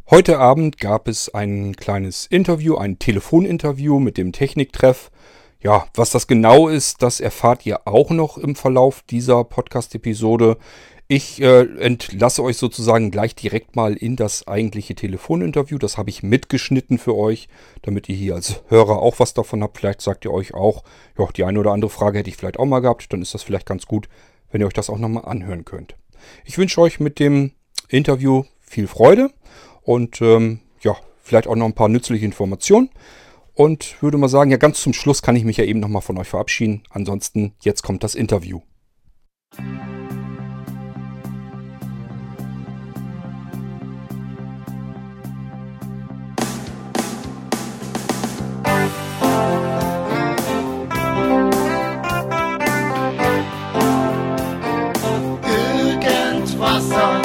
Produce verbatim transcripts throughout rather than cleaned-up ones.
Heute Abend gab es ein kleines Interview, ein Telefoninterview mit dem Techniktreff. Ja, was das genau ist, das erfahrt ihr auch noch im Verlauf dieser Podcast-Episode. Ich äh, entlasse euch sozusagen gleich direkt mal in das eigentliche Telefoninterview. Das habe ich mitgeschnitten für euch, damit ihr hier als Hörer auch was davon habt. Vielleicht sagt ihr euch auch, ja, die eine oder andere Frage hätte ich vielleicht auch mal gehabt. Dann ist das vielleicht ganz gut, wenn ihr euch das auch nochmal anhören könnt. Ich wünsche euch mit dem Interview viel Freude. Und ähm, ja, vielleicht auch noch ein paar nützliche Informationen. Und würde mal sagen, ja, ganz zum Schluss kann ich mich ja eben nochmal von euch verabschieden. Ansonsten, jetzt kommt das Interview. Irgendwasser.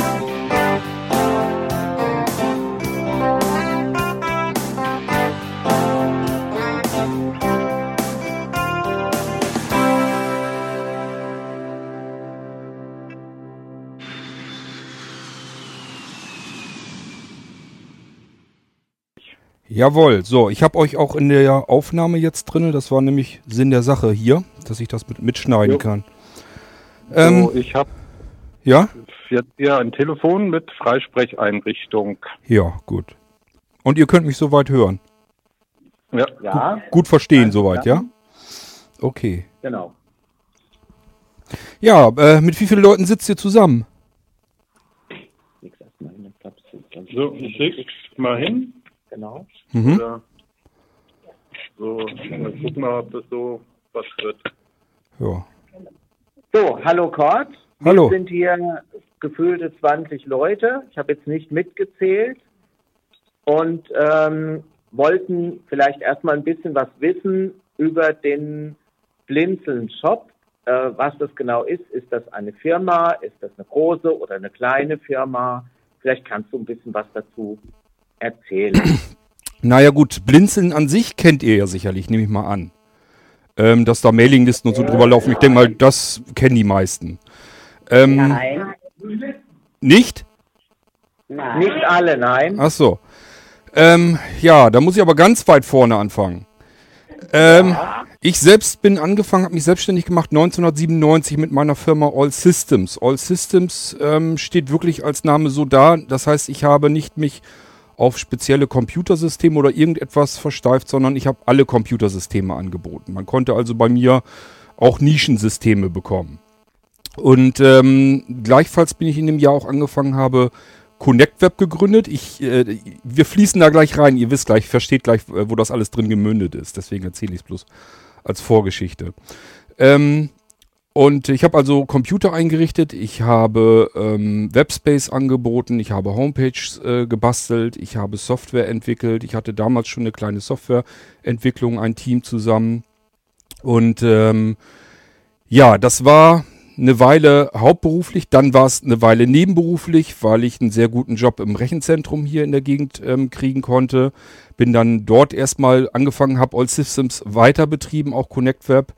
Jawohl, so, ich habe euch auch in der Aufnahme jetzt drin, das war nämlich Sinn der Sache hier, dass ich das mit, mitschneiden Jo. kann. Ähm, So, ich habe ja? jetzt hier ein Telefon mit Freisprecheinrichtung. Ja, gut. Und ihr könnt mich soweit hören. Ja, Ja, Gut verstehen Ja, soweit, ja. ja? Okay. genau. Ja, äh, mit wie vielen Leuten sitzt ihr zusammen? Nix erstmal in den Platz. so, ich leg's mal hin. Genau. Mhm. Oder so, mal gucken mal, ob das so was wird. Ja. So, hallo Kurt. Hallo. Wir sind hier gefühlte zwanzig Leute. Ich habe jetzt nicht mitgezählt. Und ähm, wollten vielleicht erstmal ein bisschen was wissen über den Blinzeln-Shop. Äh, was das genau ist. Ist das eine Firma? Ist das eine große oder eine kleine Firma? Vielleicht kannst du ein bisschen was dazu erzählen. Naja gut, Blinzeln an sich kennt ihr ja sicherlich, nehme ich mal an. Ähm, dass da Mailinglisten und so drüber laufen. Ich denke mal, das kennen die meisten. Ähm, Nein, Nicht? nein. Nicht alle, nein. Ach so. Ähm, ja, da muss ich aber ganz weit vorne anfangen. Ähm, ich selbst bin angefangen, habe mich selbstständig gemacht neunzehnhundertsiebenundneunzig mit meiner Firma All Systems. All Systems ähm, steht wirklich als Name so da. Das heißt, ich habe nicht mich auf spezielle Computersysteme oder irgendetwas versteift, sondern ich habe alle Computersysteme angeboten. Man konnte also bei mir auch Nischensysteme bekommen. Und ähm, gleichfalls bin ich in dem Jahr auch angefangen habe, ConnectWeb gegründet. Ich, äh, wir fließen da gleich rein. Ihr wisst gleich, versteht gleich, äh, wo das alles drin gemündet ist. Deswegen erzähle ich es bloß als Vorgeschichte. Ähm, und ich habe also Computer eingerichtet. Ich habe ähm, Webspace angeboten. Ich habe Homepages äh, gebastelt. Ich habe Software entwickelt. Ich hatte damals schon eine kleine Softwareentwicklung, ein Team zusammen. Und ähm, ja, das war eine Weile hauptberuflich, dann war es eine Weile nebenberuflich, weil ich einen sehr guten Job im Rechenzentrum hier in der Gegend ähm, kriegen konnte. Bin dann dort erstmal angefangen, habe All Systems weiter betrieben, auch ConnectWeb.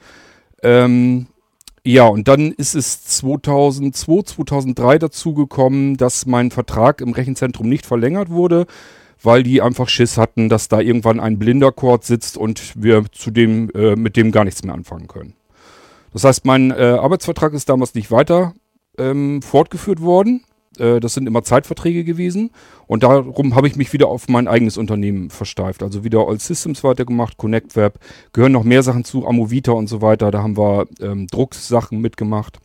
Ähm, ja, und dann ist es zweitausendzwei, zweitausenddrei dazu gekommen, dass mein Vertrag im Rechenzentrum nicht verlängert wurde, weil die einfach Schiss hatten, dass da irgendwann ein blinder Cord sitzt und wir zu dem, äh, mit dem gar nichts mehr anfangen können. Das heißt, mein äh, Arbeitsvertrag ist damals nicht weiter ähm, fortgeführt worden. Äh, das sind immer Zeitverträge gewesen. Und darum habe ich mich wieder auf mein eigenes Unternehmen versteift. Also wieder All Systems weitergemacht, ConnectWeb. Gehören noch mehr Sachen zu, Amovita und so weiter. Da haben wir ähm, Drucksachen mitgemacht.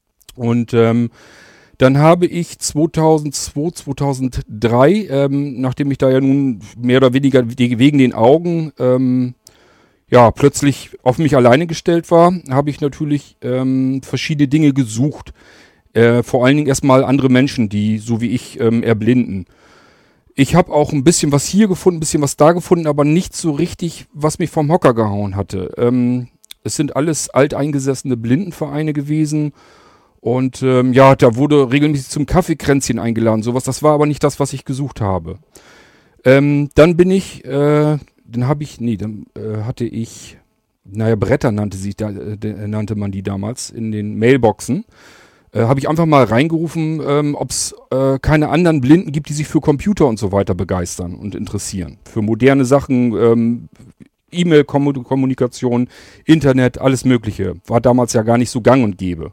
Und ähm, dann habe ich zweitausendzwei, zweitausenddrei, ähm, nachdem ich da ja nun mehr oder weniger wegen den Augen ähm, ja, plötzlich auf mich alleine gestellt war, habe ich natürlich ähm, verschiedene Dinge gesucht. Äh, vor allen Dingen erstmal andere Menschen, die so wie ich ähm, erblinden. Ich habe auch ein bisschen was hier gefunden, ein bisschen was da gefunden, aber nicht so richtig, was mich vom Hocker gehauen hatte. Ähm, es sind alles alteingesessene Blindenvereine gewesen. Und ähm, ja, da wurde regelmäßig zum Kaffeekränzchen eingeladen, sowas. Das war aber nicht das, was ich gesucht habe. Ähm, dann bin ich... Äh, Dann habe ich, nee, dann äh, hatte ich, naja, Bretter nannte sich, da, äh, nannte man die damals in den Mailboxen. äh, habe ich einfach mal reingerufen, ähm, ob es äh, keine anderen Blinden gibt, die sich für Computer und so weiter begeistern und interessieren. Für moderne Sachen, ähm, E-Mail-Kommunikation, Internet, alles Mögliche. War damals ja gar nicht so gang und gäbe.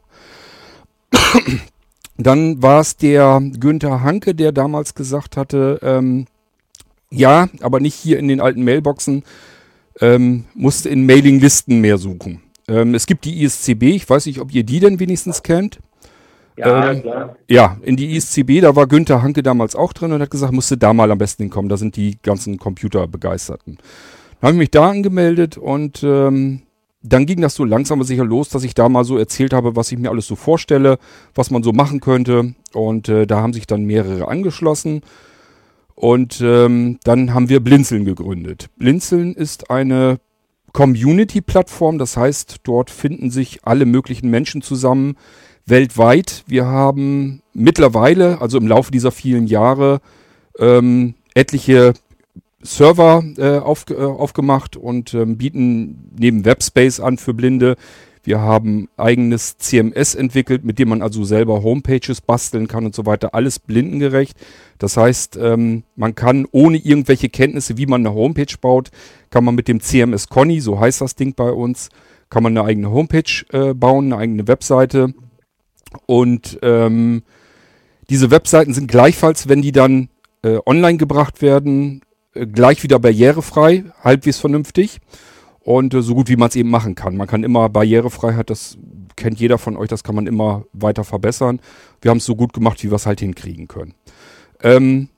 Dann war es der Günther Hanke, der damals gesagt hatte, ähm, ja, aber nicht hier in den alten Mailboxen, ähm, musste in Mailinglisten mehr suchen. Ähm, es gibt die I S C B, ich weiß nicht, ob ihr die denn wenigstens kennt. Ja, ähm, klar. Ja, in die I S C B, da war Günther Hanke damals auch drin und hat gesagt, musste da mal am besten hinkommen, da sind die ganzen Computerbegeisterten. Dann habe ich mich da angemeldet und ähm, dann ging das so langsam aber sicher los, dass ich da mal so erzählt habe, was ich mir alles so vorstelle, was man so machen könnte. Und äh, da haben sich dann mehrere angeschlossen. Und ähm, dann haben wir Blinzeln gegründet. Blinzeln ist eine Community-Plattform, das heißt, dort finden sich alle möglichen Menschen zusammen, weltweit. Wir haben mittlerweile, also im Laufe dieser vielen Jahre, ähm, etliche Server äh, auf, äh, aufgemacht und ähm, bieten neben Webspace an für Blinde. Wir haben eigenes C M S entwickelt, mit dem man also selber Homepages basteln kann und so weiter. Alles blindengerecht. Das heißt, ähm, man kann ohne irgendwelche Kenntnisse, wie man eine Homepage baut, kann man mit dem C M S Conny, so heißt das Ding bei uns, kann man eine eigene Homepage äh, bauen, eine eigene Webseite. Und ähm, diese Webseiten sind gleichfalls, wenn die dann äh, online gebracht werden, äh, gleich wieder barrierefrei, halbwegs vernünftig. Und äh, so gut wie man es eben machen kann. Man kann immer Barrierefreiheit, das kennt jeder von euch, das kann man immer weiter verbessern. Wir haben es so gut gemacht, wie wir es halt hinkriegen können. Ähm,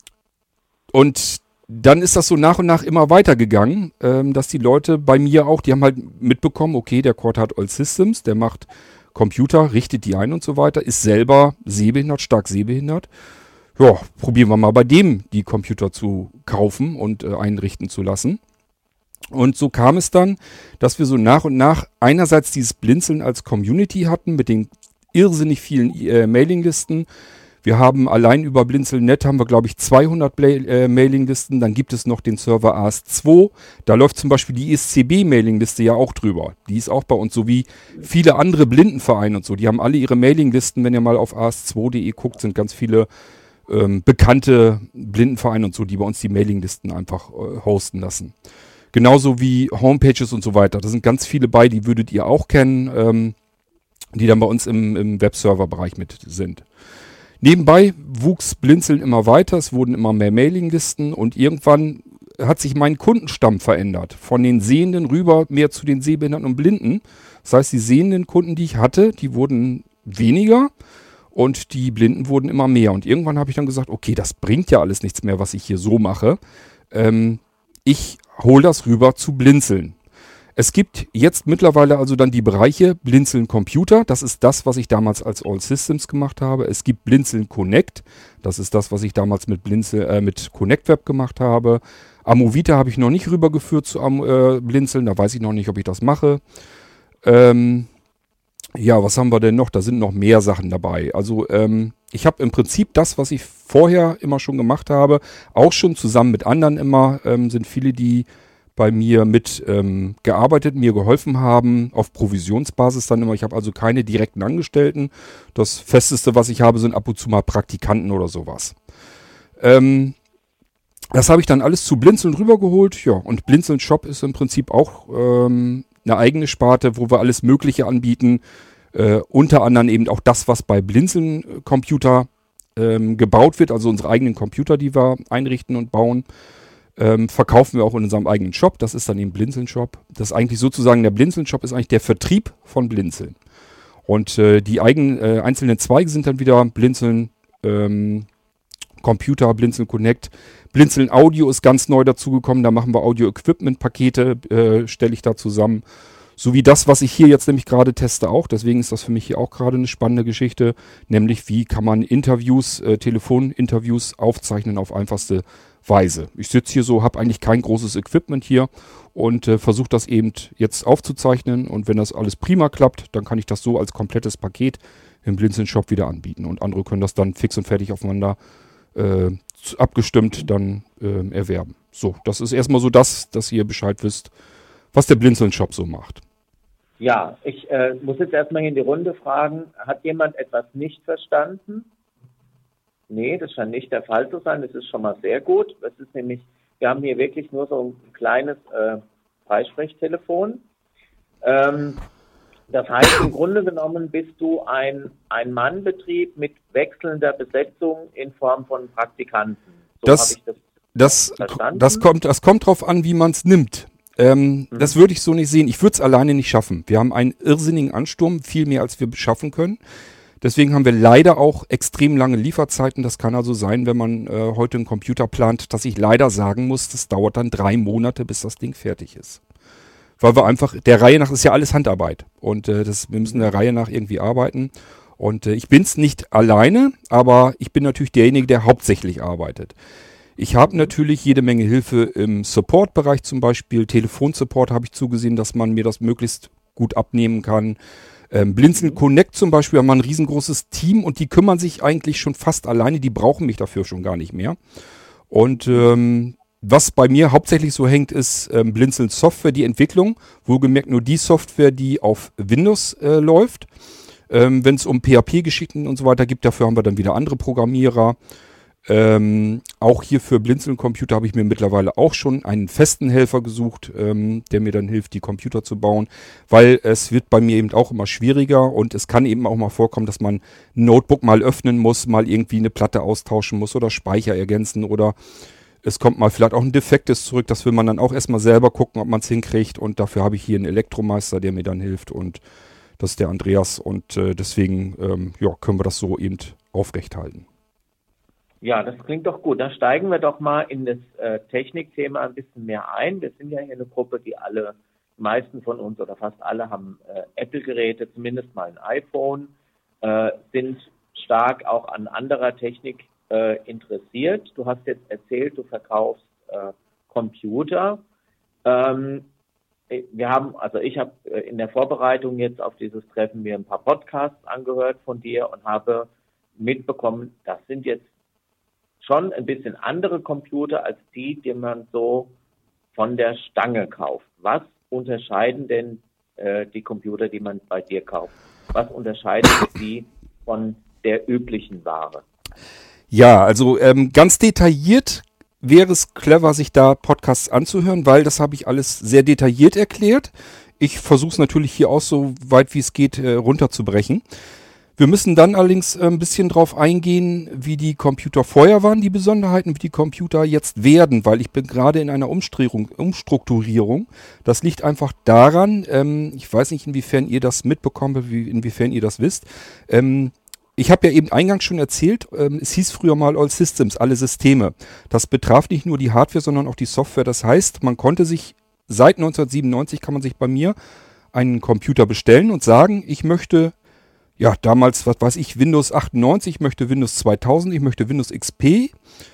und dann ist das so nach und nach immer weitergegangen, ähm, dass die Leute bei mir auch, die haben halt mitbekommen, okay, der Kurt hat All Systems, der macht Computer, richtet die ein und so weiter, ist selber sehbehindert, stark sehbehindert. Ja, probieren wir mal bei dem die Computer zu kaufen und äh, einrichten zu lassen. Und so kam es dann, dass wir so nach und nach einerseits dieses Blinzeln als Community hatten mit den irrsinnig vielen äh, Mailinglisten. Wir haben allein über Blinzeln Punkt net haben wir, glaube ich, zweihundert Bla- äh, Mailinglisten. Dann gibt es noch den Server A S zwei. Da läuft zum Beispiel die I S C B-Mailingliste ja auch drüber. Die ist auch bei uns, so wie viele andere Blindenvereine und so. Die haben alle ihre Mailinglisten. Wenn ihr mal auf A S zwei punkt de guckt, sind ganz viele ähm, bekannte Blindenvereine und so, die bei uns die Mailinglisten einfach äh, hosten lassen. Genauso wie Homepages und so weiter. Da sind ganz viele bei, die würdet ihr auch kennen, ähm, die dann bei uns im, im Webserver-Bereich mit sind. Nebenbei wuchs Blinzeln immer weiter, es wurden immer mehr Mailinglisten und irgendwann hat sich mein Kundenstamm verändert. Von den Sehenden rüber mehr zu den Sehbehinderten und Blinden. Das heißt, die sehenden Kunden, die ich hatte, die wurden weniger und die Blinden wurden immer mehr. Und irgendwann habe ich dann gesagt, okay, das bringt ja alles nichts mehr, was ich hier so mache. Ähm, ich hol das rüber zu Blinzeln. Es gibt jetzt mittlerweile also dann die Bereiche Blinzeln Computer. Das ist das, was ich damals als All Systems gemacht habe. Es gibt Blinzeln Connect. Das ist das, was ich damals mit Blinzel, äh, mit Connect Web gemacht habe. Amovita habe ich noch nicht rübergeführt zu Am, äh, Blinzeln. Da weiß ich noch nicht, ob ich das mache. Ähm, ja, was haben wir denn noch? Da sind noch mehr Sachen dabei. Also ähm, ich habe im Prinzip das, was ich vorher immer schon gemacht habe, auch schon zusammen mit anderen immer, ähm, sind viele, die bei mir mit ähm, gearbeitet, mir geholfen haben, auf Provisionsbasis dann immer. Ich habe also keine direkten Angestellten. Das Festeste, was ich habe, sind ab und zu mal Praktikanten oder sowas. Ähm, das habe ich dann alles zu Blinzeln rübergeholt. Ja, und Blinzeln Shop ist im Prinzip auch ähm, eine eigene Sparte, wo wir alles Mögliche anbieten. Äh, unter anderem eben auch das, was bei Blinzeln Computer ähm, gebaut wird, also unsere eigenen Computer, die wir einrichten und bauen. Ähm, verkaufen wir auch in unserem eigenen Shop. Das ist dann eben Blinzeln Shop. Das ist eigentlich sozusagen, der Blinzeln Shop ist eigentlich der Vertrieb von Blinzeln. Und äh, die eigenen, äh, einzelnen Zweige sind dann wieder Blinzeln ähm, Computer, Blinzeln Connect. Blinzeln Audio ist ganz neu dazugekommen. Da machen wir Audio-Equipment-Pakete, äh, stelle ich da zusammen. So wie das, was ich hier jetzt nämlich gerade teste auch. Deswegen ist das für mich hier auch gerade eine spannende Geschichte. Nämlich, wie kann man Interviews, äh, Telefoninterviews aufzeichnen auf einfachste Weise. Ich sitze hier so, habe eigentlich kein großes Equipment hier und äh, versuche das eben jetzt aufzuzeichnen. Und wenn das alles prima klappt, dann kann ich das so als komplettes Paket im Blinzeln Shop wieder anbieten. Und andere können das dann fix und fertig aufeinander äh, abgestimmt dann äh, erwerben. So, das ist erstmal so das, dass ihr Bescheid wisst, was der Blinzeln Shop so macht. Ja, ich äh, muss jetzt erstmal hier in die Runde fragen, hat jemand etwas nicht verstanden? Nee, das scheint nicht der Fall zu sein. Das ist schon mal sehr gut. Das ist nämlich, wir haben hier wirklich nur so ein kleines äh, Freisprechtelefon. Ähm, das heißt, im Grunde genommen bist du ein Ein-Mann-Betrieb mit wechselnder Besetzung in Form von Praktikanten. So Das, habe ich das das, verstanden. das kommt, das kommt drauf an, wie man es nimmt. Ähm, Mhm. Das würde ich so nicht sehen. Ich würde es alleine nicht schaffen. Wir haben einen irrsinnigen Ansturm, viel mehr als wir schaffen können. Deswegen haben wir leider auch extrem lange Lieferzeiten. Das kann also sein, wenn man äh, heute einen Computer plant, dass ich leider sagen muss, das dauert dann drei Monate, bis das Ding fertig ist. Weil wir einfach, der Reihe nach ist ja alles Handarbeit. Und äh, das, wir müssen der Reihe nach irgendwie arbeiten. Und äh, ich bin's nicht alleine, aber ich bin natürlich derjenige, der hauptsächlich arbeitet. Ich habe natürlich jede Menge Hilfe im Support-Bereich zum Beispiel. Telefonsupport habe ich zugesehen, dass man mir das möglichst gut abnehmen kann. Ähm, Blinzeln Connect zum Beispiel haben wir ein riesengroßes Team und die kümmern sich eigentlich schon fast alleine. Die brauchen mich dafür schon gar nicht mehr. Und ähm, was bei mir hauptsächlich so hängt, ist ähm, Blinzeln Software, die Entwicklung. Wohlgemerkt nur die Software, die auf Windows äh, läuft. Ähm, wenn es um P H P-Geschichten und so weiter gibt, dafür haben wir dann wieder andere Programmierer. Ähm, auch hier für Blinzeln Computer habe ich mir mittlerweile auch schon einen festen Helfer gesucht, ähm, der mir dann hilft, die Computer zu bauen, weil es wird bei mir eben auch immer schwieriger und es kann eben auch mal vorkommen, dass man ein Notebook mal öffnen muss, mal irgendwie eine Platte austauschen muss oder Speicher ergänzen oder es kommt mal vielleicht auch ein Defektes zurück, das will man dann auch erstmal selber gucken, ob man es hinkriegt und dafür habe ich hier einen Elektromeister, der mir dann hilft und das ist der Andreas und äh, deswegen ähm, ja, können wir das so eben aufrechthalten. Ja, das klingt doch gut. Dann steigen wir doch mal in das äh, Technikthema ein bisschen mehr ein. Wir sind ja hier eine Gruppe, die alle, die meisten von uns oder fast alle haben äh, Apple-Geräte, zumindest mal ein iPhone, äh, sind stark auch an anderer Technik äh, interessiert. Du hast jetzt erzählt, du verkaufst äh, Computer. Ähm, wir haben, also ich habe äh, in der Vorbereitung jetzt auf dieses Treffen mir ein paar Podcasts angehört von dir und habe mitbekommen, das sind jetzt schon ein bisschen andere Computer als die, die man so von der Stange kauft. Was unterscheiden denn äh, die Computer, die man bei dir kauft? Was unterscheidet sie von der üblichen Ware? Ja, also ähm, ganz detailliert wäre es clever, sich da Podcasts anzuhören, weil das habe ich alles sehr detailliert erklärt. Ich versuche es natürlich hier auch so weit wie es geht äh, runterzubrechen. Wir müssen dann allerdings ein bisschen drauf eingehen, wie die Computer vorher waren, die Besonderheiten, wie die Computer jetzt werden, weil ich bin gerade in einer Umstrukturierung. Das liegt einfach daran, ähm, ich weiß nicht, inwiefern ihr das mitbekommt, wie, inwiefern ihr das wisst. Ähm, ich habe ja eben eingangs schon erzählt, ähm, es hieß früher mal All Systems, alle Systeme. Das betraf nicht nur die Hardware, sondern auch die Software. Das heißt, man konnte sich, seit neunzehnhundertsiebenundneunzig kann man sich bei mir einen Computer bestellen und sagen, ich möchte ja, damals, was weiß ich, Windows achtundneunzig, ich möchte Windows zweitausend, ich möchte Windows X P,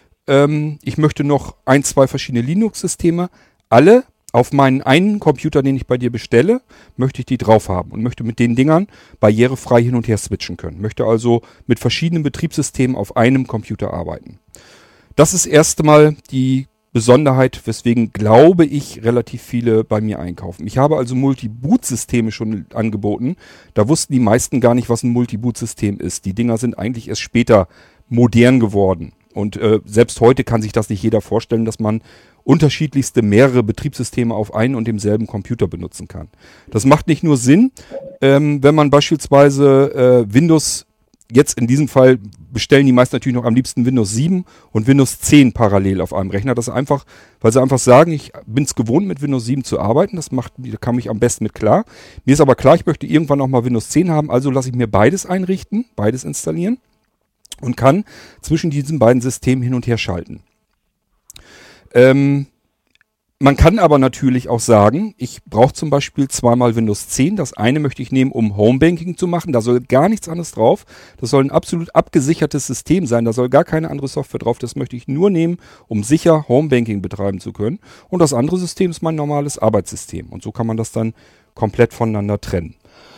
ähm, ich möchte noch ein, zwei verschiedene Linux-Systeme, alle auf meinen einen Computer, den ich bei dir bestelle, möchte ich die drauf haben und möchte mit den Dingern barrierefrei hin und her switchen können. Möchte also mit verschiedenen Betriebssystemen auf einem Computer arbeiten. Das ist erst einmal die Besonderheit, weswegen, glaube ich, relativ viele bei mir einkaufen. Ich habe also Multi-Boot-Systeme schon angeboten. Da wussten die meisten gar nicht, was ein Multi-Boot-System ist. Die Dinger sind eigentlich erst später modern geworden. Und äh, selbst heute kann sich das nicht jeder vorstellen, dass man unterschiedlichste mehrere Betriebssysteme auf einen und demselben Computer benutzen kann. Das macht nicht nur Sinn, ähm, wenn man beispielsweise äh, Windows, jetzt in diesem Fall bestellen die meisten natürlich noch am liebsten Windows sieben und Windows zehn parallel auf einem Rechner. Das ist einfach, weil sie einfach sagen, ich bin es gewohnt, mit Windows sieben zu arbeiten. Das macht, da kam ich am besten mit klar. Mir ist aber klar, ich möchte irgendwann auch mal Windows zehn haben, also lasse ich mir beides einrichten, beides installieren und kann zwischen diesen beiden Systemen hin und her schalten. Ähm, man kann aber natürlich auch sagen, ich brauche zum Beispiel zweimal Windows zehn. Das eine möchte ich nehmen, um Homebanking zu machen. Da soll gar nichts anderes drauf. Das soll ein absolut abgesichertes System sein. Da soll gar keine andere Software drauf. Das möchte ich nur nehmen, um sicher Homebanking betreiben zu können. Und das andere System ist mein normales Arbeitssystem. Und so kann man das dann komplett voneinander trennen.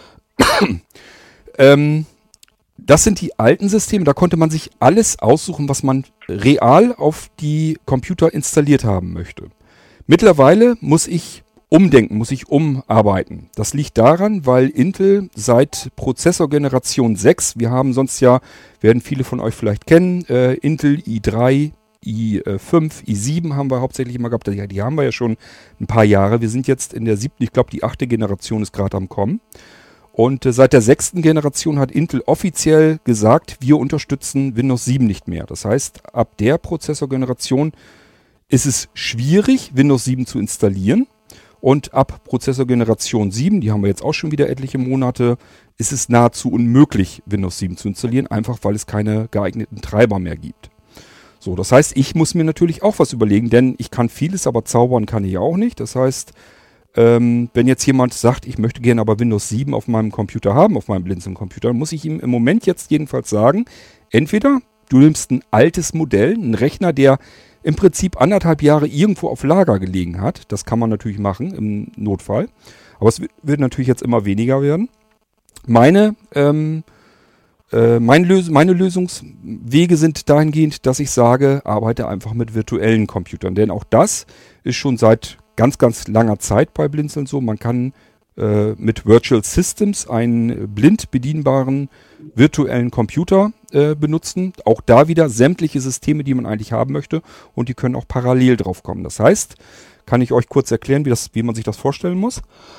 ähm, das sind die alten Systeme. Da konnte man sich alles aussuchen, was man real auf die Computer installiert haben möchte. Mittlerweile muss ich umdenken, muss ich umarbeiten. Das liegt daran, weil Intel seit Prozessorgeneration sechs, wir haben sonst ja, werden viele von euch vielleicht kennen, äh, Intel i drei, i fünf, i sieben haben wir hauptsächlich immer gehabt. Die, die haben wir ja schon ein paar Jahre. Wir sind jetzt in der siebten, ich glaube die achte Generation ist gerade am Kommen. Und äh, seit der sechsten Generation hat Intel offiziell gesagt, wir unterstützen Windows sieben nicht mehr. Das heißt, ab der Prozessorgeneration ist es schwierig, Windows sieben zu installieren. Und ab Prozessorgeneration sieben, die haben wir jetzt auch schon wieder etliche Monate, ist es nahezu unmöglich, Windows sieben zu installieren, einfach weil es keine geeigneten Treiber mehr gibt. So, das heißt, ich muss mir natürlich auch was überlegen, denn ich kann vieles, aber zaubern kann ich auch nicht. Das heißt, ähm, wenn jetzt jemand sagt, ich möchte gerne aber Windows sieben auf meinem Computer haben, auf meinem Blinzeln-Computer, dann muss ich ihm im Moment jetzt jedenfalls sagen, entweder du nimmst ein altes Modell, einen Rechner, der im Prinzip anderthalb Jahre irgendwo auf Lager gelegen hat. Das kann man natürlich machen im Notfall. Aber es wird, wird natürlich jetzt immer weniger werden. Meine, ähm, äh, mein Lös- meine Lösungswege sind dahingehend, dass ich sage, arbeite einfach mit virtuellen Computern. Denn auch das ist schon seit ganz, ganz langer Zeit bei Blinzeln so. Man kann äh, mit Virtual Systems einen blind bedienbaren virtuellen Computer äh, benutzen. Auch da wieder sämtliche Systeme, die man eigentlich haben möchte. Und die können auch parallel drauf kommen. Das heißt, kann ich euch kurz erklären, wie, das, wie man sich das vorstellen muss.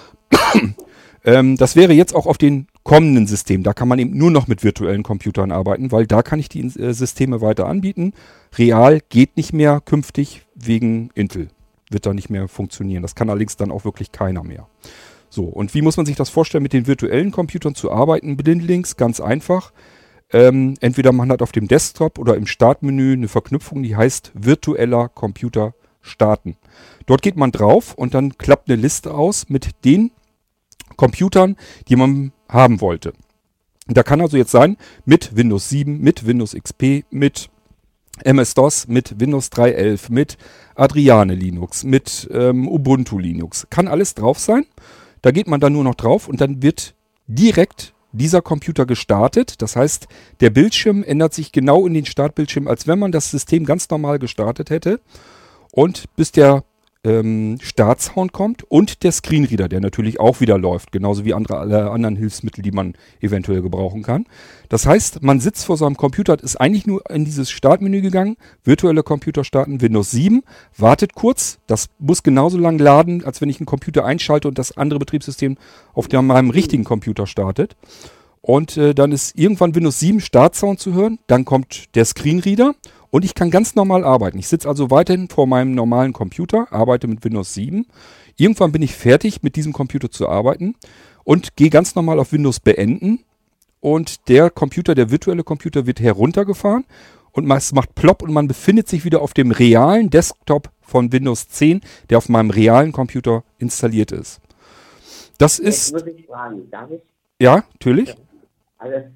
ähm, das wäre jetzt auch auf den kommenden Systemen. Da kann man eben nur noch mit virtuellen Computern arbeiten, weil da kann ich die äh, Systeme weiter anbieten. Real geht nicht mehr künftig wegen Intel. Wird da nicht mehr funktionieren. Das kann allerdings dann auch wirklich keiner mehr. So, und wie muss man sich das vorstellen, mit den virtuellen Computern zu arbeiten? Blindlings, ganz einfach. Ähm, entweder man hat auf dem Desktop oder im Startmenü eine Verknüpfung, die heißt virtueller Computer starten. Dort geht man drauf und dann klappt eine Liste aus mit den Computern, die man haben wollte. Da kann also jetzt sein, mit Windows sieben, mit Windows X P, mit M S-DOS, mit Windows drei Punkt elf, mit Adriane Linux, mit ähm, Ubuntu Linux. Kann alles drauf sein. Da geht man dann nur noch drauf und dann wird direkt dieser Computer gestartet. Das heißt, der Bildschirm ändert sich genau in den Startbildschirm, als wenn man das System ganz normal gestartet hätte. Und bis der ähm, Startsound kommt und der Screenreader, der natürlich auch wieder läuft, genauso wie andere, alle anderen Hilfsmittel, die man eventuell gebrauchen kann. Das heißt, man sitzt vor seinem Computer, ist eigentlich nur in dieses Startmenü gegangen, virtuelle Computer starten, Windows sieben, wartet kurz, das muss genauso lang laden, als wenn ich einen Computer einschalte und das andere Betriebssystem auf dem, meinem richtigen Computer startet. Und äh, dann ist irgendwann Windows sieben Startsound zu hören, dann kommt der Screenreader und ich kann ganz normal arbeiten. Ich sitze also weiterhin vor meinem normalen Computer, arbeite mit Windows sieben. Irgendwann bin ich fertig, mit diesem Computer zu arbeiten und gehe ganz normal auf Windows beenden. Und der Computer, der virtuelle Computer, wird heruntergefahren und es macht plopp und man befindet sich wieder auf dem realen Desktop von Windows zehn, der auf meinem realen Computer installiert ist. Das ist... Jetzt muss ich fragen, darf ich? Ja, natürlich. Also,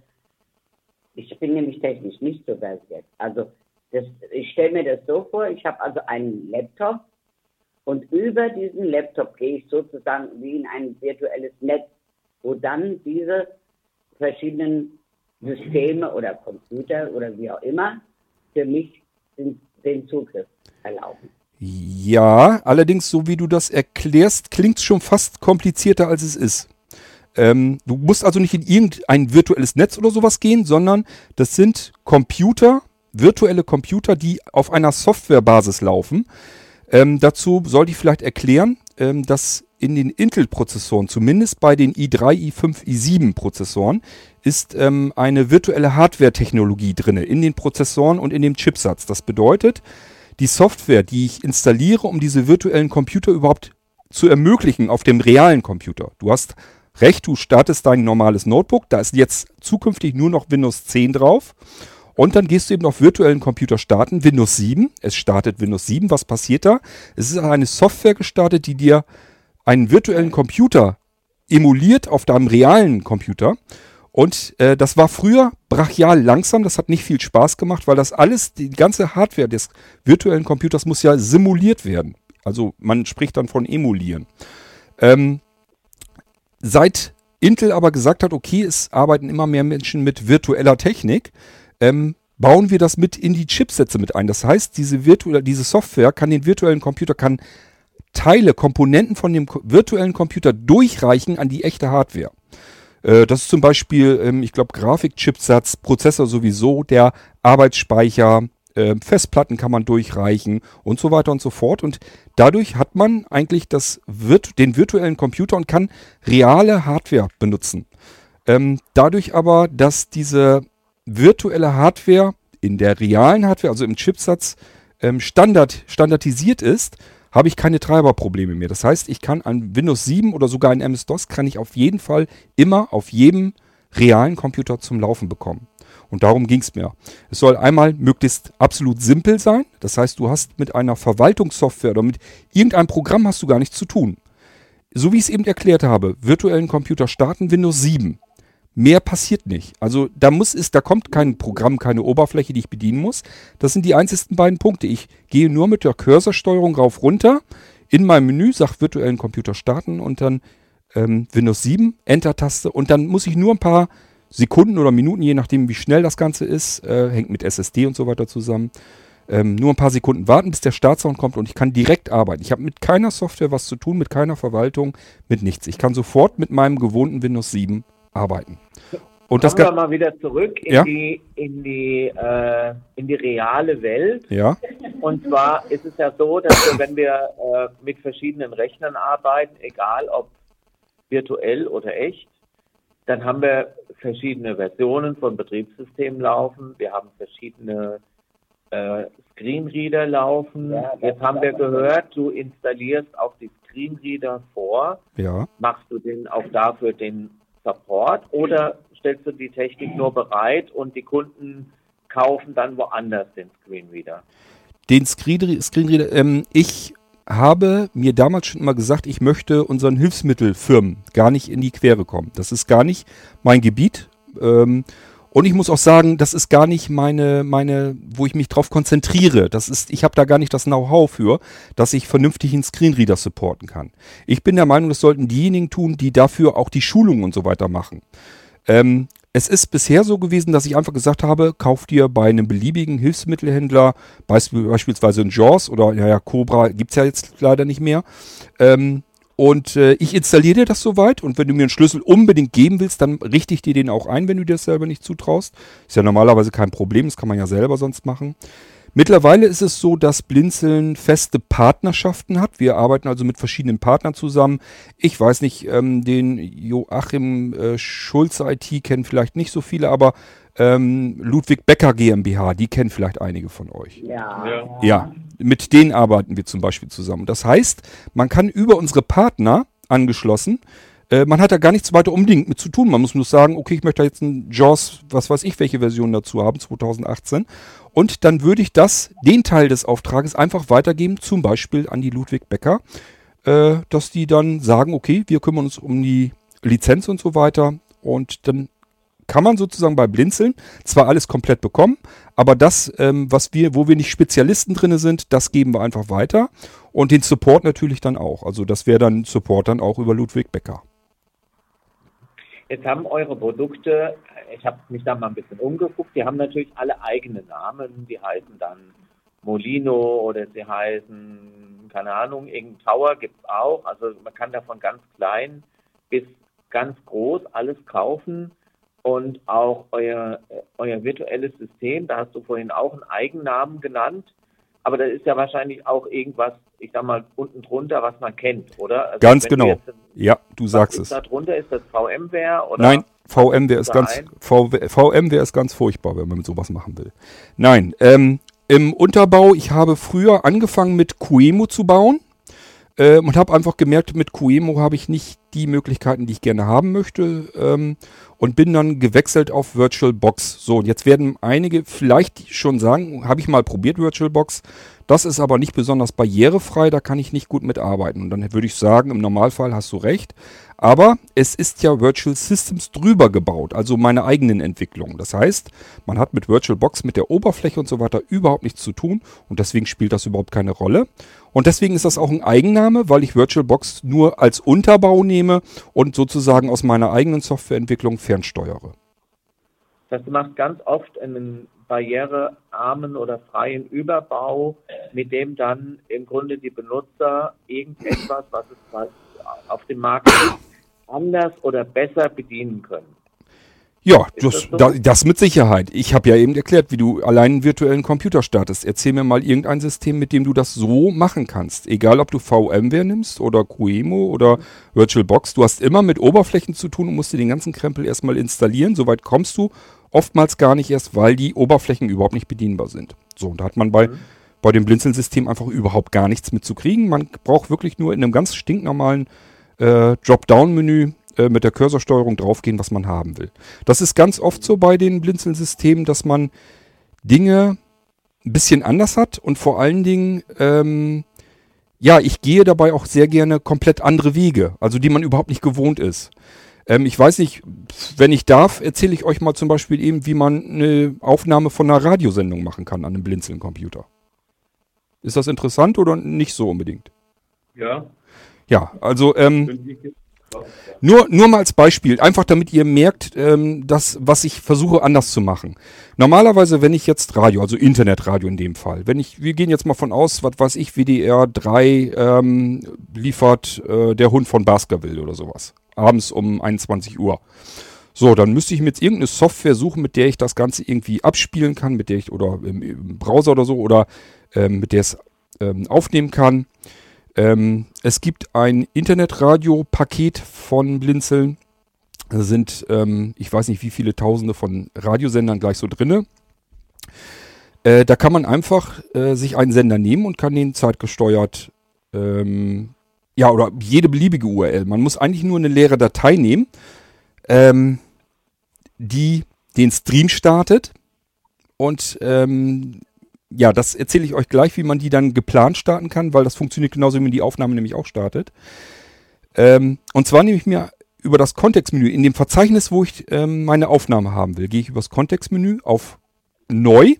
ich bin nämlich technisch nicht so versiert. Also, das, ich stelle mir das so vor, ich habe also einen Laptop und über diesen Laptop gehe ich sozusagen wie in ein virtuelles Netz, wo dann diese verschiedenen Systeme oder Computer oder wie auch immer für mich den, den Zugriff erlauben. Ja, allerdings, so wie du das erklärst, klingt es schon fast komplizierter, als es ist. Ähm, du musst also nicht in irgendein virtuelles Netz oder sowas gehen, sondern das sind Computer, virtuelle Computer, die auf einer Softwarebasis laufen. Ähm, dazu sollte ich vielleicht erklären, ähm, dass in den Intel-Prozessoren, zumindest bei den i drei, i fünf, i sieben Prozessoren, ist ähm, eine virtuelle Hardware-Technologie drin, in den Prozessoren und in dem Chipsatz. Das bedeutet, die Software, die ich installiere, um diese virtuellen Computer überhaupt zu ermöglichen auf dem realen Computer. Du hast recht, du startest dein normales Notebook, da ist jetzt zukünftig nur noch Windows zehn drauf. Und dann gehst du eben auf virtuellen Computer starten, Windows sieben. Es startet Windows sieben. Was passiert da? Es ist eine Software gestartet, die dir einen virtuellen Computer emuliert auf deinem realen Computer. Und äh, das war früher brachial langsam. Das hat nicht viel Spaß gemacht, weil das alles, die ganze Hardware des virtuellen Computers muss ja simuliert werden. Also man spricht dann von emulieren. Ähm, seit Intel aber gesagt hat, okay, es arbeiten immer mehr Menschen mit virtueller Technik, Ähm, bauen wir das mit in die Chipsätze mit ein. Das heißt, diese virtuelle, diese Software kann den virtuellen Computer kann Teile, Komponenten von dem ko- virtuellen Computer durchreichen an die echte Hardware. Äh, das ist zum Beispiel, ähm, ich glaube, Grafikchipsatz, Prozessor sowieso, der Arbeitsspeicher, äh, Festplatten kann man durchreichen und so weiter und so fort. Und dadurch hat man eigentlich das virt- den virtuellen Computer und kann reale Hardware benutzen. Ähm, dadurch aber, dass diese virtuelle Hardware in der realen Hardware, also im Chipsatz, ähm, Standard, standardisiert ist, habe ich keine Treiberprobleme mehr. Das heißt, ich kann an Windows sieben oder sogar ein M S-DOS kann ich auf jeden Fall immer auf jedem realen Computer zum Laufen bekommen. Und darum ging es mir. Es soll einmal möglichst absolut simpel sein. Das heißt, du hast mit einer Verwaltungssoftware oder mit irgendeinem Programm hast du gar nichts zu tun. So wie ich es eben erklärt habe, virtuellen Computer starten, Windows sieben. Mehr passiert nicht. Also da muss es, da kommt kein Programm, keine Oberfläche, die ich bedienen muss. Das sind die einzigsten beiden Punkte. Ich gehe nur mit der Cursorsteuerung rauf runter in mein Menü, sage virtuellen Computer starten und dann ähm, Windows sieben, Enter-Taste und dann muss ich nur ein paar Sekunden oder Minuten, je nachdem wie schnell das Ganze ist, äh, hängt mit S S D und so weiter zusammen, ähm, nur ein paar Sekunden warten, bis der Startsound kommt und ich kann direkt arbeiten. Ich habe mit keiner Software was zu tun, mit keiner Verwaltung, mit nichts. Ich kann sofort mit meinem gewohnten Windows sieben arbeiten. Und das Kommen wir mal wieder zurück in Ja? die in die äh, in die reale Welt. Ja, Und zwar ist es ja so, dass wir, wenn wir äh, mit verschiedenen Rechnern arbeiten, egal ob virtuell oder echt, dann haben wir verschiedene Versionen von Betriebssystemen laufen. Wir haben verschiedene äh, Screenreader laufen. Ja, das Jetzt haben wir kann man gehört, du installierst auch die Screenreader vor. ja. Machst du den auch dafür den Support oder stellst du die Technik nur bereit und die Kunden kaufen dann woanders den Screenreader? Den Screen- Screenreader, ähm, ich habe mir damals schon immer gesagt, ich möchte unseren Hilfsmittelfirmen gar nicht in die Quere kommen. Das ist gar nicht mein Gebiet. Ähm, und ich muss auch sagen, das ist gar nicht meine, meine, wo ich mich drauf konzentriere. Das ist, ich habe da gar nicht das Know-how für, dass ich vernünftig einen Screenreader supporten kann. Ich bin der Meinung, das sollten diejenigen tun, die dafür auch die Schulungen und so weiter machen. Ähm, es ist bisher so gewesen, dass ich einfach gesagt habe, kauf dir bei einem beliebigen Hilfsmittelhändler, beisp- beispielsweise ein JAWS oder ja, ja Cobra gibt's ja jetzt leider nicht mehr. Ähm, und äh, ich installiere dir das soweit und wenn du mir einen Schlüssel unbedingt geben willst, dann richte ich dir den auch ein, wenn du dir das selber nicht zutraust. Ist ja normalerweise kein Problem, das kann man ja selber sonst machen. Mittlerweile ist es so, dass Blinzeln feste Partnerschaften hat. Wir arbeiten also mit verschiedenen Partnern zusammen. Ich weiß nicht, ähm, den Joachim äh, Schulze I T kennen vielleicht nicht so viele, aber ähm, Ludwig Becker GmbH, die kennen vielleicht einige von euch. Ja. Ja. Ja, mit denen arbeiten wir zum Beispiel zusammen. Das heißt, man kann über unsere Partner angeschlossen, äh, man hat da gar nichts weiter unbedingt mit zu tun. Man muss nur sagen, okay, ich möchte da jetzt einen JAWS, was weiß ich, welche Version dazu haben, zwanzig achtzehn. Und dann würde ich das, den Teil des Auftrages einfach weitergeben, zum Beispiel an die Ludwig Becker, äh, dass die dann sagen, okay, wir kümmern uns um die Lizenz und so weiter. Und dann kann man sozusagen bei Blinzeln zwar alles komplett bekommen, aber das, ähm, was wir, wo wir nicht Spezialisten drin sind, das geben wir einfach weiter. Und den Support natürlich dann auch. Also das wäre dann Support dann auch über Ludwig Becker. Jetzt haben eure Produkte, ich habe mich da mal ein bisschen umgeguckt, die haben natürlich alle eigene Namen, die heißen dann Molino oder sie heißen, keine Ahnung, irgendein Tower gibt's auch, also man kann da von ganz klein bis ganz groß alles kaufen und auch euer, euer virtuelles System, da hast du vorhin auch einen Eigennamen genannt, aber da ist ja wahrscheinlich auch irgendwas, ich sag mal, unten drunter, was man kennt, oder? Also Ganz wenn du genau. jetzt- Ja, du Was sagst ist es. da drunter? Ist das VMware? Oder? Nein, VMware ist ganz, Nein. V- VMware ist ganz furchtbar, wenn man mit sowas machen will. Nein, ähm, im Unterbau, ich habe früher angefangen mit Qemu zu bauen ähm, und habe einfach gemerkt, mit Qemu habe ich nicht die Möglichkeiten, die ich gerne haben möchte ähm, und bin dann gewechselt auf VirtualBox. So, und jetzt werden einige vielleicht schon sagen, habe ich mal probiert VirtualBox. Das ist aber nicht besonders barrierefrei, da kann ich nicht gut mitarbeiten. Und dann würde ich sagen, im Normalfall hast du recht. Aber es ist ja Virtual Systems drüber gebaut, also meine eigenen Entwicklungen. Das heißt, man hat mit VirtualBox, mit der Oberfläche und so weiter überhaupt nichts zu tun und deswegen spielt das überhaupt keine Rolle. Und deswegen ist das auch ein Eigenname, weil ich VirtualBox nur als Unterbau nehme und sozusagen aus meiner eigenen Softwareentwicklung fernsteuere. Das heißt, du machst ganz oft einen barrierearmen oder freien Überbau, mit dem dann im Grunde die Benutzer irgendetwas, was es auf dem Markt gibt, anders oder besser bedienen können. Ja, das, das, so? da, das mit Sicherheit. Ich habe ja eben erklärt, wie du allein einen virtuellen Computer startest. Erzähl mir mal irgendein System, mit dem du das so machen kannst. Egal, ob du VMware nimmst oder QEMU oder VirtualBox. Du hast immer mit Oberflächen zu tun und musst dir den ganzen Krempel erstmal installieren. Soweit kommst du oftmals gar nicht erst, weil die Oberflächen überhaupt nicht bedienbar sind. So, da hat man bei, mhm. bei dem Blinzeln-System einfach überhaupt gar nichts mit zu kriegen. Man braucht wirklich nur in einem ganz stinknormalen äh, Dropdown-Menü mit der Cursorsteuerung draufgehen, was man haben will. Das ist ganz oft so bei den Blinzeln-Systemen, dass man Dinge ein bisschen anders hat und vor allen Dingen, ähm, ja, ich gehe dabei auch sehr gerne komplett andere Wege, also die man überhaupt nicht gewohnt ist. Ähm, ich weiß nicht, wenn ich darf, erzähle ich euch mal zum Beispiel eben, wie man eine Aufnahme von einer Radiosendung machen kann an einem Blinzeln-Computer. Ist das interessant oder nicht so unbedingt? Ja. Ja, also ähm, Nur, nur mal als Beispiel, einfach damit ihr merkt, ähm, das, was ich versuche anders zu machen. Normalerweise, wenn ich jetzt Radio, also Internetradio in dem Fall, wenn ich, wir gehen jetzt mal von aus, was weiß ich, W D R drei ähm, liefert äh, der Hund von Baskerville oder sowas, abends um einundzwanzig Uhr. So, dann müsste ich mir jetzt irgendeine Software suchen, mit der ich das Ganze irgendwie abspielen kann, mit der ich, oder im, im Browser oder so, oder ähm, mit der es ähm, aufnehmen kann. Ähm, es gibt ein Internetradio-Paket von Blinzeln. Da sind, ähm, ich weiß nicht, wie viele Tausende von Radiosendern gleich so drinne. Äh, da kann man einfach äh, sich einen Sender nehmen und kann den zeitgesteuert, ähm, ja, oder jede beliebige U R L. Man muss eigentlich nur eine leere Datei nehmen, ähm, die den Stream startet und ähm, ja, das erzähle ich euch gleich, wie man die dann geplant starten kann, weil das funktioniert genauso, wie man die Aufnahme nämlich auch startet. Ähm, und zwar nehme ich mir über das Kontextmenü, in dem Verzeichnis, wo ich ähm, meine Aufnahme haben will, gehe ich über das Kontextmenü auf Neu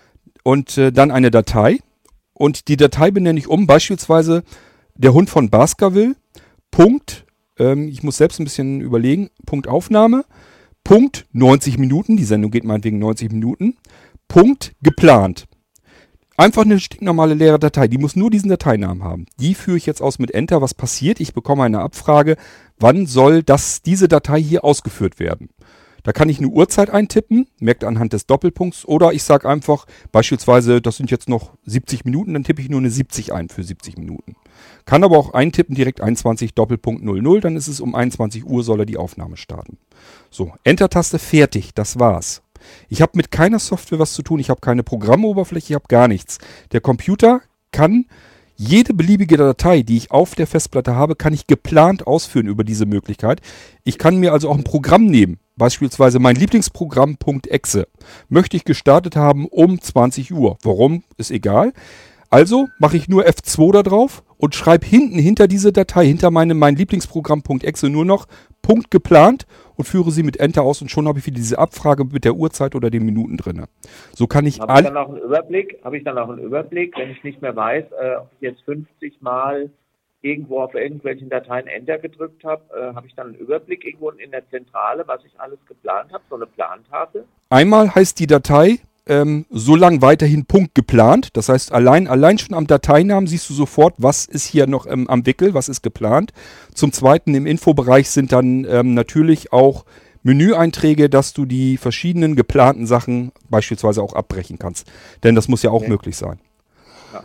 und äh, dann eine Datei. Und die Datei benenne ich um, beispielsweise der Hund von Baskerville, Punkt, ähm, ich muss selbst ein bisschen überlegen, Punkt Aufnahme, Punkt neunzig Minuten, die Sendung geht meinetwegen neunzig Minuten, Punkt geplant. Einfach eine stinknormale leere Datei, die muss nur diesen Dateinamen haben. Die führe ich jetzt aus mit Enter. Was passiert? Ich bekomme eine Abfrage, wann soll das, diese Datei hier ausgeführt werden. Da kann ich eine Uhrzeit eintippen, merkt anhand des Doppelpunkts, oder ich sage einfach beispielsweise, das sind jetzt noch siebzig Minuten, dann tippe ich nur eine siebzig ein für siebzig Minuten. Kann aber auch eintippen, direkt einundzwanzig Doppelpunkt null null, dann ist es um einundzwanzig Uhr soll er die Aufnahme starten. So, Enter-Taste, fertig, das war's. Ich habe mit keiner Software was zu tun, ich habe keine Programmoberfläche, ich habe gar nichts. Der Computer kann jede beliebige Datei, die ich auf der Festplatte habe, kann ich geplant ausführen über diese Möglichkeit. Ich kann mir also auch ein Programm nehmen, beispielsweise mein Lieblingsprogramm .exe. Möchte ich gestartet haben um zwanzig Uhr. Warum? Ist egal. Also mache ich nur F zwei da drauf und schreibe hinten hinter diese Datei, hinter meinem mein Lieblingsprogramm .exe nur noch Punkt geplant und führe sie mit Enter aus und schon habe ich wieder diese Abfrage mit der Uhrzeit oder den Minuten drin. So kann ich Habe ich dann auch einen Überblick, habe ich dann auch einen Überblick, wenn ich nicht mehr weiß, äh, ob ich jetzt fünfzig Mal irgendwo auf irgendwelchen Dateien Enter gedrückt habe, äh, habe ich dann einen Überblick irgendwo in der Zentrale, was ich alles geplant habe, so eine Plantafel? Einmal heißt die Datei ähm, so lang weiterhin Punkt geplant. Das heißt, allein, allein schon am Dateinamen siehst du sofort, was ist hier noch ähm, am Wickel, was ist geplant. Zum Zweiten im Infobereich sind dann ähm, natürlich auch Menüeinträge, dass du die verschiedenen geplanten Sachen beispielsweise auch abbrechen kannst. Denn das muss ja auch okay. möglich sein. Ja.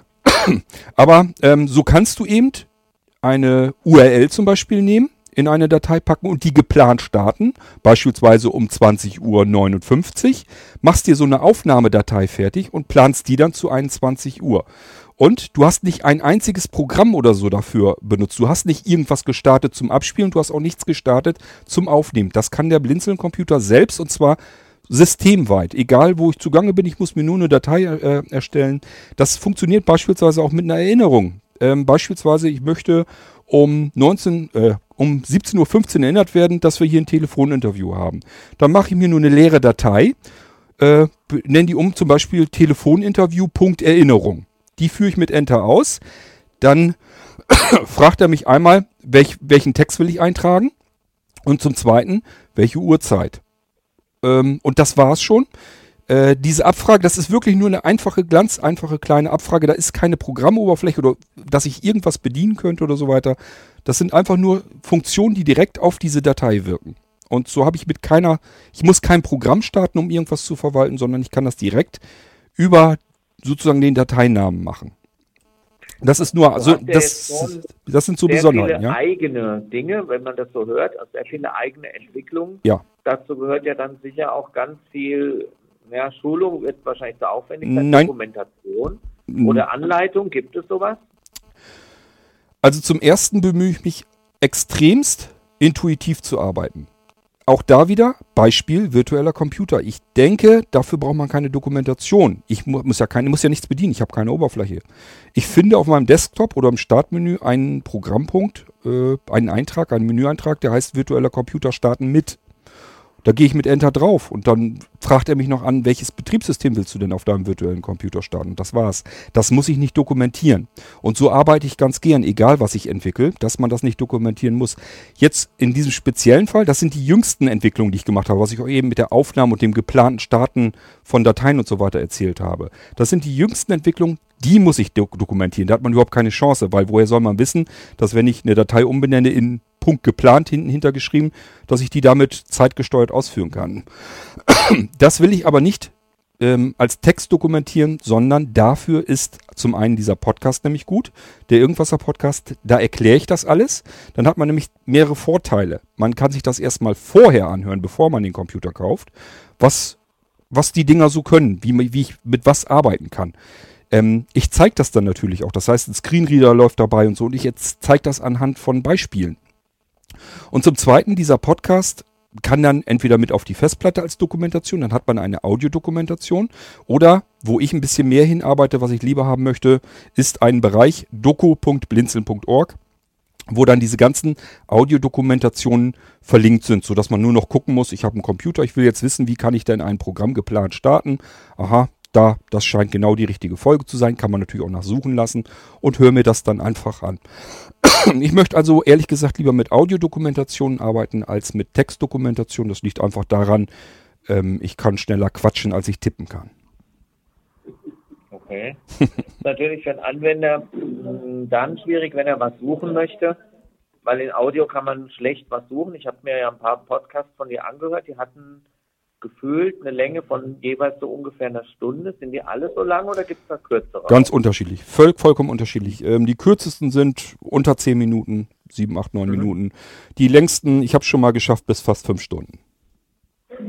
Aber ähm, so kannst du eben eine U R L zum Beispiel nehmen, in eine Datei packen und die geplant starten, beispielsweise um zwanzig Uhr neunundfünfzig, machst dir so eine Aufnahmedatei fertig und planst die dann zu einundzwanzig Uhr. Und du hast nicht ein einziges Programm oder so dafür benutzt. Du hast nicht irgendwas gestartet zum Abspielen, du hast auch nichts gestartet zum Aufnehmen. Das kann der Blinzeln-Computer selbst und zwar systemweit. Egal, wo ich zugange bin, ich muss mir nur eine Datei äh, erstellen. Das funktioniert beispielsweise auch mit einer Erinnerung. Ähm, beispielsweise, ich möchte um neunzehn, äh, um siebzehn Uhr fünfzehn erinnert werden, dass wir hier ein Telefoninterview haben. Dann mache ich mir nur eine leere Datei, äh, nenne die um zum Beispiel Telefoninterview.erinnerung. Die führe ich mit Enter aus. Dann fragt er mich einmal, welch, welchen Text will ich eintragen und zum Zweiten, welche Uhrzeit. Ähm, und das war's schon. Äh, diese Abfrage, das ist wirklich nur eine einfache, ganz einfache kleine Abfrage. Da ist keine Programmoberfläche oder dass ich irgendwas bedienen könnte oder so weiter. Das sind einfach nur Funktionen, die direkt auf diese Datei wirken. Und so habe ich mit keiner, ich muss kein Programm starten, um irgendwas zu verwalten, sondern ich kann das direkt über sozusagen den Dateinamen machen. Das ist nur, also das, das sind so Besonderheiten. Sehr viele ja? eigene Dinge, wenn man das so hört, also sehr viele eigene Entwicklungen. Ja. Dazu gehört ja dann sicher auch ganz viel, ja, Schulung wird wahrscheinlich zu aufwendig sein, Nein. Dokumentation oder Anleitung, gibt es sowas? Also zum Ersten bemühe ich mich extremst intuitiv zu arbeiten. Auch da wieder Beispiel virtueller Computer. Ich denke, dafür braucht man keine Dokumentation. Ich mu- muss ja keine, muss ja nichts bedienen. Ich habe keine Oberfläche. Ich finde auf meinem Desktop oder im Startmenü einen Programmpunkt, äh, einen Eintrag, einen Menüeintrag, der heißt virtueller Computer starten mit. Da gehe ich mit Enter drauf und dann fragt er mich noch an, welches Betriebssystem willst du denn auf deinem virtuellen Computer starten? Und das war's. Das muss ich nicht dokumentieren. Und so arbeite ich ganz gern, egal was ich entwickle, dass man das nicht dokumentieren muss. Jetzt in diesem speziellen Fall, das sind die jüngsten Entwicklungen, die ich gemacht habe, was ich auch eben mit der Aufnahme und dem geplanten Starten von Dateien und so weiter erzählt habe. Das sind die jüngsten Entwicklungen, die muss ich do- dokumentieren. Da hat man überhaupt keine Chance, weil woher soll man wissen, dass wenn ich eine Datei umbenenne in Punkt geplant hinten hintergeschrieben, dass ich die damit zeitgesteuert ausführen kann. Das will ich aber nicht ähm, als Text dokumentieren, sondern dafür ist zum einen dieser Podcast nämlich gut, der Irgendwasser Podcast, da erkläre ich das alles. Dann hat man nämlich mehrere Vorteile. Man kann sich das erstmal vorher anhören, bevor man den Computer kauft, was, was die Dinger so können, wie, wie ich mit was arbeiten kann. Ähm, ich zeige das dann natürlich auch. Das heißt, ein Screenreader läuft dabei und so und ich jetzt zeige das anhand von Beispielen. Und zum Zweiten, dieser Podcast kann dann entweder mit auf die Festplatte als Dokumentation, dann hat man eine Audiodokumentation, oder wo ich ein bisschen mehr hinarbeite, was ich lieber haben möchte, ist ein Bereich doku punkt blinzeln punkt org, wo dann diese ganzen Audiodokumentationen verlinkt sind, sodass man nur noch gucken muss, ich habe einen Computer, ich will jetzt wissen, wie kann ich denn ein Programm geplant starten. Aha, da, das scheint genau die richtige Folge zu sein, kann man natürlich auch nachsuchen lassen und höre mir das dann einfach an. Ich möchte also ehrlich gesagt lieber mit Audiodokumentationen arbeiten als mit Textdokumentation. Das liegt einfach daran, ähm, ich kann schneller quatschen, als ich tippen kann. Okay. Das ist natürlich für einen Anwender mh, dann schwierig, wenn er was suchen möchte, weil in Audio kann man schlecht was suchen. Ich habe mir ja ein paar Podcasts von dir angehört, die hatten gefühlt eine Länge von jeweils so ungefähr einer Stunde. Sind die alle so lang oder gibt es da kürzere? Ganz unterschiedlich, Voll, vollkommen unterschiedlich. Ähm, die kürzesten sind unter zehn Minuten, sieben, acht, neun mhm. Minuten. Die längsten, ich habe es schon mal geschafft, bis fast fünf Stunden. Also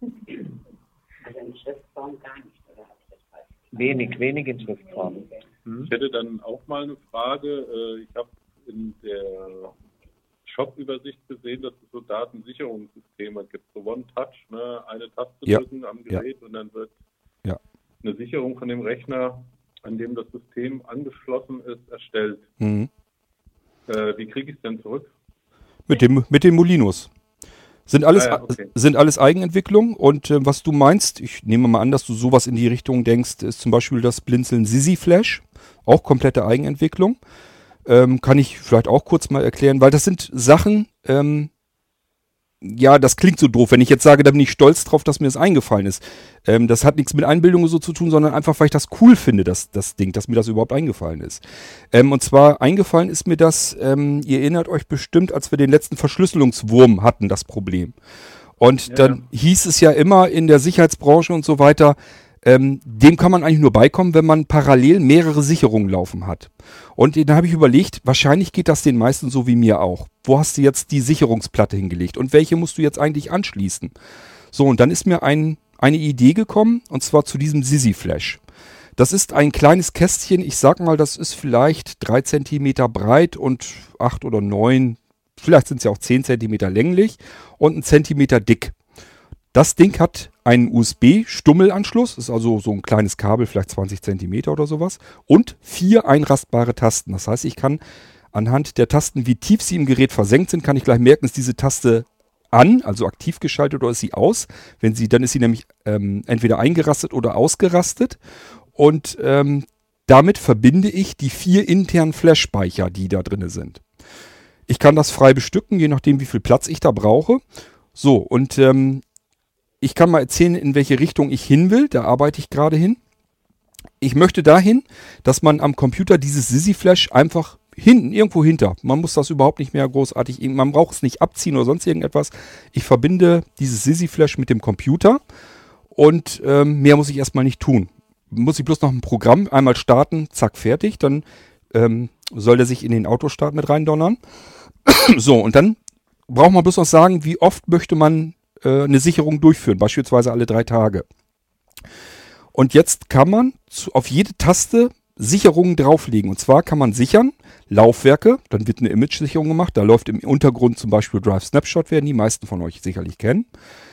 in Schriftform gar nicht, oder habe ich das falsch? Wenig, wenig in Schriftform. Mhm. Ich hätte dann auch mal eine Frage. Ich habe in der Shop-Übersicht gesehen, dass es so Datensicherungssysteme gibt, so One-Touch, ne? Eine Taste ja. drücken am Gerät ja. und dann wird ja. eine Sicherung von dem Rechner, an dem das System angeschlossen ist, erstellt. Mhm. Äh, wie kriege ich es denn zurück? Mit dem, mit dem Molinos. Sind alles, ah, ja, okay. sind alles Eigenentwicklung und äh, was du meinst, ich nehme mal an, dass du sowas in die Richtung denkst, ist zum Beispiel das Blinzeln Sisi Flash, auch komplette Eigenentwicklung. Ähm, kann ich vielleicht auch kurz mal erklären, weil das sind Sachen, ähm, ja, das klingt so doof, wenn ich jetzt sage, da bin ich stolz drauf, dass mir das eingefallen ist. Ähm, das hat nichts mit Einbildung so zu tun, sondern einfach, weil ich das cool finde, das, das Ding, dass mir das überhaupt eingefallen ist. Ähm, und zwar eingefallen ist mir das, ähm, ihr erinnert euch bestimmt, als wir den letzten Verschlüsselungswurm hatten, das Problem. Und ja. dann hieß es ja immer in der Sicherheitsbranche und so weiter, Ähm, dem kann man eigentlich nur beikommen, wenn man parallel mehrere Sicherungen laufen hat. Und dann habe ich überlegt, wahrscheinlich geht das den meisten so wie mir auch. Wo hast du jetzt die Sicherungsplatte hingelegt und welche musst du jetzt eigentlich anschließen? So, und dann ist mir ein, eine Idee gekommen, und zwar zu diesem Sisi Flash. Das ist ein kleines Kästchen, ich sag mal, das ist vielleicht drei Zentimeter breit und acht oder neun, vielleicht sind es ja auch zehn Zentimeter länglich und einen Zentimeter dick. Das Ding hat einen U S B-Stummelanschluss, ist also so ein kleines Kabel, vielleicht zwanzig Zentimeter oder sowas, und vier einrastbare Tasten. Das heißt, ich kann anhand der Tasten, wie tief sie im Gerät versenkt sind, kann ich gleich merken, ist diese Taste an, also aktiv geschaltet, oder ist sie aus. Wenn sie, dann ist sie nämlich ähm, entweder eingerastet oder ausgerastet. Und ähm, damit verbinde ich die vier internen Flash-Speicher, die da drin sind. Ich kann das frei bestücken, je nachdem, wie viel Platz ich da brauche. So, und ähm, ich kann mal erzählen, in welche Richtung ich hin will. Da arbeite ich gerade hin. Ich möchte dahin, dass man am Computer dieses SYSI-Flash einfach hinten, irgendwo hinter. Man muss das überhaupt nicht mehr großartig, man braucht es nicht abziehen oder sonst irgendetwas. Ich verbinde dieses SYSI-Flash mit dem Computer und ähm, mehr muss ich erstmal nicht tun. Muss ich bloß noch ein Programm einmal starten, zack, fertig. Dann ähm, soll der sich in den Autostart mit reindonnern. So, und dann braucht man bloß noch sagen, wie oft möchte man äh, eine Sicherung durchführen, beispielsweise alle drei Tage. Und jetzt kann man zu, auf jede Taste Sicherungen drauflegen. Und zwar kann man sichern Laufwerke, dann wird eine Image-Sicherung gemacht. Da läuft im Untergrund zum Beispiel Drive Snapshot, werden die meisten von euch sicherlich kennen.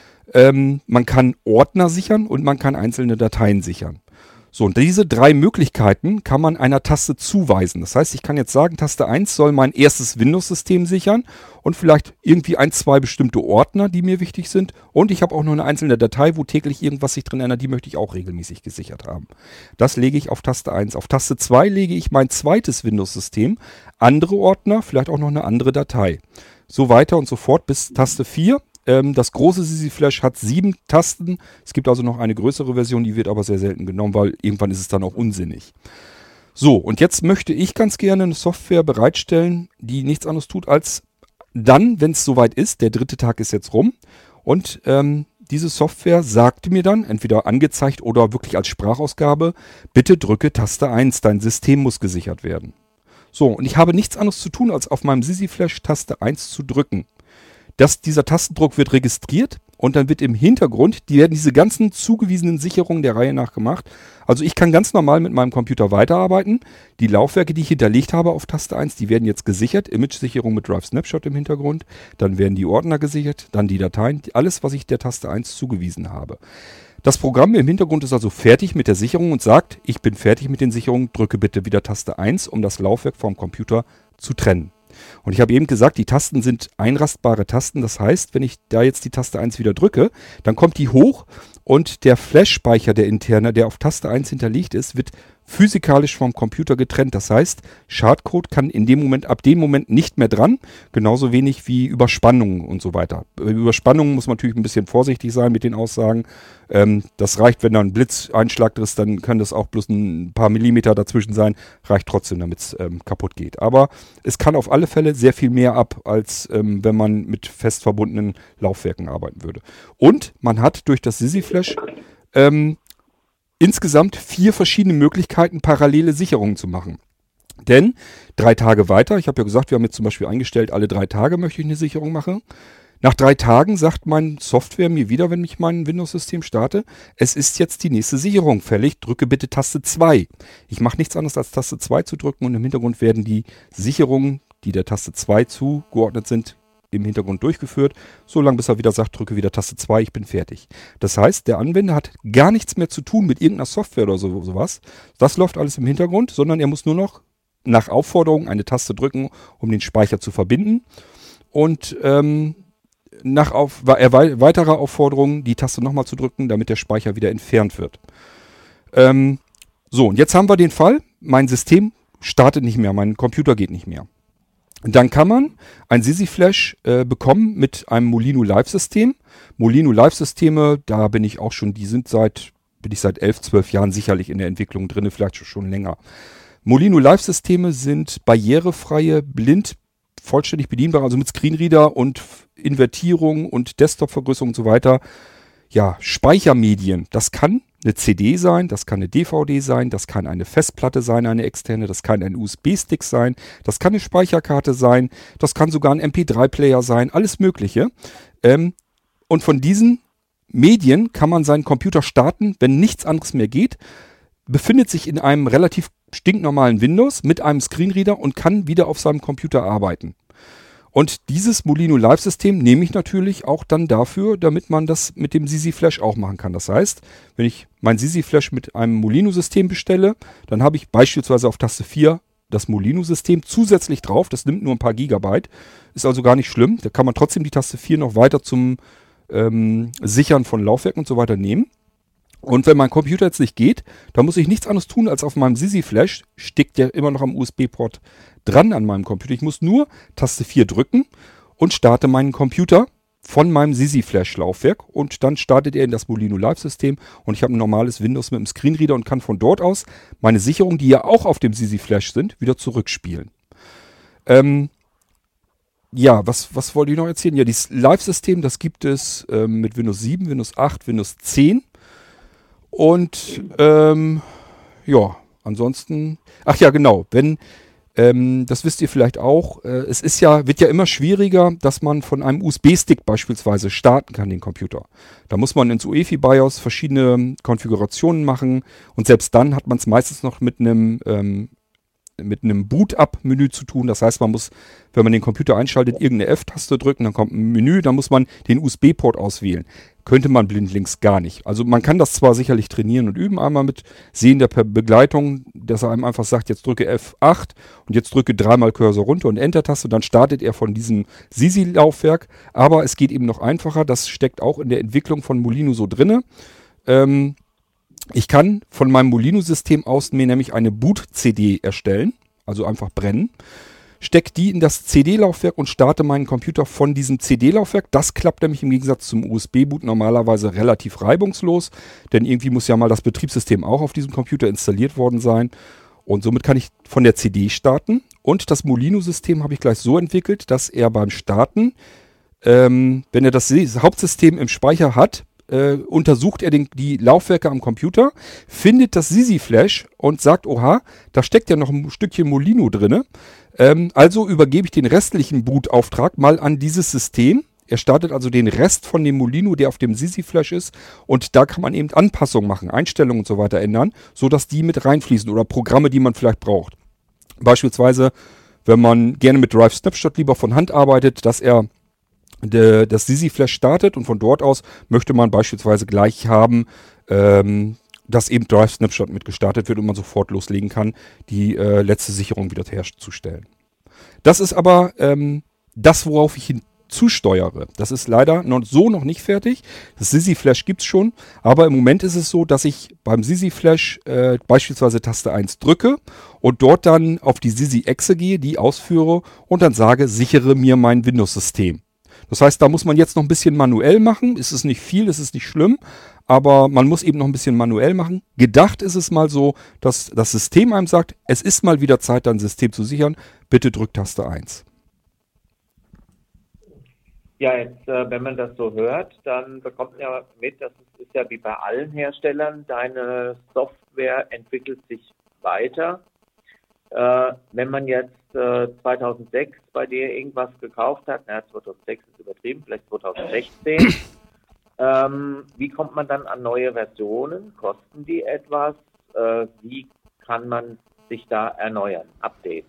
Ähm, man kann Ordner sichern und man kann einzelne Dateien sichern. So, und diese drei Möglichkeiten kann man einer Taste zuweisen. Das heißt, ich kann jetzt sagen, Taste eins soll mein erstes Windows-System sichern und vielleicht irgendwie ein, zwei bestimmte Ordner, die mir wichtig sind. Und ich habe auch noch eine einzelne Datei, wo täglich irgendwas sich drin ändert, die möchte ich auch regelmäßig gesichert haben. Das lege ich auf Taste eins. Auf Taste zwei lege ich mein zweites Windows-System, andere Ordner, vielleicht auch noch eine andere Datei. So weiter und so fort bis Taste vier. Das große SYSI-Flash hat sieben Tasten. Es gibt also noch eine größere Version, die wird aber sehr selten genommen, weil irgendwann ist es dann auch unsinnig. So, und jetzt möchte ich ganz gerne eine Software bereitstellen, die nichts anderes tut, als dann, wenn es soweit ist, der dritte Tag ist jetzt rum, und ähm, diese Software sagte mir dann, entweder angezeigt oder wirklich als Sprachausgabe, bitte drücke Taste eins, dein System muss gesichert werden. So, und ich habe nichts anderes zu tun, als auf meinem SYSI-Flash Taste eins zu drücken. Das, dieser Tastendruck wird registriert und dann wird im Hintergrund, die werden diese ganzen zugewiesenen Sicherungen der Reihe nach gemacht. Also ich kann ganz normal mit meinem Computer weiterarbeiten. Die Laufwerke, die ich hinterlegt habe auf Taste eins, die werden jetzt gesichert. Image-Sicherung mit Drive Snapshot im Hintergrund. Dann werden die Ordner gesichert, dann die Dateien, alles, was ich der Taste eins zugewiesen habe. Das Programm im Hintergrund ist also fertig mit der Sicherung und sagt, ich bin fertig mit den Sicherungen, drücke bitte wieder Taste eins, um das Laufwerk vom Computer zu trennen. Und ich habe eben gesagt, die Tasten sind einrastbare Tasten. Das heißt, wenn ich da jetzt die Taste eins wieder drücke, dann kommt die hoch und der Flash-Speicher, der interne, der auf Taste eins hinterlegt ist, wird physikalisch vom Computer getrennt. Das heißt, Schadcode kann in dem Moment, ab dem Moment nicht mehr dran, genauso wenig wie Überspannungen und so weiter. Überspannungen muss man natürlich ein bisschen vorsichtig sein mit den Aussagen. Ähm, das reicht, wenn da ein Blitzeinschlag ist, dann kann das auch bloß ein paar Millimeter dazwischen sein, reicht trotzdem, damit es ähm, kaputt geht. Aber es kann auf alle Fälle sehr viel mehr ab, als ähm, wenn man mit fest verbundenen Laufwerken arbeiten würde. Und man hat durch das SYSI-Flash ähm, insgesamt vier verschiedene Möglichkeiten, parallele Sicherungen zu machen. Denn drei Tage weiter, ich habe ja gesagt, wir haben jetzt zum Beispiel eingestellt, alle drei Tage möchte ich eine Sicherung machen. Nach drei Tagen sagt meine Software mir wieder, wenn ich mein Windows-System starte, es ist jetzt die nächste Sicherung fällig, drücke bitte Taste zwei. Ich mache nichts anderes als Taste zwei zu drücken und im Hintergrund werden die Sicherungen, die der Taste zwei zugeordnet sind, im Hintergrund durchgeführt, so lange bis er wieder sagt, drücke wieder Taste zwei, ich bin fertig. Das heißt, der Anwender hat gar nichts mehr zu tun mit irgendeiner Software oder so, sowas. Das läuft alles im Hintergrund, sondern er muss nur noch nach Aufforderung eine Taste drücken, um den Speicher zu verbinden. Und ähm, nach auf, äh, weiterer Aufforderung die Taste nochmal zu drücken, damit der Speicher wieder entfernt wird. Ähm, so, und jetzt haben wir den Fall, mein System startet nicht mehr, mein Computer geht nicht mehr. Dann kann man ein SYSI-Flash äh, bekommen mit einem Molino Live-System. Molino Live-Systeme, da bin ich auch schon, die sind seit, bin ich seit elf, zwölf Jahren sicherlich in der Entwicklung drin, vielleicht schon länger. Molino Live-Systeme sind barrierefreie, blind, vollständig bedienbar, also mit Screenreader und Invertierung und Desktop-Vergrößerung und so weiter. Ja, Speichermedien, das kann eine C D sein, das kann eine D V D sein, das kann eine Festplatte sein, eine externe, das kann ein U S B-Stick sein, das kann eine Speicherkarte sein, das kann sogar ein M P drei Player sein, alles Mögliche. Ähm, und von diesen Medien kann man seinen Computer starten, wenn nichts anderes mehr geht, befindet sich in einem relativ stinknormalen Windows mit einem Screenreader und kann wieder auf seinem Computer arbeiten. Und dieses Molino Live-System nehme ich natürlich auch dann dafür, damit man das mit dem SYSI-Flash auch machen kann. Das heißt, wenn ich mein SYSI-Flash mit einem Molino-System bestelle, dann habe ich beispielsweise auf Taste vier das Molino-System zusätzlich drauf. Das nimmt nur ein paar Gigabyte, ist also gar nicht schlimm. Da kann man trotzdem die Taste vier noch weiter zum ähm, Sichern von Laufwerken und so weiter nehmen. Und wenn mein Computer jetzt nicht geht, dann muss ich nichts anderes tun, als auf meinem SYSI-Flash, steckt ja immer noch am U S B-Port dran an meinem Computer. Ich muss nur Taste vier drücken und starte meinen Computer von meinem SisiFlash-Laufwerk und dann startet er in das Molino Live-System und ich habe ein normales Windows mit einem Screenreader und kann von dort aus meine Sicherungen, die ja auch auf dem SisiFlash sind, wieder zurückspielen. Ähm, ja, was, was wollte ich noch erzählen? Ja, dieses Live-System, das gibt es ähm, mit Windows sieben, Windows acht, Windows zehn und ähm, ja, ansonsten, ach ja, genau, wenn Ähm, das wisst ihr vielleicht auch. Äh, es ist ja, wird ja immer schwieriger, dass man von einem U S B-Stick beispielsweise starten kann, den Computer. Da muss man ins U E F I-BIOS verschiedene Konfigurationen machen und selbst dann hat man es meistens noch mit einem ähm, mit einem Boot-Up-Menü zu tun. Das heißt, man muss, wenn man den Computer einschaltet, irgendeine F-Taste drücken, dann kommt ein Menü, dann muss man den U S B-Port auswählen. Könnte man blindlings gar nicht. Also man kann das zwar sicherlich trainieren und üben, einmal mit sehender Begleitung, dass er einem einfach sagt, jetzt drücke F acht und jetzt drücke dreimal Cursor runter und Enter-Taste, dann startet er von diesem Sisi-Laufwerk. Aber es geht eben noch einfacher, das steckt auch in der Entwicklung von Molino so drinne. Ähm, Ich kann von meinem Molino-System aus mir nämlich eine Boot-C D erstellen, also einfach brennen, stecke die in das C D-Laufwerk und starte meinen Computer von diesem C D-Laufwerk. Das klappt nämlich im Gegensatz zum U S B-Boot normalerweise relativ reibungslos, denn irgendwie muss ja mal das Betriebssystem auch auf diesem Computer installiert worden sein. Und somit kann ich von der C D starten. Und das Molino-System habe ich gleich so entwickelt, dass er beim Starten, ähm, wenn er das Hauptsystem im Speicher hat, Äh, untersucht er den, die Laufwerke am Computer, findet das SisiFlash und sagt, oha, da steckt ja noch ein Stückchen Molino drinne. Ähm, also übergebe ich den restlichen Bootauftrag mal an dieses System. Er startet also den Rest von dem Molino, der auf dem SisiFlash ist, und da kann man eben Anpassungen machen, Einstellungen und so weiter ändern, sodass die mit reinfließen oder Programme, die man vielleicht braucht. Beispielsweise, wenn man gerne mit Drive Snapshot lieber von Hand arbeitet, dass er De, das SisiFlash startet und von dort aus möchte man beispielsweise gleich haben, ähm, dass eben Drive Snapshot mit gestartet wird und man sofort loslegen kann, die äh, letzte Sicherung wieder herzustellen. Das ist aber ähm, das, worauf ich hinzusteuere. Das ist leider noch, so noch nicht fertig. Das SisiFlash gibt's schon, aber im Moment ist es so, dass ich beim SisiFlash äh, beispielsweise Taste eins drücke und dort dann auf die Sisi-Exe gehe, die ausführe und dann sage, sichere mir mein Windows-System. Das heißt, da muss man jetzt noch ein bisschen manuell machen. Es ist nicht viel, es ist nicht schlimm, aber man muss eben noch ein bisschen manuell machen. Gedacht ist es mal so, dass das System einem sagt, es ist mal wieder Zeit, dein System zu sichern. Bitte drück Taste eins. Ja, jetzt, äh, wenn man das so hört, dann bekommt man ja mit, das ist, ist ja wie bei allen Herstellern, deine Software entwickelt sich weiter. Äh, wenn man jetzt äh, zweitausendsechs bei dir irgendwas gekauft hat, na, zweitausendsechs ist übertrieben, vielleicht zweitausendsechzehn, ähm, wie kommt man dann an neue Versionen? Kosten die etwas? Äh, wie kann man sich da erneuern, updaten?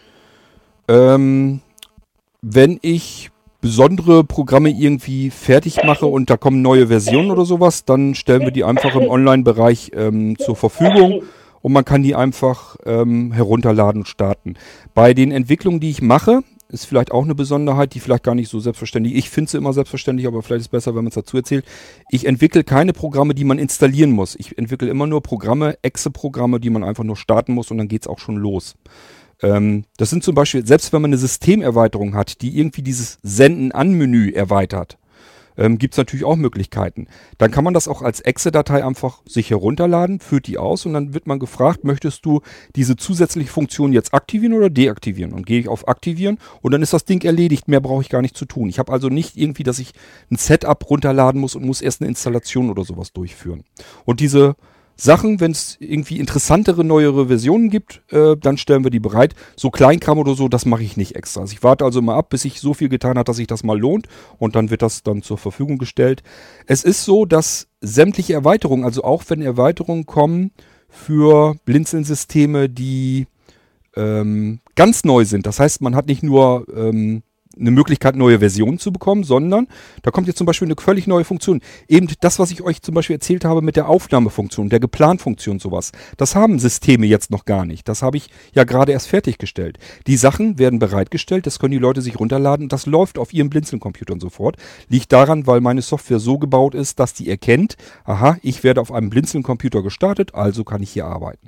Ähm, wenn ich besondere Programme irgendwie fertig mache und da kommen neue Versionen oder sowas, dann stellen wir die einfach im Online-Bereich ähm, zur Verfügung. Und man kann die einfach ähm, herunterladen und starten. Bei den Entwicklungen, die ich mache, ist vielleicht auch eine Besonderheit, die vielleicht gar nicht so selbstverständlich. Ich finde sie immer selbstverständlich, aber vielleicht ist es besser, wenn man es dazu erzählt. Ich entwickle keine Programme, die man installieren muss. Ich entwickle immer nur Programme, Exe-Programme, die man einfach nur starten muss und dann geht es auch schon los. Ähm, das sind zum Beispiel, selbst wenn man eine Systemerweiterung hat, die irgendwie dieses Senden-an-Menü erweitert, Ähm, gibt es natürlich auch Möglichkeiten. Dann kann man das auch als Exe-Datei einfach sich herunterladen, führt die aus und dann wird man gefragt, möchtest du diese zusätzliche Funktion jetzt aktivieren oder deaktivieren? Und gehe ich auf Aktivieren und dann ist das Ding erledigt, mehr brauche ich gar nicht zu tun. Ich habe also nicht irgendwie, dass ich ein Setup runterladen muss und muss erst eine Installation oder sowas durchführen. Und diese Sachen, wenn es irgendwie interessantere, neuere Versionen gibt, äh, dann stellen wir die bereit. So Kleinkram oder so, das mache ich nicht extra. Also ich warte also immer ab, bis sich so viel getan hat, dass sich das mal lohnt und dann wird das dann zur Verfügung gestellt. Es ist so, dass sämtliche Erweiterungen, also auch wenn Erweiterungen kommen für Blinzeln-Systeme, die ähm, ganz neu sind, das heißt, man hat nicht nur ähm, eine Möglichkeit, neue Versionen zu bekommen, sondern da kommt jetzt zum Beispiel eine völlig neue Funktion. Eben das, was ich euch zum Beispiel erzählt habe mit der Aufnahmefunktion, der Geplanfunktion, sowas. Das haben Systeme jetzt noch gar nicht. Das habe ich ja gerade erst fertiggestellt. Die Sachen werden bereitgestellt, das können die Leute sich runterladen. Das läuft auf ihren Blinzeln-Computern sofort. Liegt daran, weil meine Software so gebaut ist, dass die erkennt, aha, ich werde auf einem Blinzeln-Computer gestartet, also kann ich hier arbeiten.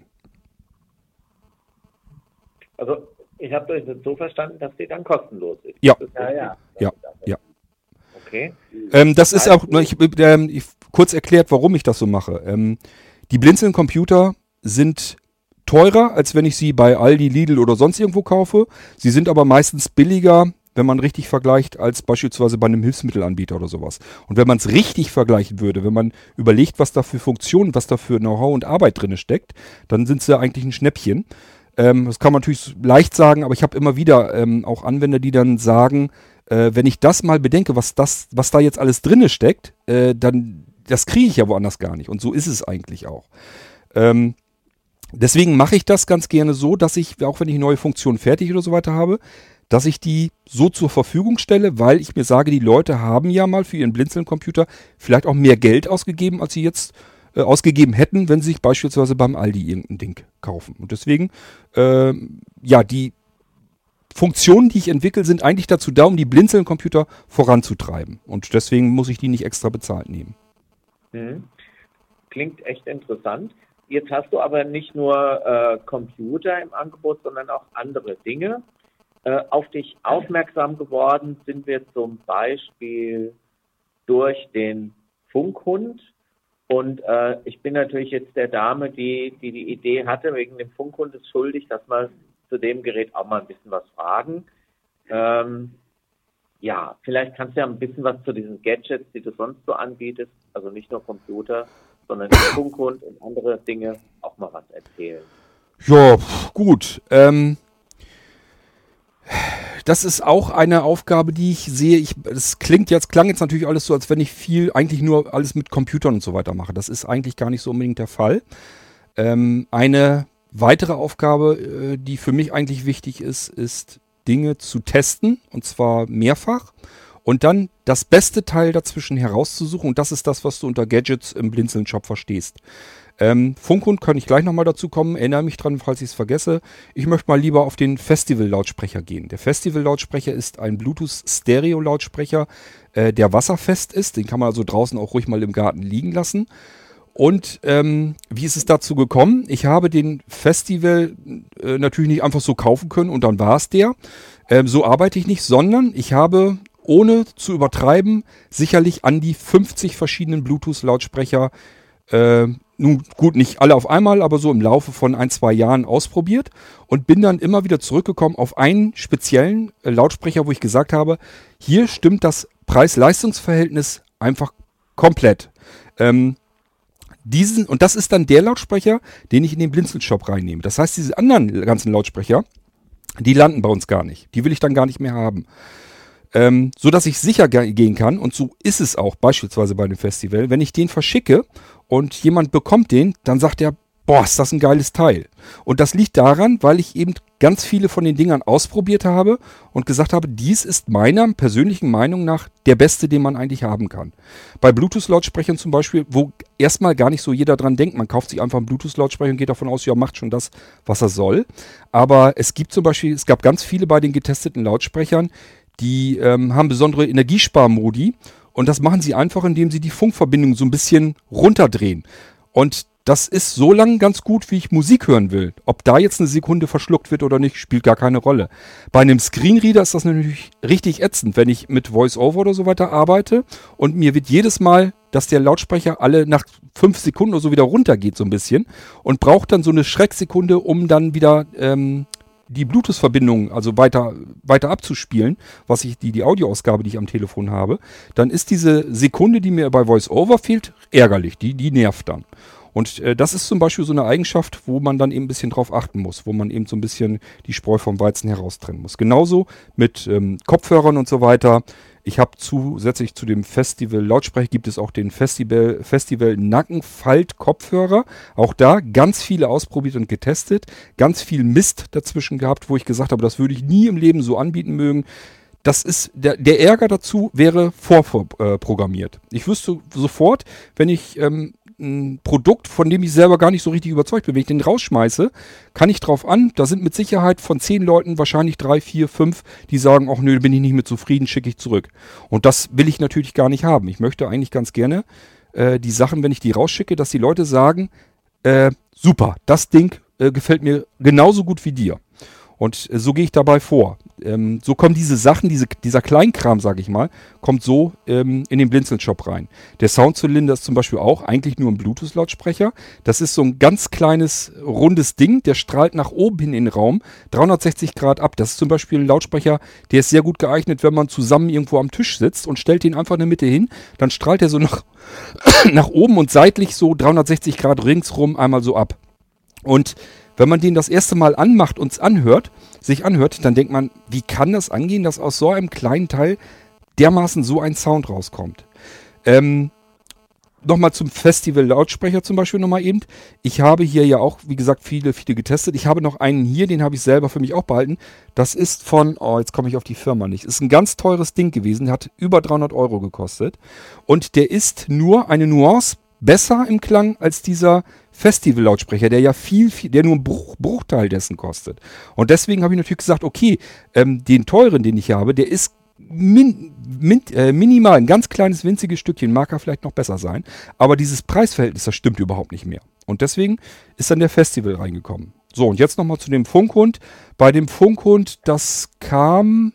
Also ich habe das so verstanden, dass die dann kostenlos ist. Ja. Ja, ja. Ja, ja. Okay. Ähm, das ist auch, ich, ähm, ich, kurz erklärt, warum ich das so mache. Ähm, die Blinzeln-Computer sind teurer, als wenn ich sie bei Aldi, Lidl oder sonst irgendwo kaufe. Sie sind aber meistens billiger, wenn man richtig vergleicht, als beispielsweise bei einem Hilfsmittelanbieter oder sowas. Und wenn man es richtig vergleichen würde, wenn man überlegt, was da für Funktionen, was da für Know-how und Arbeit drin steckt, dann sind sie eigentlich ein Schnäppchen. Ähm, das kann man natürlich leicht sagen, aber ich habe immer wieder ähm, auch Anwender, die dann sagen, äh, wenn ich das mal bedenke, was das, was da jetzt alles drin steckt, äh, dann, das kriege ich ja woanders gar nicht. Und so ist es eigentlich auch. Ähm, Deswegen mache ich das ganz gerne so, dass ich, auch wenn ich neue Funktionen fertig oder so weiter habe, dass ich die so zur Verfügung stelle, weil ich mir sage, die Leute haben ja mal für ihren Blinzeln-Computer vielleicht auch mehr Geld ausgegeben, als sie jetzt äh, ausgegeben hätten, wenn sie sich beispielsweise beim Aldi irgendein Ding kaufen. Und deswegen, äh, ja, die Funktionen, die ich entwickle, sind eigentlich dazu da, um die Blinzeln-Computer voranzutreiben. Und deswegen muss ich die nicht extra bezahlt nehmen. Mhm. Klingt echt interessant. Jetzt hast du aber nicht nur äh, Computer im Angebot, sondern auch andere Dinge. Äh, auf dich aufmerksam geworden sind wir zum Beispiel durch den Funkhund. Und äh, ich bin natürlich jetzt der Dame, die, die die Idee hatte, wegen dem Funkhund ist schuldig, dass wir zu dem Gerät auch mal ein bisschen was fragen. Ähm, ja, vielleicht kannst du ja ein bisschen was zu diesen Gadgets, die du sonst so anbietest, also nicht nur Computer, sondern den Funkhund und andere Dinge auch mal was erzählen. Ja, gut. Ähm, das ist auch eine Aufgabe, die ich sehe. Ich, das klingt jetzt, klang jetzt natürlich alles so, als wenn ich viel, eigentlich nur alles mit Computern und so weiter mache. Das ist eigentlich gar nicht so unbedingt der Fall. Ähm, eine weitere Aufgabe, die für mich eigentlich wichtig ist, ist Dinge zu testen, und zwar mehrfach. Und dann das beste Teil dazwischen herauszusuchen. Und das ist das, was du unter Gadgets im Blinzeln-Shop verstehst. Ähm, Funkhund kann ich gleich nochmal dazu kommen. Erinnere mich dran, falls ich es vergesse. Ich möchte mal lieber auf den Festival-Lautsprecher gehen. Der Festival-Lautsprecher ist ein Bluetooth-Stereo-Lautsprecher, äh, der wasserfest ist. Den kann man also draußen auch ruhig mal im Garten liegen lassen. Und ähm, wie ist es dazu gekommen? Ich habe den Festival äh, natürlich nicht einfach so kaufen können und dann war es der. Ähm, so arbeite ich nicht, sondern ich habe, ohne zu übertreiben, sicherlich an die fünfzig verschiedenen Bluetooth-Lautsprecher, äh, nun gut, nicht alle auf einmal, aber so im Laufe von ein, zwei Jahren ausprobiert und bin dann immer wieder zurückgekommen auf einen speziellen äh, Lautsprecher, wo ich gesagt habe, hier stimmt das Preis-Leistungs-Verhältnis einfach komplett. Ähm, diesen, und das ist dann der Lautsprecher, den ich in den Blinzeln-Shop reinnehme. Das heißt, diese anderen ganzen Lautsprecher, die landen bei uns gar nicht. Die will ich dann gar nicht mehr haben. Ähm, so dass ich sicher ge- gehen kann, und so ist es auch beispielsweise bei dem Festival, wenn ich den verschicke und jemand bekommt den, dann sagt er, boah, ist das ein geiles Teil. Und das liegt daran, weil ich eben ganz viele von den Dingern ausprobiert habe und gesagt habe, dies ist meiner persönlichen Meinung nach der beste, den man eigentlich haben kann. Bei Bluetooth-Lautsprechern zum Beispiel, wo erstmal gar nicht so jeder dran denkt, man kauft sich einfach einen Bluetooth-Lautsprecher und geht davon aus, ja, macht schon das, was er soll. Aber es gibt zum Beispiel, es gab ganz viele bei den getesteten Lautsprechern, die ähm, haben besondere Energiesparmodi, und das machen sie einfach, indem sie die Funkverbindung so ein bisschen runterdrehen. Und das ist so lang ganz gut, wie ich Musik hören will. Ob da jetzt eine Sekunde verschluckt wird oder nicht, spielt gar keine Rolle. Bei einem Screenreader ist das natürlich richtig ätzend, wenn ich mit Voice-Over oder so weiter arbeite und mir wird jedes Mal, dass der Lautsprecher alle nach fünf Sekunden oder so wieder runtergeht so ein bisschen und braucht dann so eine Schrecksekunde, um dann wieder ähm, die Bluetooth-Verbindung also weiter, weiter abzuspielen, was ich, die, die Audioausgabe, die ich am Telefon habe, dann ist diese Sekunde, die mir bei Voice-Over fehlt, ärgerlich. Die, die nervt dann. Und äh, das ist zum Beispiel so eine Eigenschaft, wo man dann eben ein bisschen drauf achten muss, wo man eben so ein bisschen die Spreu vom Weizen heraustrennen muss. Genauso mit ähm, Kopfhörern und so weiter. Ich habe zusätzlich zu dem Festival-Lautsprecher gibt es auch den Festival, Festival Nackenfalt-Kopfhörer. Auch da ganz viele ausprobiert und getestet. Ganz viel Mist dazwischen gehabt, wo ich gesagt habe, das würde ich nie im Leben so anbieten mögen. Das ist, der, der Ärger dazu wäre vorprogrammiert. Ich wüsste sofort, wenn ich ähm, ein Produkt, von dem ich selber gar nicht so richtig überzeugt bin, wenn ich den rausschmeiße, kann ich drauf an, da sind mit Sicherheit von zehn Leuten wahrscheinlich drei, vier, fünf, die sagen, ach nö, bin ich nicht mit zufrieden, schicke ich zurück. Und das will ich natürlich gar nicht haben. Ich möchte eigentlich ganz gerne äh, die Sachen, wenn ich die rausschicke, dass die Leute sagen, äh, super, das Ding äh, gefällt mir genauso gut wie dir. Und äh, so gehe ich dabei vor. Ähm, so kommen diese Sachen, diese, dieser Kleinkram, sage ich mal, kommt so ähm, in den Blinzeln-Shop rein. Der Soundzylinder ist zum Beispiel auch eigentlich nur ein Bluetooth-Lautsprecher. Das ist so ein ganz kleines, rundes Ding, der strahlt nach oben hin in den Raum, dreihundertsechzig Grad ab. Das ist zum Beispiel ein Lautsprecher, der ist sehr gut geeignet, wenn man zusammen irgendwo am Tisch sitzt und stellt den einfach in der Mitte hin. Dann strahlt er so nach, nach oben und seitlich so dreihundertsechzig Grad ringsrum einmal so ab. Und wenn man den das erste Mal anmacht und es anhört, sich anhört, dann denkt man, wie kann das angehen, dass aus so einem kleinen Teil dermaßen so ein Sound rauskommt. Ähm, nochmal zum Festival-Lautsprecher zum Beispiel nochmal eben. Ich habe hier ja auch, wie gesagt, viele, viele getestet. Ich habe noch einen hier, den habe ich selber für mich auch behalten. Das ist von, oh, jetzt komme ich auf die Firma nicht. Ist ein ganz teures Ding gewesen, hat über dreihundert Euro gekostet. Und der ist nur eine Nuance besser im Klang als dieser Festival-Lautsprecher, der ja viel, viel, der nur einen Bruch, Bruchteil dessen kostet. Und deswegen habe ich natürlich gesagt, okay, ähm, den teuren, den ich habe, der ist min, min, äh, minimal, ein ganz kleines, winziges Stückchen, mag er vielleicht noch besser sein. Aber dieses Preisverhältnis, das stimmt überhaupt nicht mehr. Und deswegen ist dann der Festival reingekommen. So, und jetzt nochmal zu dem Funkhund. Bei dem Funkhund, das kam,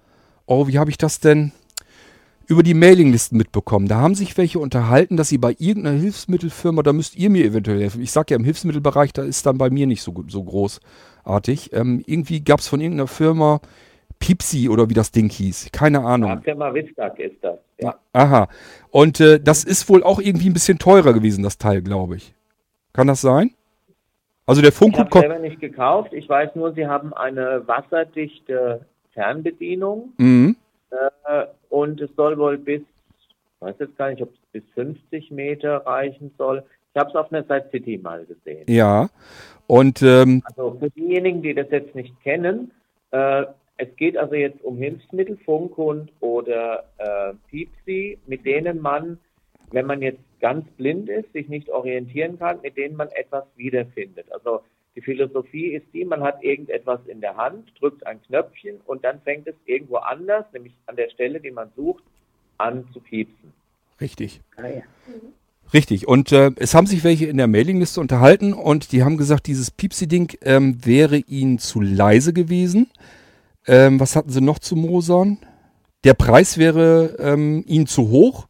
oh, wie habe ich das denn über die Mailinglisten mitbekommen. Da haben sich welche unterhalten, dass sie bei irgendeiner Hilfsmittelfirma, da müsst ihr mir eventuell helfen. Ich sage ja, im Hilfsmittelbereich, da ist dann bei mir nicht so, so großartig. Ähm, irgendwie gab es von irgendeiner Firma Pipsi oder wie das Ding hieß. Keine Ahnung. Ja, Firma Wistag ist das, ja. Aha. Und äh, das ist wohl auch irgendwie ein bisschen teurer gewesen, das Teil, glaube ich. Kann das sein? Also der Funkhund kommt. Ich habe selber nicht gekauft. Ich weiß nur, sie haben eine wasserdichte Fernbedienung. Mhm. Äh, und es soll wohl bis, ich weiß jetzt gar nicht, ob es bis fünfzig Meter reichen soll. Ich habe es auf einer Side City mal gesehen. Ja, und ähm, also für diejenigen, die das jetzt nicht kennen, äh, es geht also jetzt um Hilfsmittel, Funkhund oder äh, Pipsi, mit denen man, wenn man jetzt ganz blind ist, sich nicht orientieren kann, mit denen man etwas wiederfindet. Also die Philosophie ist die, man hat irgendetwas in der Hand, drückt ein Knöpfchen und dann fängt es irgendwo anders, nämlich an der Stelle, die man sucht, an zu piepsen. Richtig. Ah, ja. Richtig. Und äh, es haben sich welche in der Mailingliste unterhalten und die haben gesagt, dieses Piepsi-Ding ähm, wäre ihnen zu leise gewesen. Ähm, was hatten sie noch zu mosern? Der Preis wäre ähm, ihnen zu hoch.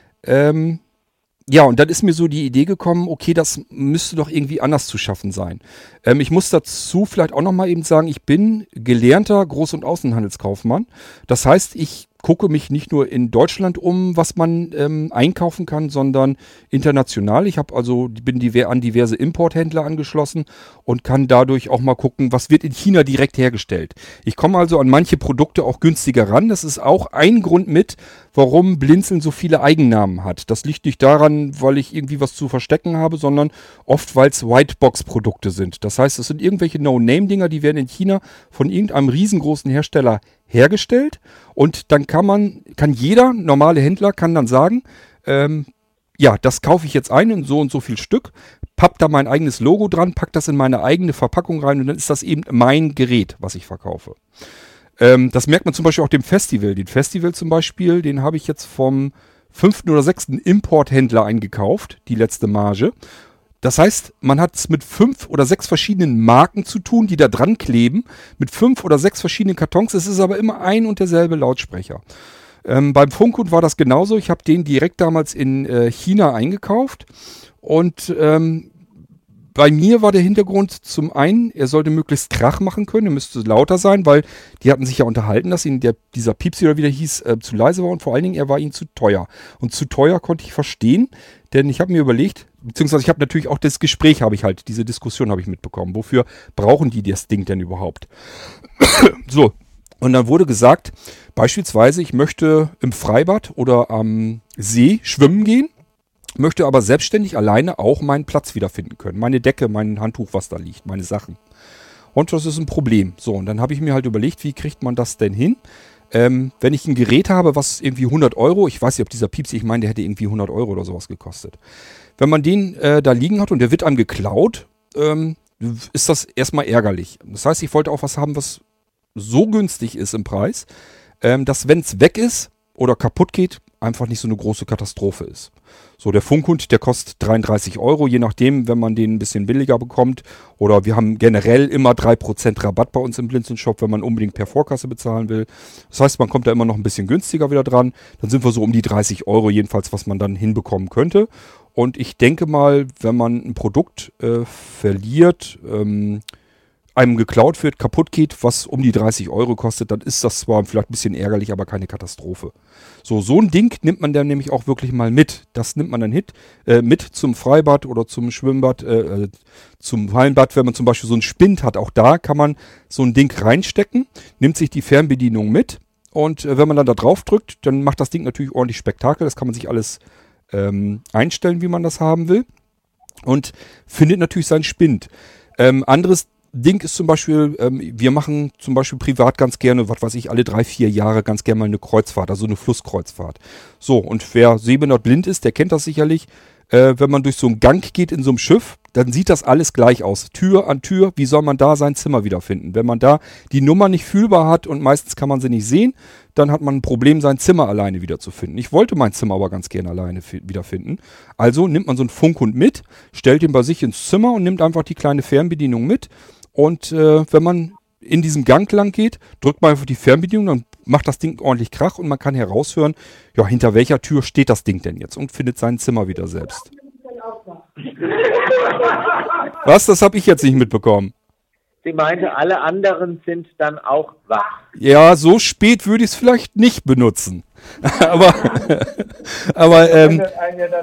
Ähm, Ja, und dann ist mir so die Idee gekommen, okay, das müsste doch irgendwie anders zu schaffen sein. Ähm, ich muss dazu vielleicht auch nochmal eben sagen, ich bin gelernter Groß- und Außenhandelskaufmann. Das heißt, ich gucke mich nicht nur in Deutschland um, was man ähm, einkaufen kann, sondern international. Ich habe also bin diver- an diverse Importhändler angeschlossen und kann dadurch auch mal gucken, was wird in China direkt hergestellt. Ich komme also an manche Produkte auch günstiger ran. Das ist auch ein Grund mit, warum Blinzeln so viele Eigennamen hat. Das liegt nicht daran, weil ich irgendwie was zu verstecken habe, sondern oft, weil es Whitebox-Produkte sind. Das heißt, es sind irgendwelche No-Name-Dinger, die werden in China von irgendeinem riesengroßen Hersteller hergestellt und dann kann man, kann jeder normale Händler kann dann sagen, ähm, ja, das kaufe ich jetzt ein in so und so viel Stück, papp da mein eigenes Logo dran, pack das in meine eigene Verpackung rein und dann ist das eben mein Gerät, was ich verkaufe. Ähm, das merkt man zum Beispiel auch dem Festival. Den Festival zum Beispiel, den habe ich jetzt vom fünften oder sechsten Importhändler eingekauft, die letzte Marge. Das heißt, man hat es mit fünf oder sechs verschiedenen Marken zu tun, die da dran kleben, mit fünf oder sechs verschiedenen Kartons. Es ist aber immer ein und derselbe Lautsprecher. Ähm, beim Funkhund war das genauso. Ich habe den direkt damals in äh, China eingekauft und ähm, bei mir war der Hintergrund zum einen, er sollte möglichst Krach machen können, er müsste lauter sein, weil die hatten sich ja unterhalten, dass ihnen der, dieser Piepsi oder wie der hieß, äh, zu leise war und vor allen Dingen, er war ihnen zu teuer. Und zu teuer konnte ich verstehen, denn ich habe mir überlegt, beziehungsweise ich habe natürlich auch das Gespräch, habe ich halt, diese Diskussion habe ich mitbekommen. Wofür brauchen die das Ding denn überhaupt? So, und dann wurde gesagt, beispielsweise, ich möchte im Freibad oder am See schwimmen gehen, möchte aber selbstständig alleine auch meinen Platz wiederfinden können. Meine Decke, mein Handtuch, was da liegt, meine Sachen. Und das ist ein Problem. So, und dann habe ich mir halt überlegt, wie kriegt man das denn hin? Ähm, wenn ich ein Gerät habe, was irgendwie hundert Euro, ich weiß nicht, ob dieser Piepsi, ich meine, der hätte irgendwie hundert Euro oder sowas gekostet. Wenn man den äh, da liegen hat und der wird einem geklaut, ähm, ist das erstmal ärgerlich. Das heißt, ich wollte auch was haben, was so günstig ist im Preis, ähm, dass wenn es weg ist oder kaputt geht, einfach nicht so eine große Katastrophe ist. So, der Funkhund, der kostet dreiunddreißig Euro, je nachdem, wenn man den ein bisschen billiger bekommt. Oder wir haben generell immer drei Prozent Rabatt bei uns im Blinzeln-Shop, wenn man unbedingt per Vorkasse bezahlen will. Das heißt, man kommt da immer noch ein bisschen günstiger wieder dran. Dann sind wir so um die dreißig Euro jedenfalls, was man dann hinbekommen könnte. Und ich denke mal, wenn man ein Produkt äh, verliert, ähm, einem geklaut wird, kaputt geht, was um die dreißig Euro kostet, dann ist das zwar vielleicht ein bisschen ärgerlich, aber keine Katastrophe. So, so ein Ding nimmt man dann nämlich auch wirklich mal mit. Das nimmt man dann hit, äh, mit zum Freibad oder zum Schwimmbad, äh, zum Hallenbad, wenn man zum Beispiel so einen Spind hat. Auch da kann man so ein Ding reinstecken, nimmt sich die Fernbedienung mit und äh, wenn man dann da drauf drückt, dann macht das Ding natürlich ordentlich Spektakel. Das kann man sich alles ähm, einstellen, wie man das haben will und findet natürlich seinen Spind. Ähm, anderes Ding ist zum Beispiel, ähm, wir machen zum Beispiel privat ganz gerne, was weiß ich, alle drei, vier Jahre ganz gerne mal eine Kreuzfahrt, also eine Flusskreuzfahrt. So, und wer sehbehindert blind ist, der kennt das sicherlich. Äh, wenn man durch so einen Gang geht in so einem Schiff, dann sieht das alles gleich aus. Tür an Tür, wie soll man da sein Zimmer wiederfinden? Wenn man da die Nummer nicht fühlbar hat und meistens kann man sie nicht sehen, dann hat man ein Problem, sein Zimmer alleine wiederzufinden. Ich wollte mein Zimmer aber ganz gerne alleine f- wiederfinden. Also nimmt man so einen Funkhund mit, stellt ihn bei sich ins Zimmer und nimmt einfach die kleine Fernbedienung mit. Und äh, wenn man in diesem Gang lang geht, drückt man einfach die Fernbedienung, dann macht das Ding ordentlich Krach und man kann heraushören, ja, hinter welcher Tür steht das Ding denn jetzt und findet sein Zimmer wieder selbst. Was? Das habe ich jetzt nicht mitbekommen. Sie meinte, alle anderen sind dann auch wach. Ja, so spät würde ich es vielleicht nicht benutzen. aber, aber, ähm, Und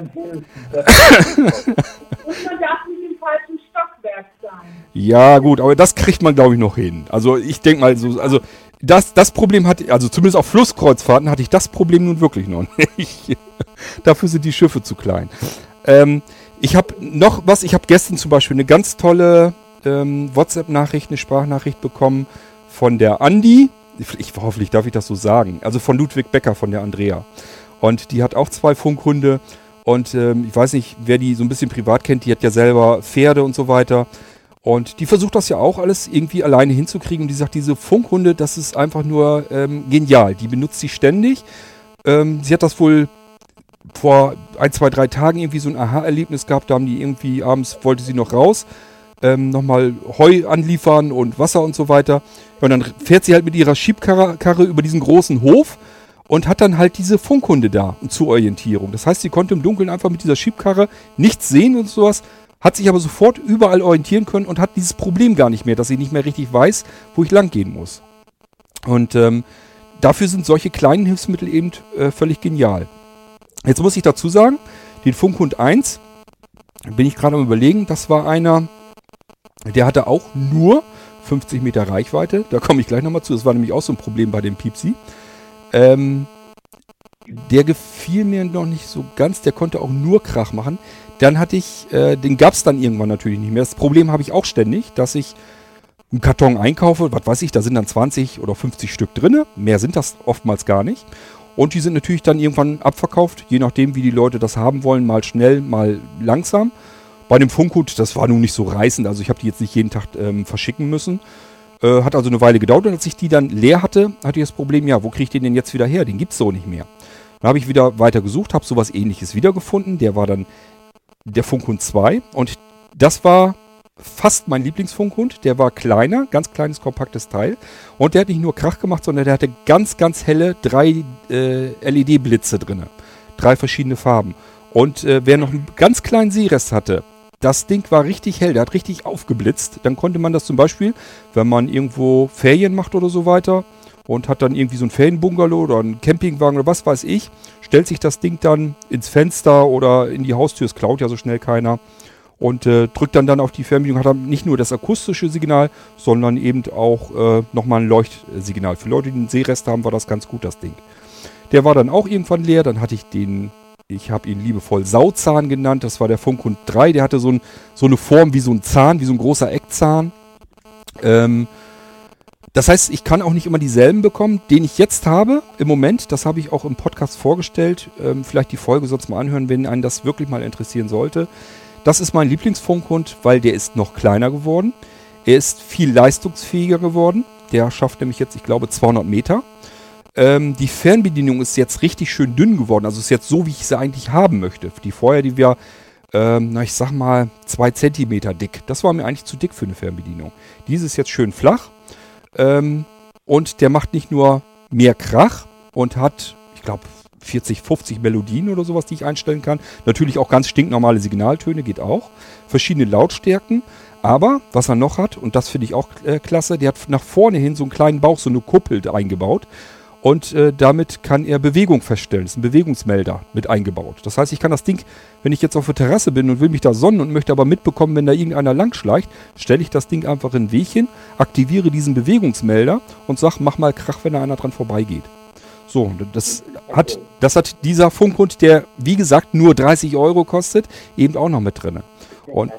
man darf nicht im falschen Stockwerk sein. ja, gut, aber das kriegt man, glaube ich, noch hin. Also ich denke mal so, also das, das Problem hatte, also zumindest auf Flusskreuzfahrten hatte ich das Problem nun wirklich noch nicht. Dafür sind die Schiffe zu klein. Ähm, ich habe noch was, ich habe gestern zum Beispiel eine ganz tolle ähm, WhatsApp-Nachricht, eine Sprachnachricht bekommen von der Andi. Ich, ich hoffentlich darf ich das so sagen. Also von Ludwig Becker, von der Andrea. Und die hat auch zwei Funkhunde. Und ähm, ich weiß nicht, wer die so ein bisschen privat kennt, die hat ja selber Pferde und so weiter. Und die versucht das ja auch alles irgendwie alleine hinzukriegen. Und die sagt, diese Funkhunde, das ist einfach nur ähm, genial. Die benutzt sie ständig. Ähm, sie hat das wohl vor ein, zwei, drei Tagen irgendwie so ein Aha-Erlebnis gehabt. Da haben die irgendwie abends, wollte sie noch raus, ähm, nochmal Heu anliefern und Wasser und so weiter. Und dann fährt sie halt mit ihrer Schiebkarre Karre über diesen großen Hof und hat dann halt diese Funkhunde da zur Orientierung. Das heißt, sie konnte im Dunkeln einfach mit dieser Schiebkarre nichts sehen und sowas, hat sich aber sofort überall orientieren können und hat dieses Problem gar nicht mehr, dass sie nicht mehr richtig weiß, wo ich lang gehen muss. Und ähm, dafür sind solche kleinen Hilfsmittel eben äh, völlig genial. Jetzt muss ich dazu sagen, den Funkhund eins, bin ich gerade am Überlegen, das war einer, der hatte auch nur fünfzig Meter Reichweite. Da komme ich gleich nochmal zu. Das war nämlich auch so ein Problem bei dem Piepsi. Ähm, der gefiel mir noch nicht so ganz. Der konnte auch nur Krach machen. Dann hatte ich, äh, den gab es dann irgendwann natürlich nicht mehr. Das Problem habe ich auch ständig, dass ich einen Karton einkaufe. Was weiß ich, da sind dann zwanzig oder fünfzig Stück drin. Mehr sind das oftmals gar nicht. Und die sind natürlich dann irgendwann abverkauft, je nachdem, wie die Leute das haben wollen. Mal schnell, mal langsam. Bei dem Funkhund, das war nun nicht so reißend. Also ich habe die jetzt nicht jeden Tag ähm, verschicken müssen. Äh, hat also eine Weile gedauert. Und als ich die dann leer hatte, hatte ich das Problem, ja, wo kriege ich den denn jetzt wieder her? Den gibt's so nicht mehr. Dann habe ich wieder weiter gesucht, habe sowas Ähnliches wiedergefunden. Der war dann der Funkhund zwei. Und das war fast mein Lieblingsfunkhund. Der war kleiner, ganz kleines, kompaktes Teil. Und der hat nicht nur Krach gemacht, sondern der hatte ganz, ganz helle drei äh, L E D-Blitze drin. Drei verschiedene Farben. Und äh, wer noch einen ganz kleinen Sehrest hatte, das Ding war richtig hell, der hat richtig aufgeblitzt. Dann konnte man das zum Beispiel, wenn man irgendwo Ferien macht oder so weiter und hat dann irgendwie so ein Ferienbungalow oder einen Campingwagen oder was weiß ich, stellt sich das Ding dann ins Fenster oder in die Haustür, es klaut ja so schnell keiner, und äh, drückt dann dann auf die Fernbedienung, hat dann nicht nur das akustische Signal, sondern eben auch äh, nochmal ein Leuchtsignal. Für Leute, die einen Sehrest haben, war das ganz gut, das Ding. Der war dann auch irgendwann leer, dann hatte ich den... Ich habe ihn liebevoll Sauzahn genannt. Das war der Funkhund drei. Der hatte so, ein, so eine Form wie so ein Zahn, wie so ein großer Eckzahn. Ähm, das heißt, ich kann auch nicht immer dieselben bekommen. Den ich jetzt habe im Moment, das habe ich auch im Podcast vorgestellt. Ähm, vielleicht die Folge sonst mal anhören, wenn einen das wirklich mal interessieren sollte. Das ist mein Lieblingsfunkhund, weil der ist noch kleiner geworden. Er ist viel leistungsfähiger geworden. Der schafft nämlich jetzt, ich glaube, zweihundert Meter. Ähm, die Fernbedienung ist jetzt richtig schön dünn geworden. Also ist jetzt so, wie ich sie eigentlich haben möchte. Die vorher, die war, ähm, na ich sag mal, zwei Zentimeter dick. Das war mir eigentlich zu dick für eine Fernbedienung. Diese ist jetzt schön flach. Ähm, und der macht nicht nur mehr Krach und hat, ich glaube, vierzig, fünfzig Melodien oder sowas, die ich einstellen kann. Natürlich auch ganz stinknormale Signaltöne, geht auch. Verschiedene Lautstärken. Aber, was er noch hat, und das finde ich auch äh, klasse, der hat nach vorne hin so einen kleinen Bauch, so eine Kuppel eingebaut. Und äh, damit kann er Bewegung feststellen. Das ist ein Bewegungsmelder mit eingebaut. Das heißt, ich kann das Ding, wenn ich jetzt auf der Terrasse bin und will mich da sonnen und möchte aber mitbekommen, wenn da irgendeiner langschleicht, stelle ich das Ding einfach in den Weg hin, aktiviere diesen Bewegungsmelder und sage, mach mal Krach, wenn da einer dran vorbeigeht. So, das hat, das hat dieser Funkhund, der, wie gesagt, nur dreißig Euro kostet, eben auch noch mit drin. Und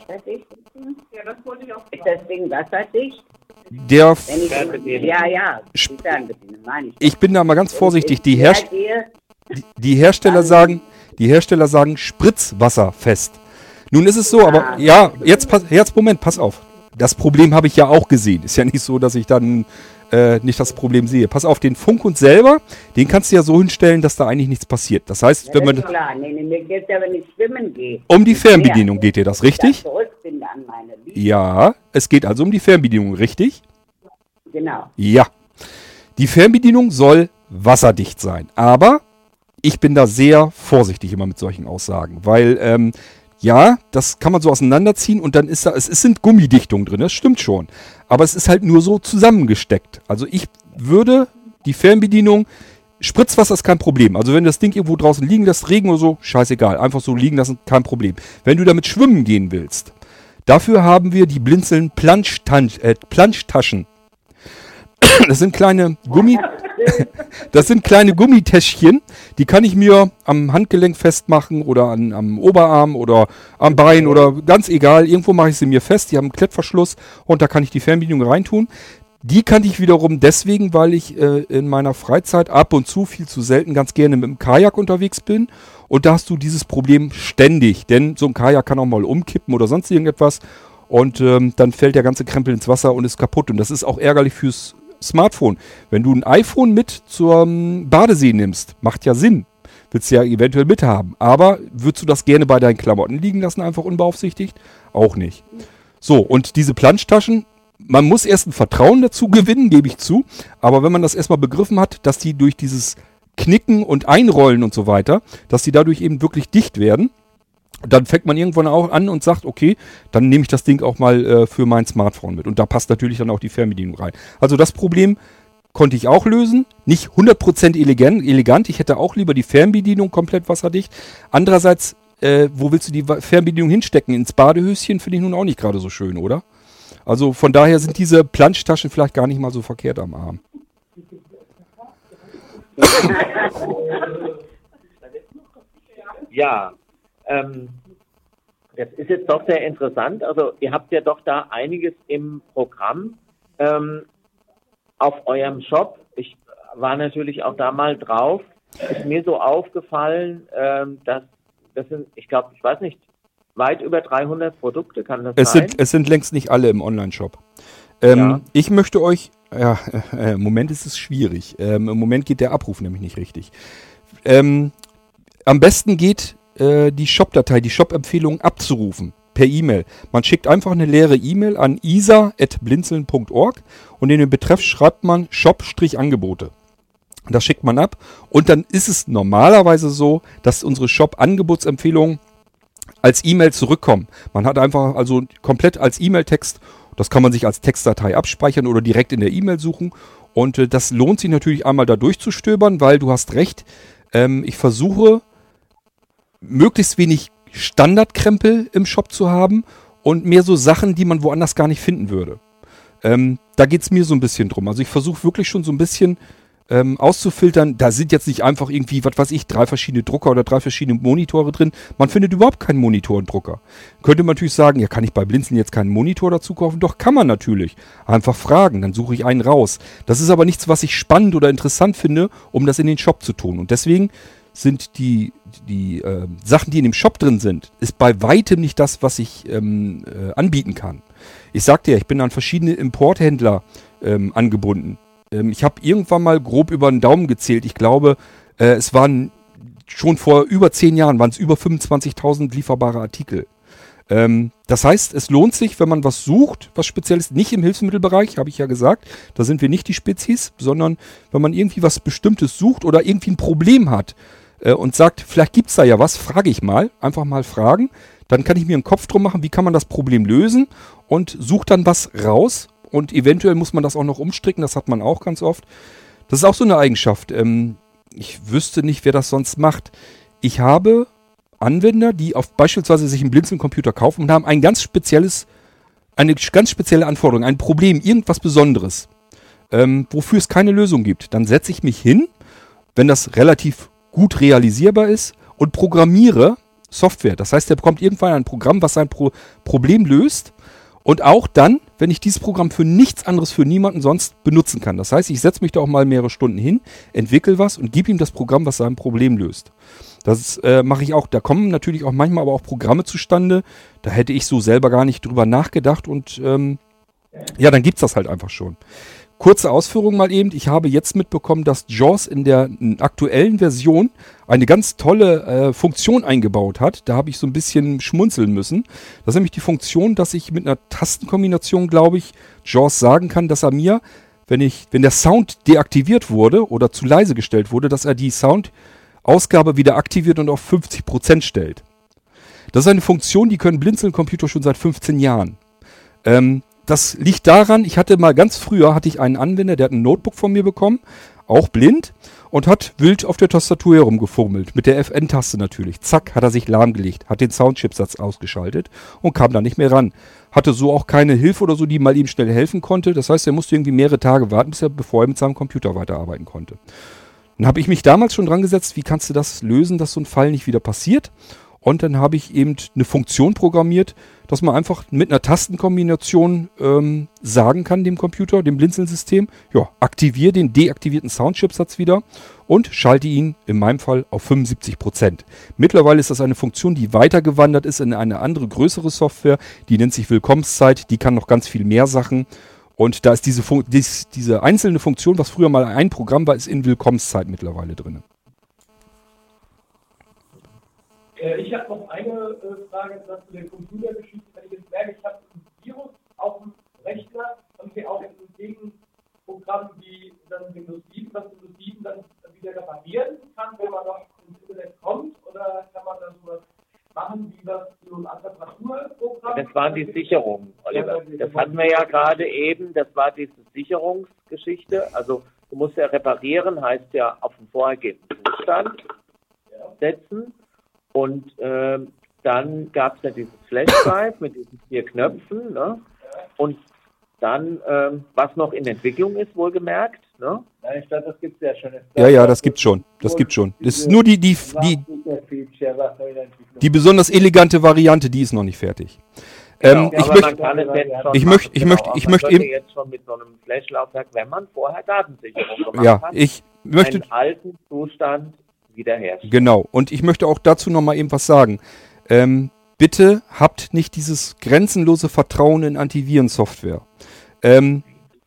Ja, das wollte ich auch Ist das Ding wasserdicht? der, Wenn ich, Fernbedienung. ja, ja, die Sp- Fernbedienung meine ich. ich bin da mal ganz vorsichtig, die, Wenn ich Herst hergehe, die, die Hersteller sagen, die Hersteller sagen spritzwasserfest. Nun ist es so, aber ja, jetzt, pass, jetzt Moment, pass auf. Das Problem habe ich ja auch gesehen. Ist ja nicht so, dass ich dann äh, nicht das Problem sehe. Pass auf, den Funkhund selber, den kannst du ja so hinstellen, dass da eigentlich nichts passiert. Das heißt, Ja, wenn das man ist klar. Nee, nee, mir geht es ja, wenn ich schwimmen gehe. um die Nicht Fernbedienung mehr. geht dir das, Wenn ich richtig? da zurückbinde an meine Liebe. Ja, es geht also um die Fernbedienung, richtig? Genau. Ja. Die Fernbedienung soll wasserdicht sein. Aber ich bin da sehr vorsichtig immer mit solchen Aussagen. Weil, ähm, ja, das kann man so auseinanderziehen und dann ist da, es, es sind Gummidichtungen drin, das stimmt schon. Aber es ist halt nur so zusammengesteckt. Also ich würde die Fernbedienung, Spritzwasser ist kein Problem. Also wenn du das Ding irgendwo draußen liegen lässt, Regen oder so, scheißegal. Einfach so liegen lassen, kein Problem. Wenn du damit schwimmen gehen willst, dafür haben wir die Blinzeln Planschtan- äh, Planschtaschen. Das sind kleine Gummi, das sind kleine Gummitäschchen, die kann ich mir am Handgelenk festmachen oder an, am Oberarm oder am Bein oder ganz egal. Irgendwo mache ich sie mir fest, die haben einen Klettverschluss und da kann ich die Fernbedienung reintun. Die kannte ich wiederum deswegen, weil ich äh, in meiner Freizeit ab und zu, viel zu selten, ganz gerne mit dem Kajak unterwegs bin. Und da hast du dieses Problem ständig, denn so ein Kajak kann auch mal umkippen oder sonst irgendetwas. Und ähm, dann fällt der ganze Krempel ins Wasser und ist kaputt. Und das ist auch ärgerlich fürs Smartphone. Wenn du ein iPhone mit zur ähm, Badesee nimmst, macht ja Sinn. Willst du ja eventuell mithaben. Aber würdest du das gerne bei deinen Klamotten liegen lassen, einfach unbeaufsichtigt? Auch nicht. So, und diese Planschtaschen, man muss erst ein Vertrauen dazu gewinnen, gebe ich zu. Aber wenn man das erstmal begriffen hat, dass die durch dieses Knicken und Einrollen und so weiter, dass die dadurch eben wirklich dicht werden, dann fängt man irgendwann auch an und sagt, okay, dann nehme ich das Ding auch mal äh, für mein Smartphone mit. Und da passt natürlich dann auch die Fernbedienung rein. Also das Problem konnte ich auch lösen. Nicht hundert Prozent elegant, elegant. Ich hätte auch lieber die Fernbedienung komplett wasserdicht. Andererseits, äh, wo willst du die Fernbedienung hinstecken? Ins Badehöschen finde ich nun auch nicht gerade so schön, oder? Also von daher sind diese Planschtaschen vielleicht gar nicht mal so verkehrt am Arm. Ja, ähm, das ist jetzt doch sehr interessant. Also ihr habt ja doch da einiges im Programm ähm, auf eurem Shop. Ich war natürlich auch da mal drauf. Ist mir so aufgefallen, ähm, dass das sind, ich glaube, ich weiß nicht, weit über dreihundert Produkte, kann das Es sein? sind, es sind längst nicht alle im Online-Shop. Ähm, Ja. Ich möchte euch, ja, äh, im Moment ist es schwierig. Ähm, Im Moment geht der Abruf nämlich nicht richtig. Ähm, am besten geht äh, die Shop-Datei, die Shop-Empfehlung abzurufen per E-Mail. Man schickt einfach eine leere E-Mail an isa at blinzeln punkt org und in den Betreff schreibt man Shop-Angebote. Das schickt man ab und dann ist es normalerweise so, dass unsere Shop-Angebotsempfehlungen als E-Mail zurückkommen. Man hat einfach also komplett als E-Mail-Text, das kann man sich als Textdatei abspeichern oder direkt in der E-Mail suchen. Und äh, das lohnt sich natürlich einmal da durchzustöbern, weil du hast recht, ähm, ich versuche möglichst wenig Standardkrempel im Shop zu haben und mehr so Sachen, die man woanders gar nicht finden würde. Ähm, da geht es mir so ein bisschen drum. Also ich versuche wirklich schon so ein bisschen ähm, auszufiltern. Da sind jetzt nicht einfach irgendwie, was weiß ich, drei verschiedene Drucker oder drei verschiedene Monitore drin. Man findet überhaupt keinen Monitor und Drucker. Könnte man natürlich sagen, ja, kann ich bei Blinzeln jetzt keinen Monitor dazu kaufen? Doch, kann man natürlich. Einfach fragen, dann suche ich einen raus. Das ist aber nichts, was ich spannend oder interessant finde, um das in den Shop zu tun. Und deswegen sind die, die äh, Sachen, die in dem Shop drin sind, ist bei weitem nicht das, was ich ähm, äh, anbieten kann. Ich sagte ja, ich bin an verschiedene Importhändler ähm, angebunden. Ähm, ich habe irgendwann mal grob über den Daumen gezählt. Ich glaube, äh, es waren schon vor über zehn Jahren, waren es über fünfundzwanzigtausend lieferbare Artikel. Ähm, das heißt, es lohnt sich, wenn man was sucht, was Spezielles, nicht im Hilfsmittelbereich, habe ich ja gesagt, da sind wir nicht die Spezies, sondern wenn man irgendwie was Bestimmtes sucht oder irgendwie ein Problem hat äh, und sagt, vielleicht gibt's da ja was, frage ich mal, einfach mal fragen, dann kann ich mir einen Kopf drum machen, wie kann man das Problem lösen und suche dann was raus und eventuell muss man das auch noch umstricken, das hat man auch ganz oft. Das ist auch so eine Eigenschaft. Ähm, ich wüsste nicht, wer das sonst macht. Ich habe Anwender, die auf beispielsweise sich einen Blinzeln-Computer kaufen und haben ein ganz spezielles, eine ganz spezielle Anforderung, ein Problem, irgendwas Besonderes, ähm, wofür es keine Lösung gibt. Dann setze ich mich hin, wenn das relativ gut realisierbar ist und programmiere Software. Das heißt, er bekommt irgendwann ein Programm, was sein Pro- Problem löst und auch dann, wenn ich dieses Programm für nichts anderes, für niemanden sonst benutzen kann. Das heißt, ich setze mich da auch mal mehrere Stunden hin, entwickle was und gebe ihm das Programm, was sein Problem löst. Das äh, mache ich auch. Da kommen natürlich auch manchmal aber auch Programme zustande. Da hätte ich so selber gar nicht drüber nachgedacht und ähm, ja, dann gibt's das halt einfach schon. Kurze Ausführung mal eben. Ich habe jetzt mitbekommen, dass JAWS in der aktuellen Version eine ganz tolle äh, Funktion eingebaut hat. Da habe ich so ein bisschen schmunzeln müssen. Das ist nämlich die Funktion, dass ich mit einer Tastenkombination, glaube ich, JAWS sagen kann, dass er mir, wenn ich, wenn der Sound deaktiviert wurde oder zu leise gestellt wurde, dass er die Soundausgabe wieder aktiviert und auf fünfzig Prozent stellt. Das ist eine Funktion, die können Blinzeln-Computer schon seit fünfzehn Jahren. Ähm, Das liegt daran, ich hatte mal ganz früher, hatte ich einen Anwender, der hat ein Notebook von mir bekommen, auch blind, und hat wild auf der Tastatur herumgefummelt, mit der F N-Taste natürlich. Zack, hat er sich lahmgelegt, hat den Soundchipsatz ausgeschaltet und kam da nicht mehr ran. Hatte so auch keine Hilfe oder so, die mal ihm schnell helfen konnte. Das heißt, er musste irgendwie mehrere Tage warten, bis er, bevor er mit seinem Computer weiterarbeiten konnte. Dann habe ich mich damals schon dran gesetzt, wie kannst du das lösen, dass so ein Fall nicht wieder passiert? Und dann habe ich eben eine Funktion programmiert, dass man einfach mit einer Tastenkombination ähm, sagen kann dem Computer, dem Blinzeln-System, ja, aktiviere den deaktivierten Soundchipsatz wieder und schalte ihn in meinem Fall auf fünfundsiebzig Prozent. Mittlerweile ist das eine Funktion, die weitergewandert ist in eine andere, größere Software, die nennt sich Willkommenszeit, die kann noch ganz viel mehr Sachen. Und da ist diese, Fun- dies, diese einzelne Funktion, was früher mal ein Programm war, ist in Willkommenszeit mittlerweile drin. Ich habe noch eine äh, Frage zu der Computergeschichte. Wenn ich jetzt merke, ich habe ein Virus auf dem Rechner und hier auch ein Gegenprogramm wie dann Windows sieben, was Windows sieben dann wieder reparieren kann, wenn man noch ins Internet kommt, oder kann man da sowas machen, wie das so ein Tastaturprogramm? Das waren die Sicherungen, Oliver. Das hatten wir ja gerade eben. Das war diese Sicherungsgeschichte. Also du musst ja reparieren, heißt ja auf den vorhergehenden Zustand setzen. Und äh, dann gab es ja dieses Flash-Drive mit diesen vier Knöpfen, ne? Und dann, ähm, was noch in Entwicklung ist, wohlgemerkt, ne? Nein, ich glaube, das gibt es ja schon. Ja, ja, das gibt's schon. Das gibt's schon. Das ist nur die, die, die, die besonders elegante Variante, die ist noch nicht fertig. Genau, ähm, ich aber möchte, man kann es jetzt schon ich machen, möchte, ich genau, möchte, ich man möchte könnte eben, jetzt schon mit so einem Flash-Laufwerk, wenn man vorher Datensicherung gemacht ja, hat, ich möchte, einen alten Zustand wiederherstellen. genau. Und ich möchte auch dazu noch mal eben was sagen. Ähm, bitte habt nicht dieses grenzenlose Vertrauen in Antivirensoftware. Ähm,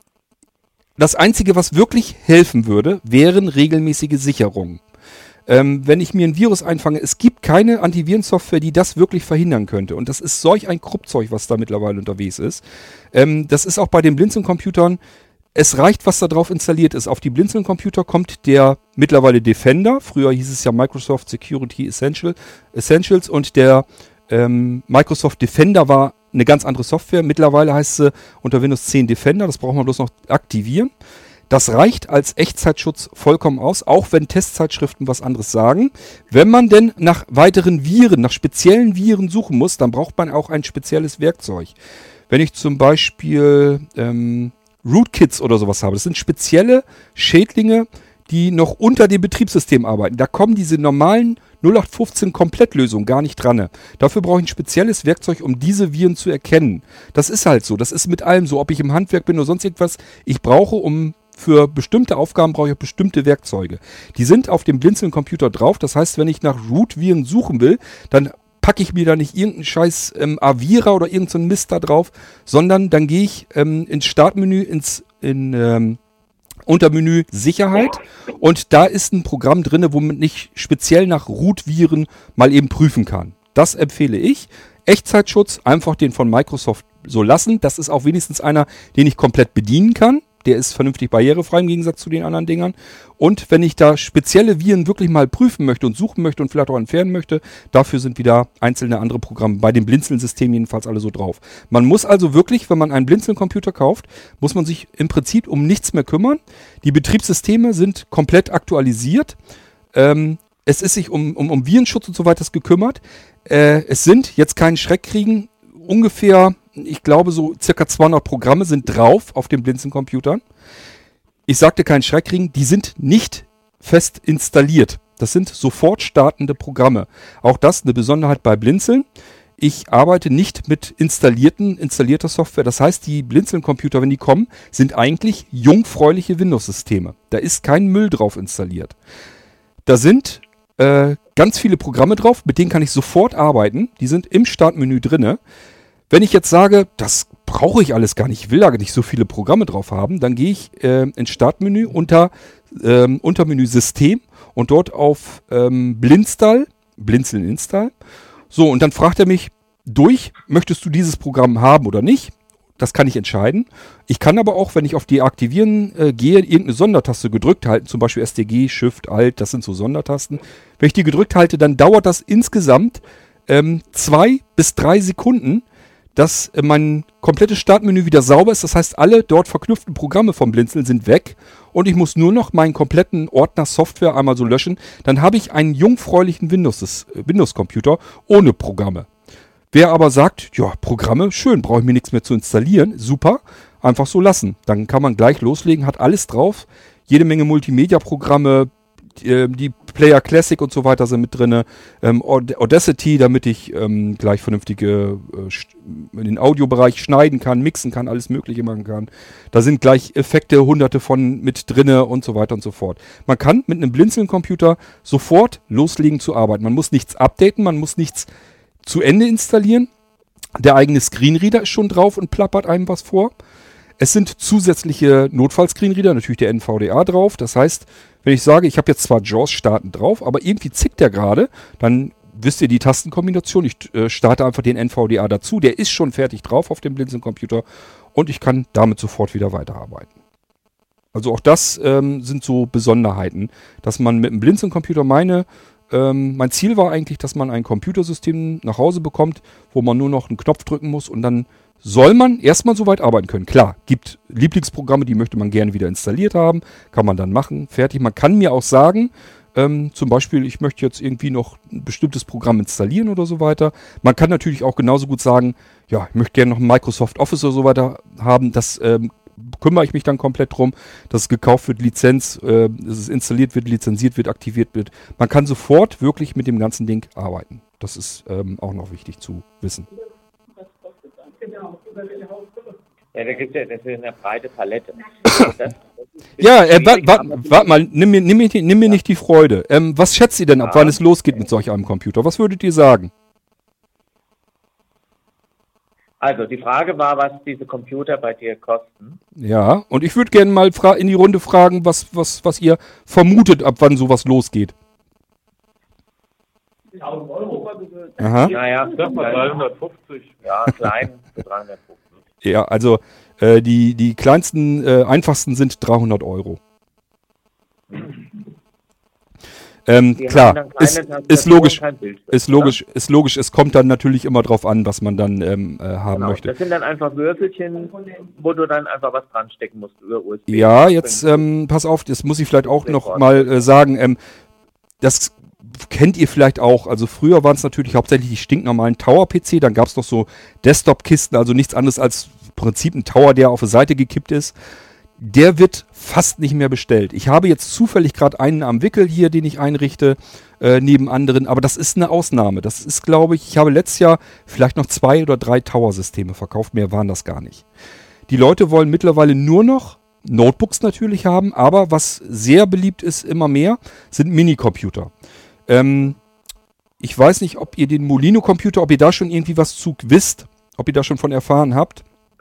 das Einzige, was wirklich helfen würde, wären regelmäßige Sicherungen. Ähm, wenn ich mir ein Virus einfange, es gibt keine Antivirensoftware, die das wirklich verhindern könnte. Und das ist solch ein Kruppzeug, was da mittlerweile unterwegs ist. Ähm, das ist auch bei den Blinzeln-Computern. Es reicht, was da drauf installiert ist. Auf die Blinzeln-Computer kommt der mittlerweile Defender. Früher hieß es ja Microsoft Security Essential, Essentials. Und der ähm, Microsoft Defender war eine ganz andere Software. Mittlerweile heißt sie unter Windows zehn Defender. Das braucht man bloß noch aktivieren. Das reicht als Echtzeitschutz vollkommen aus, auch wenn Testzeitschriften was anderes sagen. Wenn man denn nach weiteren Viren, nach speziellen Viren suchen muss, dann braucht man auch ein spezielles Werkzeug. Wenn ich zum Beispiel ähm, Rootkits oder sowas habe. Das sind spezielle Schädlinge, die noch unter dem Betriebssystem arbeiten. Da kommen diese normalen null acht fünfzehn Komplettlösungen gar nicht dran. Dafür brauche ich ein spezielles Werkzeug, um diese Viren zu erkennen. Das ist halt so. Das ist mit allem so. Ob ich im Handwerk bin oder sonst irgendwas. Ich brauche, um für bestimmte Aufgaben brauche ich bestimmte Werkzeuge. Die sind auf dem Blinzeln-Computer drauf. Das heißt, wenn ich nach Root-Viren suchen will, dann packe ich mir da nicht irgendeinen scheiß ähm, Avira oder irgendeinen Mist da drauf, sondern dann gehe ich ähm, ins Startmenü, ins in, ähm, unter Menü Sicherheit und da ist ein Programm drin, womit ich speziell nach Root-Viren mal eben prüfen kann. Das empfehle ich. Echtzeitschutz, einfach den von Microsoft so lassen. Das ist auch wenigstens einer, den ich komplett bedienen kann. Der ist vernünftig barrierefrei im Gegensatz zu den anderen Dingern. Und wenn ich da spezielle Viren wirklich mal prüfen möchte und suchen möchte und vielleicht auch entfernen möchte, dafür sind wieder einzelne andere Programme, bei dem Blinzeln-System jedenfalls alle so drauf. Man muss also wirklich, wenn man einen Blinzeln-Computer kauft, muss man sich im Prinzip um nichts mehr kümmern. Die Betriebssysteme sind komplett aktualisiert. Ähm, es ist sich um, um, um Virenschutz und so weiter gekümmert. Äh, es sind, jetzt keinen Schreck kriegen, ungefähr, ich glaube so circa zweihundert Programme sind drauf auf den Blinzeln-Computern. Ich sagte keinen Schreck kriegen, die sind nicht fest installiert. Das sind sofort startende Programme. Auch das eine Besonderheit bei Blinzeln. Ich arbeite nicht mit installierten, installierter Software. Das heißt, die Blinzeln-Computer, wenn die kommen, sind eigentlich jungfräuliche Windows-Systeme. Da ist kein Müll drauf installiert. Da sind äh, ganz viele Programme drauf, mit denen kann ich sofort arbeiten. Die sind im Startmenü drinne. Wenn ich jetzt sage, das brauche ich alles gar nicht, ich will da nicht so viele Programme drauf haben, dann gehe ich äh, ins Startmenü unter ähm, Untermenü System und dort auf ähm, Blinstall, Blinzeln Install. So, und dann fragt er mich durch, möchtest du dieses Programm haben oder nicht? Das kann ich entscheiden. Ich kann aber auch, wenn ich auf Deaktivieren äh, gehe, irgendeine Sondertaste gedrückt halten, zum Beispiel S T G, Shift, Alt, das sind so Sondertasten. Wenn ich die gedrückt halte, dann dauert das insgesamt ähm, zwei bis drei Sekunden, dass äh, mein komplettes Startmenü wieder sauber ist. Das heißt, alle dort verknüpften Programme vom Blinzeln sind weg und ich muss nur noch meinen kompletten Ordner Software einmal so löschen. Dann habe ich einen jungfräulichen Windows, äh, Windows-Computer ohne Programme. Wer aber sagt, ja, Programme, schön, brauche ich mir nichts mehr zu installieren, super, einfach so lassen. Dann kann man gleich loslegen, hat alles drauf, jede Menge Multimedia-Programme, die, die Player Classic und so weiter sind mit drin, ähm, Audacity, damit ich ähm, gleich vernünftige äh, in den Audiobereich schneiden kann, mixen kann, alles Mögliche machen kann. Da sind gleich Effekte, hunderte von mit drinne und so weiter und so fort. Man kann mit einem Blinzeln-Computer sofort loslegen zu arbeiten. Man muss nichts updaten, man muss nichts zu Ende installieren. Der eigene Screenreader ist schon drauf und plappert einem was vor. Es sind zusätzliche Notfall-Screenreader, natürlich der N V D A drauf. Das heißt, wenn ich sage, ich habe jetzt zwar JAWS starten drauf, aber irgendwie zickt der gerade, dann wisst ihr die Tastenkombination. Ich äh, starte einfach den N V D A dazu. Der ist schon fertig drauf auf dem Blinzeln-Computer und ich kann damit sofort wieder weiterarbeiten. Also auch das ähm, sind so Besonderheiten, dass man mit dem Blinzeln-Computer meine Ähm, mein Ziel war eigentlich, dass man ein Computersystem nach Hause bekommt, wo man nur noch einen Knopf drücken muss und dann soll man erstmal so weit arbeiten können. Klar, gibt Lieblingsprogramme, die möchte man gerne wieder installiert haben, kann man dann machen, fertig. Man kann mir auch sagen, ähm, zum Beispiel, ich möchte jetzt irgendwie noch ein bestimmtes Programm installieren oder so weiter. Man kann natürlich auch genauso gut sagen, ja, ich möchte gerne noch ein Microsoft Office oder so weiter haben, das ähm, kümmere ich mich dann komplett drum, dass es gekauft wird, Lizenz, äh, dass es installiert wird, lizenziert wird, aktiviert wird. Man kann sofort wirklich mit dem ganzen Ding arbeiten. Das ist ähm, auch noch wichtig zu wissen. Ja, da gibt es ja das ist eine breite Palette. Das, das ja, äh, warte wart, wart mal, nimm mir, nimm mir, nimm mir nicht die Freude. Ähm, was schätzt ihr denn, ab wann es losgeht mit solch einem Computer? Was würdet ihr sagen? Also, die Frage war, was diese Computer bei dir kosten. Ja, und ich würde gerne mal fra- in die Runde fragen, was, was, was ihr vermutet, ab wann sowas losgeht. tausend Euro. Aha. Naja, Sag mal dreihundertfünfzig. ja, klein für dreihundertfünfzig. Ja, also äh, die, die kleinsten, äh, einfachsten sind dreihundert Euro. Ähm, Die haben klar, dann keine ist, Tastatur ist logisch, und kein Bildschirm, ist logisch, ist logisch. Es kommt dann natürlich immer drauf an, was man dann ähm, äh, haben Genau. möchte. Das sind dann einfach Würfelchen, wo du dann einfach was dran stecken musst über U S B. Ja, jetzt ähm, pass auf, das muss ich vielleicht auch noch mal äh, sagen. Ähm, das kennt ihr vielleicht auch. Also früher waren es natürlich hauptsächlich die stinknormalen Tower-P C. Dann gab es noch so Desktop-Kisten, also nichts anderes als im Prinzip ein Tower, der auf die Seite gekippt ist. Der wird fast nicht mehr bestellt. Ich habe jetzt zufällig gerade einen am Wickel hier, den ich einrichte, äh, neben anderen. Aber das ist eine Ausnahme. Das ist, glaube ich, ich habe letztes Jahr vielleicht noch zwei oder drei Tower-Systeme verkauft. Mehr waren das gar nicht. Die Leute wollen mittlerweile nur noch Notebooks natürlich haben. Aber was sehr beliebt ist, immer mehr, sind Minicomputer. Ähm, ich weiß nicht, ob ihr den Molino-Computer, ob ihr da schon irgendwie was zu wisst, ob ihr da schon von erfahren habt.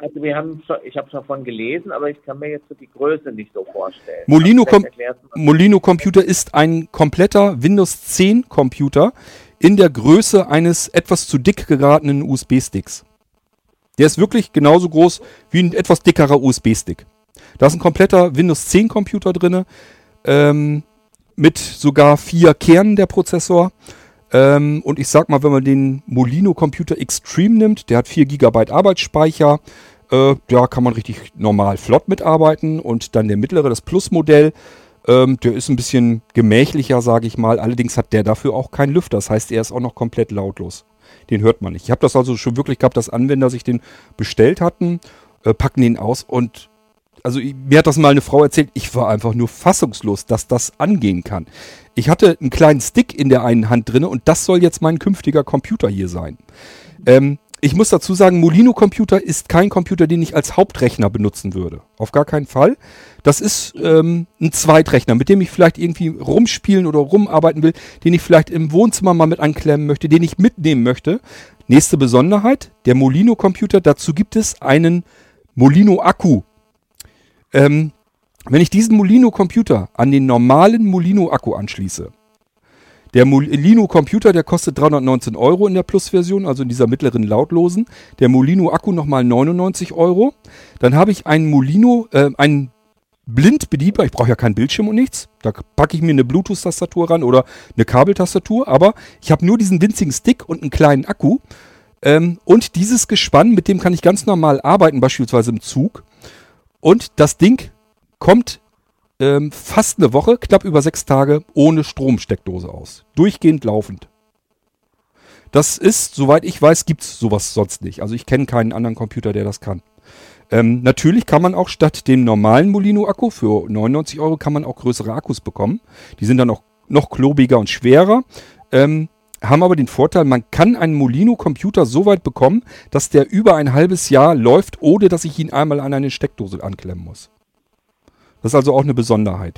Also wir haben schon, ich habe davon gelesen, aber ich kann mir jetzt so die Größe nicht so vorstellen. Molino, Vielleicht Com- erklärst du mal. Molino Computer ist ein kompletter Windows zehn Computer in der Größe eines etwas zu dick geratenen U S B-Sticks. Der ist wirklich genauso groß wie ein etwas dickerer U S B-Stick. Da ist ein kompletter Windows zehn Computer drin, ähm, mit sogar vier Kernen der Prozessor. Ähm, und ich sag mal, wenn man den Molino Computer Extreme nimmt, der hat vier Gigabyte Arbeitsspeicher, äh, da kann man richtig normal flott mitarbeiten. Und dann der mittlere, das Plus-Modell, ähm, der ist ein bisschen gemächlicher, sage ich mal. Allerdings hat der dafür auch keinen Lüfter. Das heißt, er ist auch noch komplett lautlos. Den hört man nicht. Ich habe das also schon wirklich gehabt, dass Anwender sich den bestellt hatten, äh, packen den aus und also mir hat das mal eine Frau erzählt, ich war einfach nur fassungslos, dass das angehen kann. Ich hatte einen kleinen Stick in der einen Hand drin und das soll jetzt mein künftiger Computer hier sein. Ähm, ich muss dazu sagen, Molino Computer ist kein Computer, den ich als Hauptrechner benutzen würde. Auf gar keinen Fall. Das ist ähm, ein Zweitrechner, mit dem ich vielleicht irgendwie rumspielen oder rumarbeiten will, den ich vielleicht im Wohnzimmer mal mit anklemmen möchte, den ich mitnehmen möchte. Nächste Besonderheit, der Molino Computer, dazu gibt es einen Molino Akku. Ähm, wenn ich diesen Molino Computer an den normalen Molino Akku anschließe, der Molino Computer, der kostet dreihundertneunzehn Euro in der Plus-Version, also in dieser mittleren lautlosen. Der Molino Akku nochmal neunundneunzig Euro. Dann habe ich einen Molino, äh, einen Blindbedienbar. Ich brauche ja keinen Bildschirm und nichts. Da packe ich mir eine Bluetooth-Tastatur ran oder eine Kabeltastatur. Aber ich habe nur diesen winzigen Stick und einen kleinen Akku. Ähm, und dieses Gespann, mit dem kann ich ganz normal arbeiten, beispielsweise im Zug. Und das Ding kommt ähm, fast eine Woche, knapp über sechs Tage, ohne Stromsteckdose aus. Durchgehend laufend. Das ist, soweit ich weiß, gibt es sowas sonst nicht. Also ich kenne keinen anderen Computer, der das kann. Ähm, natürlich kann man auch statt dem normalen Molino-Akku für neunundneunzig Euro kann man auch größere Akkus bekommen. Die sind dann auch noch klobiger und schwerer. Ähm, haben aber den Vorteil, man kann einen Molino-Computer so weit bekommen, dass der über ein halbes Jahr läuft, ohne dass ich ihn einmal an eine Steckdose anklemmen muss. Das ist also auch eine Besonderheit.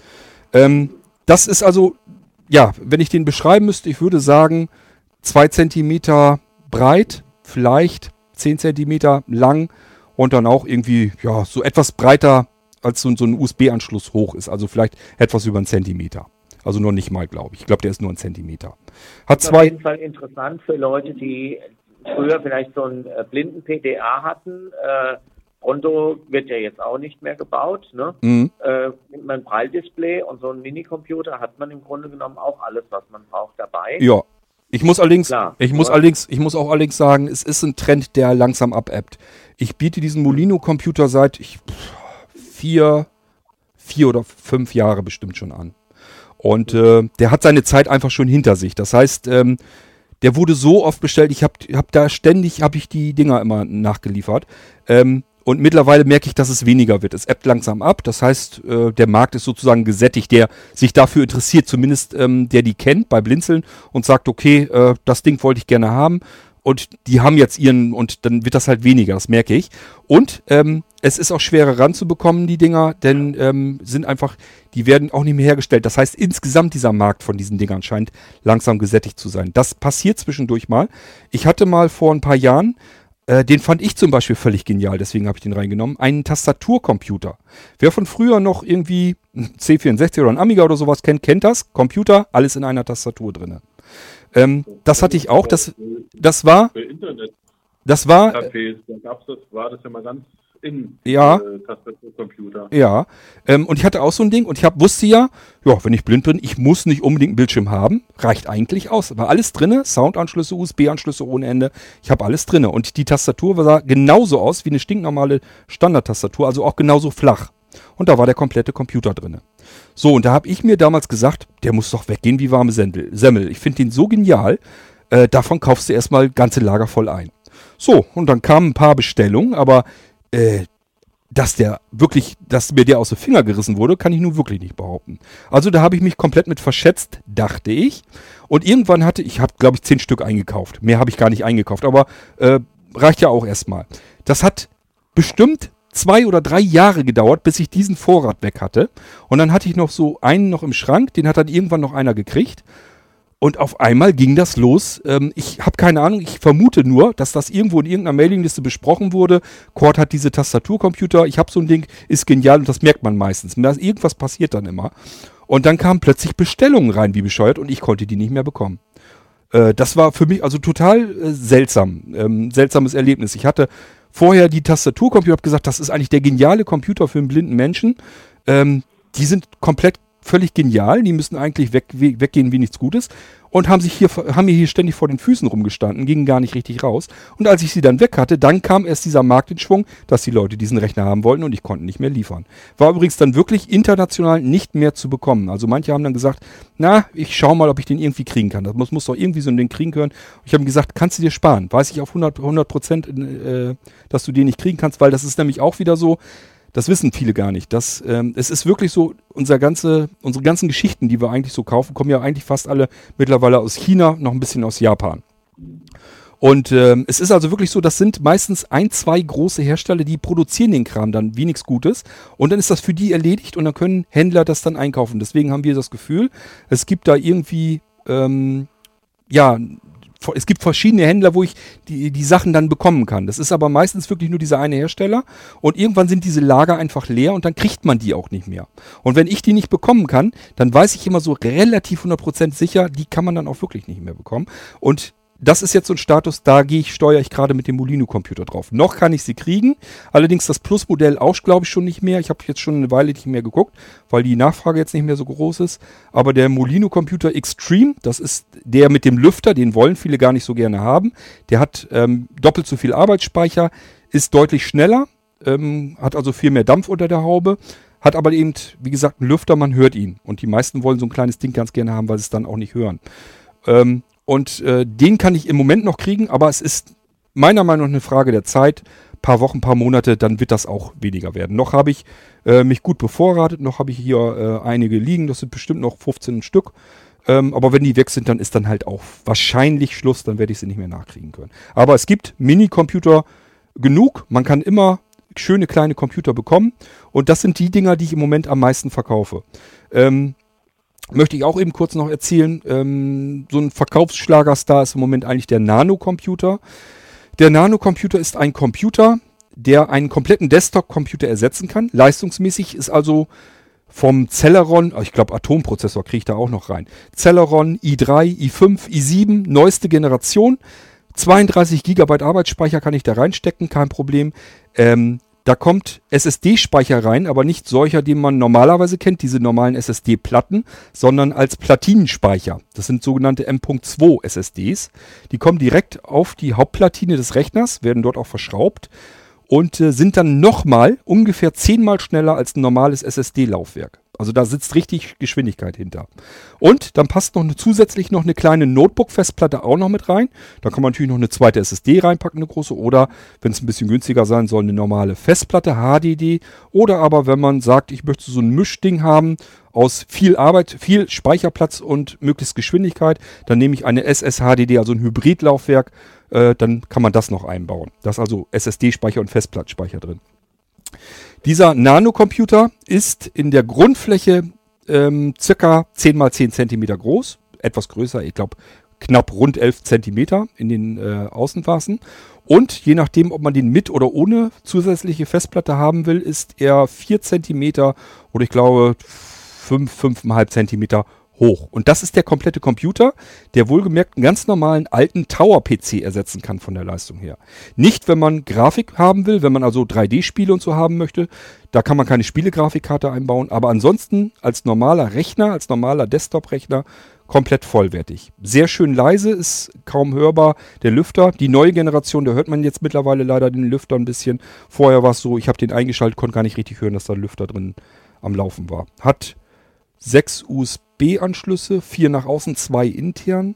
Ähm, das ist also, ja, wenn ich den beschreiben müsste, ich würde sagen, zwei Zentimeter breit, vielleicht zehn Zentimeter lang und dann auch irgendwie, ja, so etwas breiter als so, so ein U S B-Anschluss hoch ist. Also vielleicht etwas über einen Zentimeter. Also noch nicht mal, glaube ich. Ich glaube, der ist nur ein Zentimeter. Hat Das ist zwei. auf jeden Fall interessant für Leute, die früher vielleicht so einen äh, blinden P D A hatten. Äh, Pronto wird ja jetzt auch nicht mehr gebaut. Ne? Mhm. Äh, nimmt man ein Braille-Display und so einen Minicomputer hat man im Grunde genommen auch alles, was man braucht, dabei. Ja. Ich muss allerdings, Klar, ich muss aber- allerdings, ich muss auch allerdings sagen, es ist ein Trend, der langsam abebbt. Ich biete diesen Molino-Computer seit ich, pff, vier, vier oder fünf Jahre bestimmt schon an. Und äh, der hat seine Zeit einfach schon hinter sich. Das heißt, ähm, der wurde so oft bestellt, ich habe hab da ständig, habe ich die Dinger immer nachgeliefert. Ähm, und mittlerweile merke ich, dass es weniger wird. Es ebbt langsam ab. Das heißt, äh, der Markt ist sozusagen gesättigt, der sich dafür interessiert, zumindest ähm, der die kennt bei Blinzeln und sagt, okay, äh, das Ding wollte ich gerne haben. Und die haben jetzt ihren, und dann wird das halt weniger, das merke ich. Und ähm, es ist auch schwerer ranzubekommen, die Dinger, denn ähm, sind einfach, die werden auch nicht mehr hergestellt. Das heißt, insgesamt dieser Markt von diesen Dingern scheint langsam gesättigt zu sein. Das passiert zwischendurch mal. Ich hatte mal vor ein paar Jahren, äh, den fand ich zum Beispiel völlig genial, deswegen habe ich den reingenommen, einen Tastaturcomputer. Wer von früher noch irgendwie einen C vierundsechzig oder einen Amiga oder sowas kennt, kennt das. Computer, alles in einer Tastatur drin. Ähm, das hatte ich auch, das, das war, Für Internet-Cafés, das war, da gab's das, war das ja mal ganz in Ja. äh, Tastaturcomputer. ja, ähm, und ich hatte auch so ein Ding und ich hab, wusste ja, ja, wenn ich blind bin, ich muss nicht unbedingt einen Bildschirm haben, reicht eigentlich aus. War alles drinne, Soundanschlüsse, U S B-Anschlüsse ohne Ende, ich habe alles drinne. Und die Tastatur sah genauso aus wie eine stinknormale Standardtastatur, also auch genauso flach. Und da war der komplette Computer drinne. So, und da habe ich mir damals gesagt, der muss doch weggehen wie warme Sendel, Semmel. Ich finde den so genial, äh, davon kaufst du erstmal ganze Lager voll ein. So, und dann kamen ein paar Bestellungen, aber äh, dass der wirklich, dass mir der aus den Finger gerissen wurde, kann ich nun wirklich nicht behaupten. Also da habe ich mich komplett mit verschätzt, dachte ich. Und irgendwann hatte ich, habe glaube ich zehn Stück eingekauft. Mehr habe ich gar nicht eingekauft, aber äh, reicht ja auch erstmal. Das hat bestimmt zwei oder drei Jahre gedauert, bis ich diesen Vorrat weg hatte. Und dann hatte ich noch so einen noch im Schrank, den hat dann irgendwann noch einer gekriegt. Und auf einmal ging das los. Ähm, ich habe keine Ahnung, ich vermute nur, dass das irgendwo in irgendeiner Mailingliste besprochen wurde. Cord hat diese Tastaturcomputer, ich habe so ein Ding, ist genial und das merkt man meistens. Irgendwas passiert dann immer. Und dann kamen plötzlich Bestellungen rein, wie bescheuert, und ich konnte die nicht mehr bekommen. Äh, das war für mich also total äh, seltsam, ähm, seltsames Erlebnis. Ich hatte vorher die Tastaturcomputer, habe gesagt, das ist eigentlich der geniale Computer für einen blinden Menschen. Ähm, die sind komplett völlig genial, die müssen eigentlich weg, we- weggehen wie nichts Gutes und haben sich hier, haben mir hier ständig vor den Füßen rumgestanden, gingen gar nicht richtig raus. Und als ich sie dann weg hatte, dann kam erst dieser Markt in Schwung, dass die Leute diesen Rechner haben wollten und ich konnte nicht mehr liefern. War übrigens dann wirklich international nicht mehr zu bekommen. Also manche haben dann gesagt, na, ich schau mal, ob ich den irgendwie kriegen kann. Das muss, muss doch irgendwie so ein Ding kriegen können. Und ich habe gesagt, kannst du dir sparen? Weiß ich auf hundert Prozent, äh, dass du den nicht kriegen kannst, weil das ist nämlich auch wieder so, das wissen viele gar nicht. Das, ähm, es ist wirklich so, unser ganze, unsere ganzen Geschichten, die wir eigentlich so kaufen, kommen ja eigentlich fast alle mittlerweile aus China, noch ein bisschen aus Japan. Und ähm, es ist also wirklich so, das sind meistens ein, zwei große Hersteller, die produzieren den Kram dann wie nichts Gutes. Und dann ist das für die erledigt und dann können Händler das dann einkaufen. Deswegen haben wir das Gefühl, es gibt da irgendwie, ähm, ja, es gibt verschiedene Händler, wo ich die, die Sachen dann bekommen kann. Das ist aber meistens wirklich nur dieser eine Hersteller und irgendwann sind diese Lager einfach leer und dann kriegt man die auch nicht mehr. Und wenn ich die nicht bekommen kann, dann weiß ich immer so relativ hundert Prozent sicher, die kann man dann auch wirklich nicht mehr bekommen. Und das ist jetzt so ein Status, da gehe ich, steuere ich gerade mit dem Molino-Computer drauf. Noch kann ich sie kriegen, allerdings das Plus-Modell auch, glaube ich, schon nicht mehr. Ich habe jetzt schon eine Weile nicht mehr geguckt, weil die Nachfrage jetzt nicht mehr so groß ist. Aber der Molino-Computer Extreme, das ist der mit dem Lüfter, den wollen viele gar nicht so gerne haben. Der hat ähm, doppelt so viel Arbeitsspeicher, ist deutlich schneller, ähm, hat also viel mehr Dampf unter der Haube, hat aber eben, wie gesagt, einen Lüfter, man hört ihn. Und die meisten wollen so ein kleines Ding ganz gerne haben, weil sie es dann auch nicht hören. Ähm, Und äh, den kann ich im Moment noch kriegen, aber es ist meiner Meinung nach eine Frage der Zeit. Paar Wochen, paar Monate, dann wird das auch weniger werden. Noch habe ich äh, mich gut bevorratet, noch habe ich hier äh, einige liegen, das sind bestimmt noch fünfzehn Stück. Ähm, aber wenn die weg sind, dann ist dann halt auch wahrscheinlich Schluss, dann werde ich sie nicht mehr nachkriegen können. Aber es gibt Mini-Computer genug, man kann immer schöne kleine Computer bekommen und das sind die Dinger, die ich im Moment am meisten verkaufe. Ähm, Möchte ich auch eben kurz noch erzählen, ähm, so ein Verkaufsschlagerstar ist im Moment eigentlich der Nano-Computer. Der Nano-Computer ist ein Computer, der einen kompletten Desktop-Computer ersetzen kann. Leistungsmäßig ist also vom Celeron, ich glaube Atomprozessor kriege ich da auch noch rein, Celeron i drei, i fünf, i sieben, neueste Generation. zweiunddreißig Gigabyte Arbeitsspeicher kann ich da reinstecken, kein Problem. Ähm, Da kommt S S D-Speicher rein, aber nicht solcher, den man normalerweise kennt, diese normalen S S D-Platten, sondern als Platinenspeicher. Das sind sogenannte M Punkt zwei S S Ds. Die kommen direkt auf die Hauptplatine des Rechners, werden dort auch verschraubt und äh, sind dann nochmal ungefähr zehnmal schneller als ein normales S S D-Laufwerk. Also da sitzt richtig Geschwindigkeit hinter. Und dann passt noch eine, zusätzlich noch eine kleine Notebook-Festplatte auch noch mit rein. Da kann man natürlich noch eine zweite S S D reinpacken, eine große. Oder, wenn es ein bisschen günstiger sein soll, eine normale Festplatte, H D D. Oder aber, wenn man sagt, ich möchte so ein Mischding haben aus viel Arbeit, viel Speicherplatz und möglichst Geschwindigkeit, dann nehme ich eine S S H D D, also ein Hybridlaufwerk. Äh, dann kann man das noch einbauen. Da ist also S S D-Speicher und Festplattenspeicher drin. Dieser Nano-Computer ist in der Grundfläche ähm, circa zehn mal zehn Zentimeter groß, etwas größer, ich glaube knapp rund elf Zentimeter in den äh, Außenmaßen. Und je nachdem, ob man den mit oder ohne zusätzliche Festplatte haben will, ist er vier Zentimeter oder ich glaube fünf, fünf Komma fünf Zentimeter hoch. Und das ist der komplette Computer, der wohlgemerkt einen ganz normalen alten Tower-P C ersetzen kann von der Leistung her. Nicht, wenn man Grafik haben will, wenn man also drei D-Spiele und so haben möchte, da kann man keine Spielegrafikkarte einbauen, aber ansonsten als normaler Rechner, als normaler Desktop-Rechner komplett vollwertig. Sehr schön leise, ist kaum hörbar. Der Lüfter, die neue Generation, da hört man jetzt mittlerweile leider den Lüfter ein bisschen. Vorher war es so, ich habe den eingeschaltet, konnte gar nicht richtig hören, dass da ein Lüfter drin am Laufen war. Hat sechs U S B-Anschlüsse, vier nach außen, zwei intern.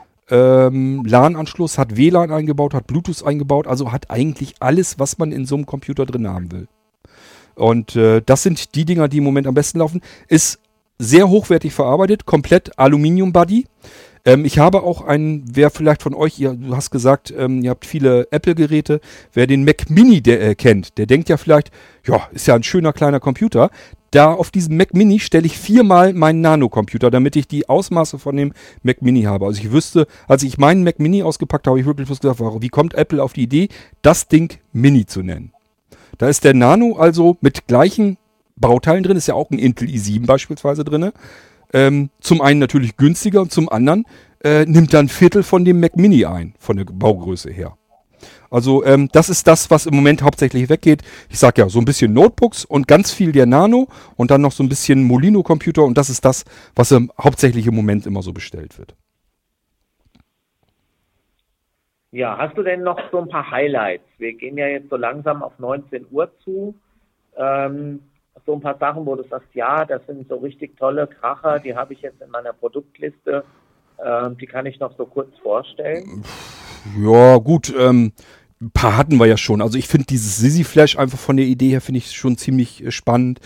Ähm, LAN-Anschluss, hat W L A N eingebaut, hat Bluetooth eingebaut, also hat eigentlich alles, was man in so einem Computer drin haben will. Und äh, das sind die Dinger, die im Moment am besten laufen. Ist sehr hochwertig verarbeitet, komplett Aluminium-Body. Ähm, ich habe auch einen, wer vielleicht von euch, ihr, du hast gesagt, ähm, ihr habt viele Apple-Geräte, wer den Mac Mini der, äh, kennt, der denkt ja vielleicht, ja, ist ja ein schöner kleiner Computer. Da auf diesem Mac Mini stelle ich viermal meinen Nano-Computer, damit ich die Ausmaße von dem Mac Mini habe. Also ich wüsste, als ich meinen Mac Mini ausgepackt habe, habe ich wirklich was gesagt, warum, wie kommt Apple auf die Idee, das Ding Mini zu nennen? Da ist der Nano also mit gleichen Bauteilen drin, ist ja auch ein Intel i sieben beispielsweise drin. Ähm, zum einen natürlich günstiger und zum anderen äh, nimmt er ein Viertel von dem Mac Mini ein, von der Baugröße her. Also ähm, das ist das, was im Moment hauptsächlich weggeht. Ich sag ja, so ein bisschen Notebooks und ganz viel der Nano und dann noch so ein bisschen Molino-Computer und das ist das, was ähm, hauptsächlich im Moment immer so bestellt wird. Ja, hast du denn noch so ein paar Highlights? Wir gehen ja jetzt so langsam auf neunzehn Uhr zu. Ähm, so ein paar Sachen, wo du sagst, ja, das sind so richtig tolle Kracher, die habe ich jetzt in meiner Produktliste. Ähm, die kann ich noch so kurz vorstellen. Ja, gut, ähm, ein paar hatten wir ja schon. Also ich finde dieses Sisi Flash einfach von der Idee her finde ich schon ziemlich äh, spannend.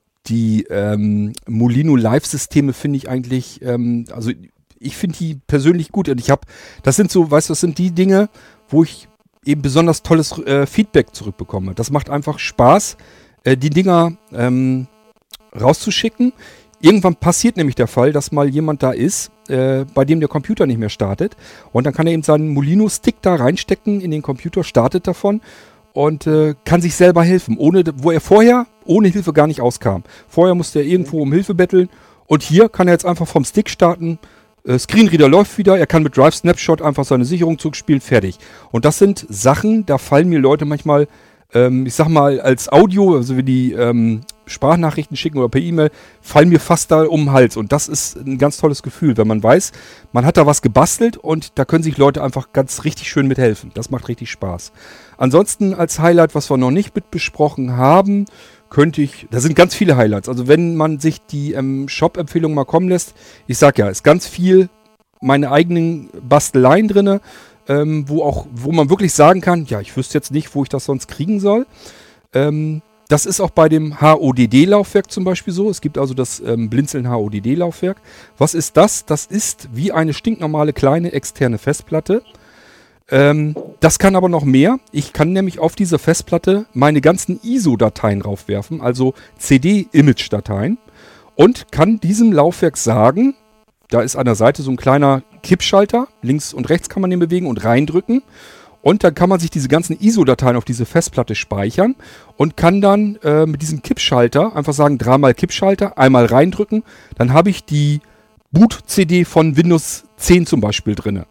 Die ähm, Molino Live-Systeme finde ich eigentlich, ähm, also ich finde die persönlich gut. Und ich habe, das sind so, weißt du, das sind die Dinge, wo ich eben besonders tolles äh, Feedback zurückbekomme. Das macht einfach Spaß, äh, die Dinger ähm, rauszuschicken. Irgendwann passiert nämlich der Fall, dass mal jemand da ist, äh, bei dem der Computer nicht mehr startet. Und dann kann er eben seinen Molino-Stick da reinstecken in den Computer, startet davon und äh, kann sich selber helfen, ohne, wo er vorher ohne Hilfe gar nicht auskam. Vorher musste er irgendwo um Hilfe betteln und hier kann er jetzt einfach vom Stick starten. Äh, Screenreader läuft wieder, er kann mit Drive Snapshot einfach seine Sicherung zurückspielen, fertig. Und das sind Sachen, da fallen mir Leute manchmal, ähm, ich sag mal, als Audio, also wenn die ähm, Sprachnachrichten schicken oder per E-Mail, fallen mir fast da um den Hals. Und das ist ein ganz tolles Gefühl, wenn man weiß, man hat da was gebastelt und da können sich Leute einfach ganz richtig schön mithelfen. Das macht richtig Spaß. Ansonsten als Highlight, was wir noch nicht mit besprochen haben, könnte ich, da sind ganz viele Highlights. Also wenn man sich die ähm, Shop-Empfehlung mal kommen lässt, ich sag ja, ist ganz viel meine eigenen Basteleien drin, ähm, wo auch, wo man wirklich sagen kann, ja, ich wüsste jetzt nicht, wo ich das sonst kriegen soll. Ähm, das ist auch bei dem H O D D-Laufwerk zum Beispiel so. Es gibt also das ähm, Blinzeln H O D D-Laufwerk. Was ist das? Das ist wie eine stinknormale kleine externe Festplatte. Ähm, das kann aber noch mehr. Ich kann nämlich auf diese Festplatte meine ganzen I S O-Dateien raufwerfen, also C D-Image-Dateien, und kann diesem Laufwerk sagen, da ist an der Seite so ein kleiner Kippschalter, links und rechts kann man den bewegen und reindrücken. Und dann kann man sich diese ganzen I S O-Dateien auf diese Festplatte speichern und kann dann äh, mit diesem Kippschalter einfach sagen, dreimal Kippschalter, einmal reindrücken. Dann habe ich die Boot-C D von Windows zehn zum Beispiel drin.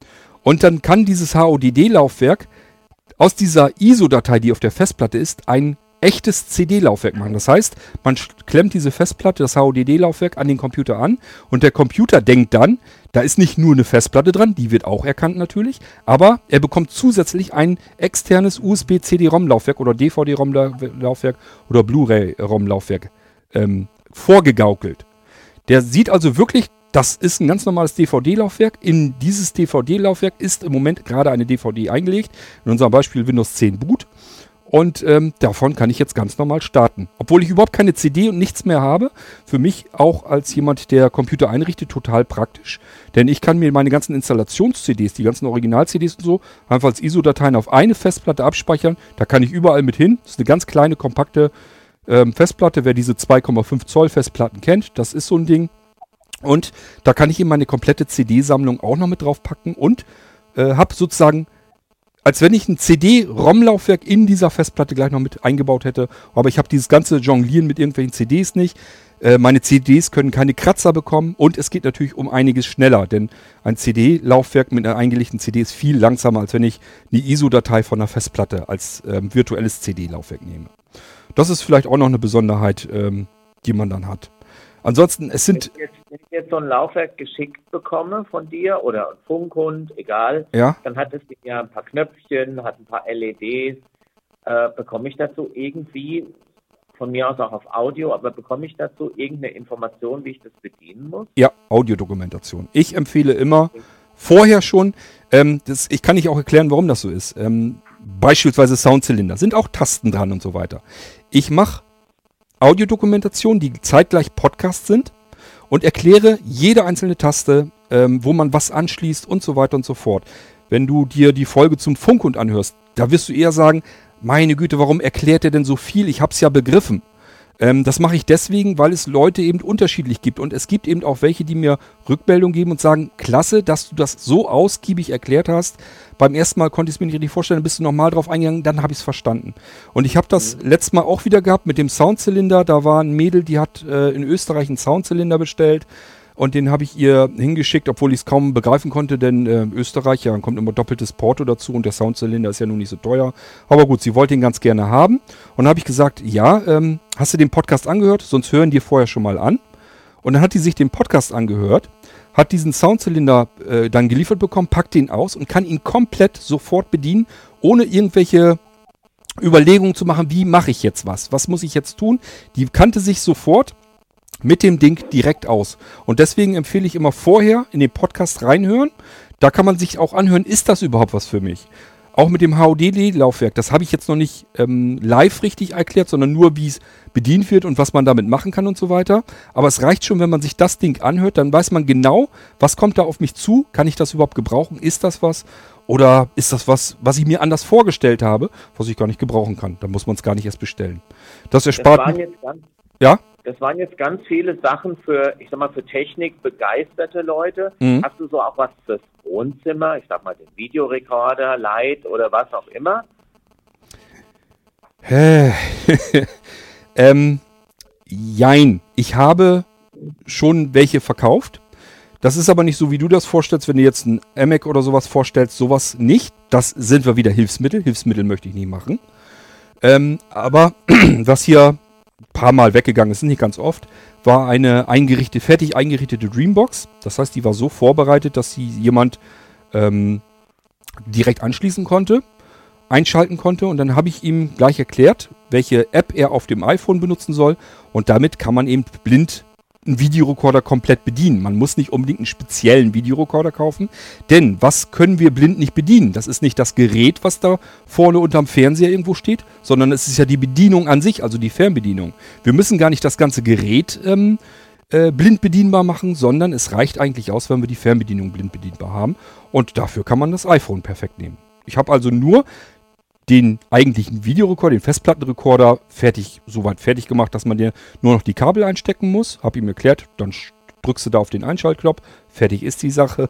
Und dann kann dieses H O D D-Laufwerk aus dieser I S O-Datei, die auf der Festplatte ist, ein echtes C D-Laufwerk machen. Das heißt, man klemmt diese Festplatte, das H O D D-Laufwerk, an den Computer an und der Computer denkt dann, da ist nicht nur eine Festplatte dran, die wird auch erkannt natürlich, aber er bekommt zusätzlich ein externes U S B-C D-ROM-Laufwerk oder D V D-ROM-Laufwerk oder Blu-ray-ROM-Laufwerk ähm, vorgegaukelt. Der sieht also wirklich, das ist ein ganz normales D V D-Laufwerk. In dieses D V D-Laufwerk ist im Moment gerade eine D V D eingelegt. In unserem Beispiel Windows zehn Boot. Und ähm, davon kann ich jetzt ganz normal starten. Obwohl ich überhaupt keine C D und nichts mehr habe. Für mich auch als jemand, der Computer einrichtet, total praktisch. Denn ich kann mir meine ganzen Installations-C Ds, die ganzen Original-C Ds und so, einfach als I S O-Dateien auf eine Festplatte abspeichern. Da kann ich überall mit hin. Das ist eine ganz kleine, kompakte ähm, Festplatte. Wer diese zwei Komma fünf Zoll Festplatten kennt, das ist so ein Ding. Und da kann ich eben meine komplette C D-Sammlung auch noch mit drauf packen und äh, habe sozusagen, als wenn ich ein C D-ROM-Laufwerk in dieser Festplatte gleich noch mit eingebaut hätte. Aber ich habe dieses ganze Jonglieren mit irgendwelchen C Ds nicht. Äh, meine C Ds können keine Kratzer bekommen und es geht natürlich um einiges schneller, denn ein C D-Laufwerk mit einer eingelegten C D ist viel langsamer, als wenn ich eine I S O-Datei von einer Festplatte als ähm, virtuelles C D-Laufwerk nehme. Das ist vielleicht auch noch eine Besonderheit, ähm, die man dann hat. Ansonsten, es sind... Wenn ich, jetzt, wenn ich jetzt so ein Laufwerk geschickt bekomme von dir oder ein Funkhund, egal, ja? Dann hat es ja ein paar Knöpfchen, hat ein paar L E Ds. Äh, bekomme ich dazu irgendwie, von mir aus auch auf Audio, aber bekomme ich dazu irgendeine Information, wie ich das bedienen muss? Ja, Audiodokumentation. Ich empfehle immer vorher schon, ähm, das, ich kann nicht auch erklären, warum das so ist. Ähm, beispielsweise Soundzylinder, sind auch Tasten dran und so weiter. Ich mache Audiodokumentation, die zeitgleich Podcasts sind und erkläre jede einzelne Taste ähm, wo man was anschließt und so weiter und so fort. Wenn du dir die Folge zum Funkhund anhörst, da wirst du eher sagen, meine Güte, warum erklärt er denn so viel? Ich hab's ja begriffen. Ähm, das mache ich deswegen, weil es Leute eben unterschiedlich gibt. Und es gibt eben auch welche, die mir Rückmeldung geben und sagen, klasse, dass du das so ausgiebig erklärt hast. Beim ersten Mal konnte ich es mir nicht richtig vorstellen, dann bist du nochmal drauf eingegangen, dann habe ich es verstanden. Und ich habe das mhm. letztes Mal auch wieder gehabt mit dem Soundzylinder. Da war ein Mädel, die hat äh, in Österreich einen Soundzylinder bestellt. Und den habe ich ihr hingeschickt, obwohl ich es kaum begreifen konnte, denn äh, Österreich, ja, dann kommt immer doppeltes Porto dazu und der Soundzylinder ist ja nun nicht so teuer. Aber gut, sie wollte ihn ganz gerne haben. Und dann habe ich gesagt, ja, ähm, hast du den Podcast angehört? Sonst hören dir vorher schon mal an. Und dann hat die sich den Podcast angehört, hat diesen Soundzylinder äh, dann geliefert bekommen, packt den aus und kann ihn komplett sofort bedienen, ohne irgendwelche Überlegungen zu machen, wie mache ich jetzt was? Was muss ich jetzt tun? Die kannte sich sofort mit dem Ding direkt aus. Und deswegen empfehle ich immer vorher in den Podcast reinhören. Da kann man sich auch anhören, ist das überhaupt was für mich? Auch mit dem H O D D-Laufwerk. Das habe ich jetzt noch nicht ähm, live richtig erklärt, sondern nur, wie es bedient wird und was man damit machen kann und so weiter. Aber es reicht schon, wenn man sich das Ding anhört, dann weiß man genau, was kommt da auf mich zu? Kann ich das überhaupt gebrauchen? Ist das was? Oder ist das was, was ich mir anders vorgestellt habe, was ich gar nicht gebrauchen kann? Dann muss man es gar nicht erst bestellen. Das erspart... Das waren jetzt ganz ja? Das waren jetzt ganz viele Sachen für, ich sag mal, für Technik begeisterte Leute. Mhm. Hast du so auch was fürs Wohnzimmer? Ich sag mal, den Videorekorder, Light oder was auch immer? ähm, jein. Ich habe schon welche verkauft. Das ist aber nicht so, wie du das vorstellst, wenn du jetzt ein A M E C oder sowas vorstellst. Sowas nicht. Das sind wir wieder Hilfsmittel. Hilfsmittel möchte ich nicht machen. Ähm, aber was hier paar Mal weggegangen ist, nicht ganz oft, war eine eingerichtete, fertig eingerichtete Dreambox. Das heißt, die war so vorbereitet, dass sie jemand ähm, direkt anschließen konnte, einschalten konnte und dann habe ich ihm gleich erklärt, welche App er auf dem iPhone benutzen soll und damit kann man eben blind einen Videorekorder komplett bedienen. Man muss nicht unbedingt einen speziellen Videorekorder kaufen, denn was können wir blind nicht bedienen? Das ist nicht das Gerät, was da vorne unterm Fernseher irgendwo steht, sondern es ist ja die Bedienung an sich, also die Fernbedienung. Wir müssen gar nicht das ganze Gerät ähm, äh, blind bedienbar machen, sondern es reicht eigentlich aus, wenn wir die Fernbedienung blind bedienbar haben und dafür kann man das iPhone perfekt nehmen. Ich habe also nur den eigentlichen Videorekorder, den Festplattenrekorder fertig, soweit fertig gemacht, dass man dir nur noch die Kabel einstecken muss. Hab ihm erklärt, dann drückst du da auf den Einschaltknopf, fertig ist die Sache.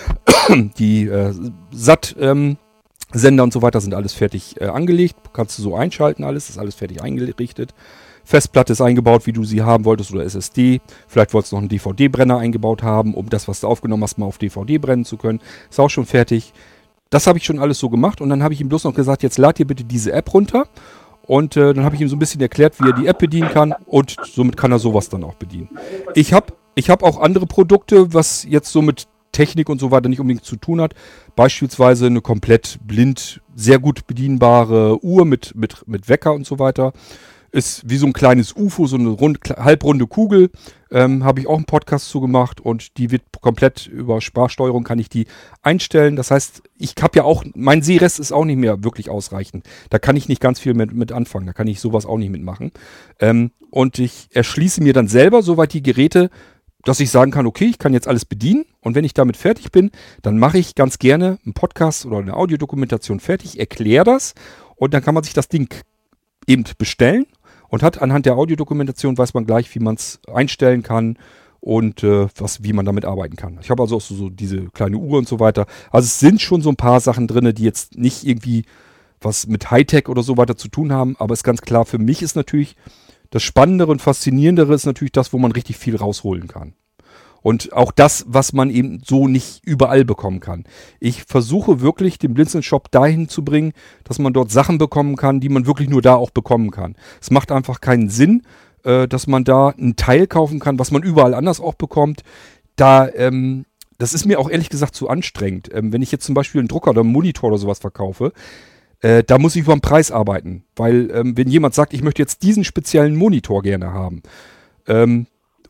Die äh, S A T-Sender ähm, und so weiter sind alles fertig äh, angelegt, kannst du so einschalten alles, ist alles fertig eingerichtet. Festplatte ist eingebaut, wie du sie haben wolltest, oder S S D. Vielleicht wolltest du noch einen D V D-Brenner eingebaut haben, um das, was du aufgenommen hast, mal auf D V D brennen zu können. Ist auch schon fertig. Das habe ich schon alles so gemacht und dann habe ich ihm bloß noch gesagt, jetzt lad dir bitte diese App runter und äh, dann habe ich ihm so ein bisschen erklärt, wie er die App bedienen kann und somit kann er sowas dann auch bedienen. Ich habe ich hab auch andere Produkte, was jetzt so mit Technik und so weiter nicht unbedingt zu tun hat. Beispielsweise eine komplett blind, sehr gut bedienbare Uhr mit, mit, mit Wecker und so weiter. Ist wie so ein kleines U F O, so eine rund, halbrunde Kugel. Ähm, habe ich auch einen Podcast zu gemacht und die wird komplett über Sprachsteuerung kann ich die einstellen. Das heißt, ich habe ja auch, mein Sehrest ist auch nicht mehr wirklich ausreichend. Da kann ich nicht ganz viel mit, mit anfangen. Da kann ich sowas auch nicht mitmachen. Ähm, und ich erschließe mir dann selber soweit die Geräte, dass ich sagen kann, okay, ich kann jetzt alles bedienen. Und wenn ich damit fertig bin, dann mache ich ganz gerne einen Podcast oder eine Audiodokumentation fertig, erkläre das und dann kann man sich das Ding eben bestellen. Und hat anhand der Audiodokumentation weiß man gleich, wie man es einstellen kann und äh, was, wie man damit arbeiten kann. Ich habe also auch so, so diese kleine Uhr und so weiter. Also es sind schon so ein paar Sachen drin, die jetzt nicht irgendwie was mit Hightech oder so weiter zu tun haben. Aber ist ganz klar, für mich ist natürlich das Spannendere und Faszinierendere ist natürlich das, wo man richtig viel rausholen kann. Und auch das, was man eben so nicht überall bekommen kann. Ich versuche wirklich, den Blinzeln-Shop dahin zu bringen, dass man dort Sachen bekommen kann, die man wirklich nur da auch bekommen kann. Es macht einfach keinen Sinn, äh, dass man da einen Teil kaufen kann, was man überall anders auch bekommt. Da, ähm, das ist mir auch ehrlich gesagt zu anstrengend. Ähm, wenn ich jetzt zum Beispiel einen Drucker oder einen Monitor oder sowas verkaufe, äh, da muss ich über den Preis arbeiten. Weil ähm, wenn jemand sagt, ich möchte jetzt diesen speziellen Monitor gerne haben, ähm,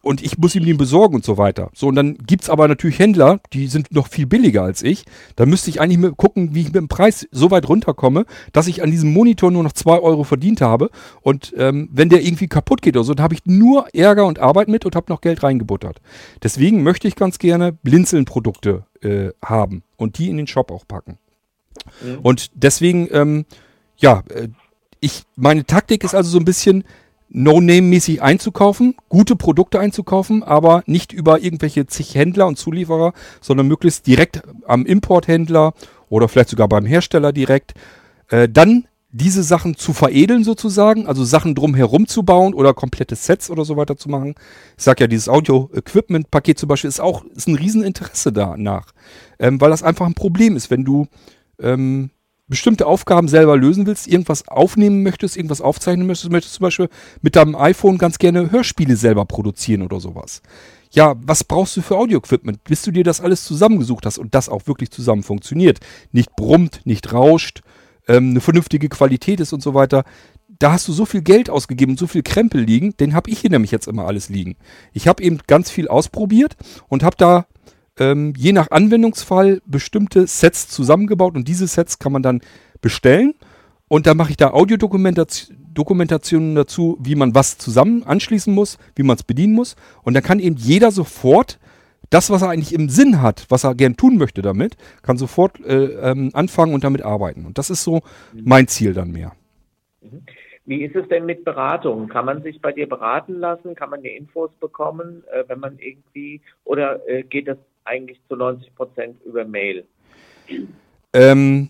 und ich muss ihm den besorgen und so weiter. So, und dann gibt's aber natürlich Händler, die sind noch viel billiger als ich. Da müsste ich eigentlich mit, gucken, wie ich mit dem Preis so weit runterkomme, dass ich an diesem Monitor nur noch zwei Euro verdient habe. Und ähm, wenn der irgendwie kaputt geht oder so, dann habe ich nur Ärger und Arbeit mit und habe noch Geld reingebuttert. Deswegen möchte ich ganz gerne Blinzeln-Produkte äh, haben und die in den Shop auch packen. Mhm. Und deswegen, ähm, ja, äh, ich, meine Taktik ist also so ein bisschen No-Name-mäßig einzukaufen, gute Produkte einzukaufen, aber nicht über irgendwelche zig Händler und Zulieferer, sondern möglichst direkt am Importhändler oder vielleicht sogar beim Hersteller direkt. Äh, dann diese Sachen zu veredeln sozusagen, also Sachen drumherum zu bauen oder komplette Sets oder so weiter zu machen. Ich sag ja, dieses Audio-Equipment-Paket zum Beispiel ist auch ist ein Rieseninteresse danach, ähm, weil das einfach ein Problem ist, wenn du ähm, bestimmte Aufgaben selber lösen willst, irgendwas aufnehmen möchtest, irgendwas aufzeichnen möchtest, möchtest zum Beispiel mit deinem iPhone ganz gerne Hörspiele selber produzieren oder sowas. Ja, was brauchst du für Audio-Equipment, bis du dir das alles zusammengesucht hast und das auch wirklich zusammen funktioniert, nicht brummt, nicht rauscht, ähm, eine vernünftige Qualität ist und so weiter. Da hast du so viel Geld ausgegeben und so viel Krempel liegen, den habe ich hier nämlich jetzt immer alles liegen. Ich habe eben ganz viel ausprobiert und habe da Ähm, je nach Anwendungsfall bestimmte Sets zusammengebaut und diese Sets kann man dann bestellen und dann mache ich da Audiodokumentationen dazu, wie man was zusammen anschließen muss, wie man es bedienen muss und dann kann eben jeder sofort das, was er eigentlich im Sinn hat, was er gern tun möchte damit, kann sofort äh, ähm, anfangen und damit arbeiten und das ist so mein Ziel dann mehr. Wie ist es denn mit Beratung? Kann man sich bei dir beraten lassen? Kann man dir Infos bekommen, äh, wenn man irgendwie, oder äh, geht das eigentlich zu neunzig Prozent über Mail? Ähm,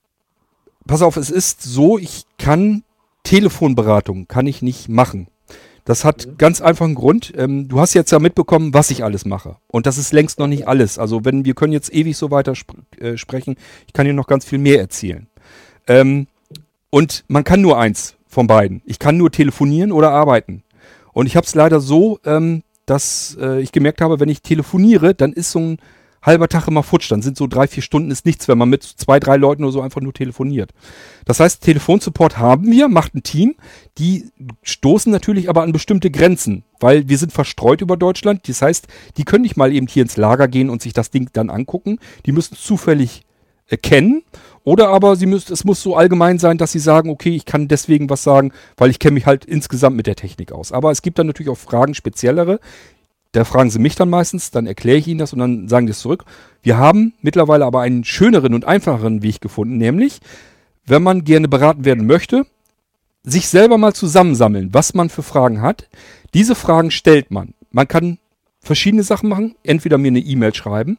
pass auf, es ist so, ich kann Telefonberatung, kann ich nicht machen. Das hat mhm. ganz einfach einen Grund. Ähm, du hast jetzt ja mitbekommen, was ich alles mache. Und das ist längst noch nicht alles. Also wenn wir können jetzt ewig so weiter sp- äh, sprechen, ich kann dir noch ganz viel mehr erzählen. Ähm, und man kann nur eins von beiden. Ich kann nur telefonieren oder arbeiten. Und ich habe es leider so, ähm, dass äh, ich gemerkt habe, wenn ich telefoniere, dann ist so ein halber Tag immer futsch. Dann sind so drei, vier Stunden ist nichts, wenn man mit zwei, drei Leuten oder so einfach nur telefoniert. Das heißt, Telefonsupport haben wir, macht ein Team. Die stoßen natürlich aber an bestimmte Grenzen, weil wir sind verstreut über Deutschland. Das heißt, die können nicht mal eben hier ins Lager gehen und sich das Ding dann angucken. Die müssen zufällig äh, kennen. Oder aber sie müsst, es muss so allgemein sein, dass sie sagen, okay, ich kann deswegen was sagen, weil ich kenne mich halt insgesamt mit der Technik aus. Aber es gibt dann natürlich auch Fragen, speziellere. Da fragen sie mich dann meistens, dann erkläre ich ihnen das und dann sagen die es zurück. Wir haben mittlerweile aber einen schöneren und einfacheren Weg gefunden, nämlich, wenn man gerne beraten werden möchte, sich selber mal zusammensammeln, was man für Fragen hat. Diese Fragen stellt man. Man kann verschiedene Sachen machen, entweder mir eine E-Mail schreiben,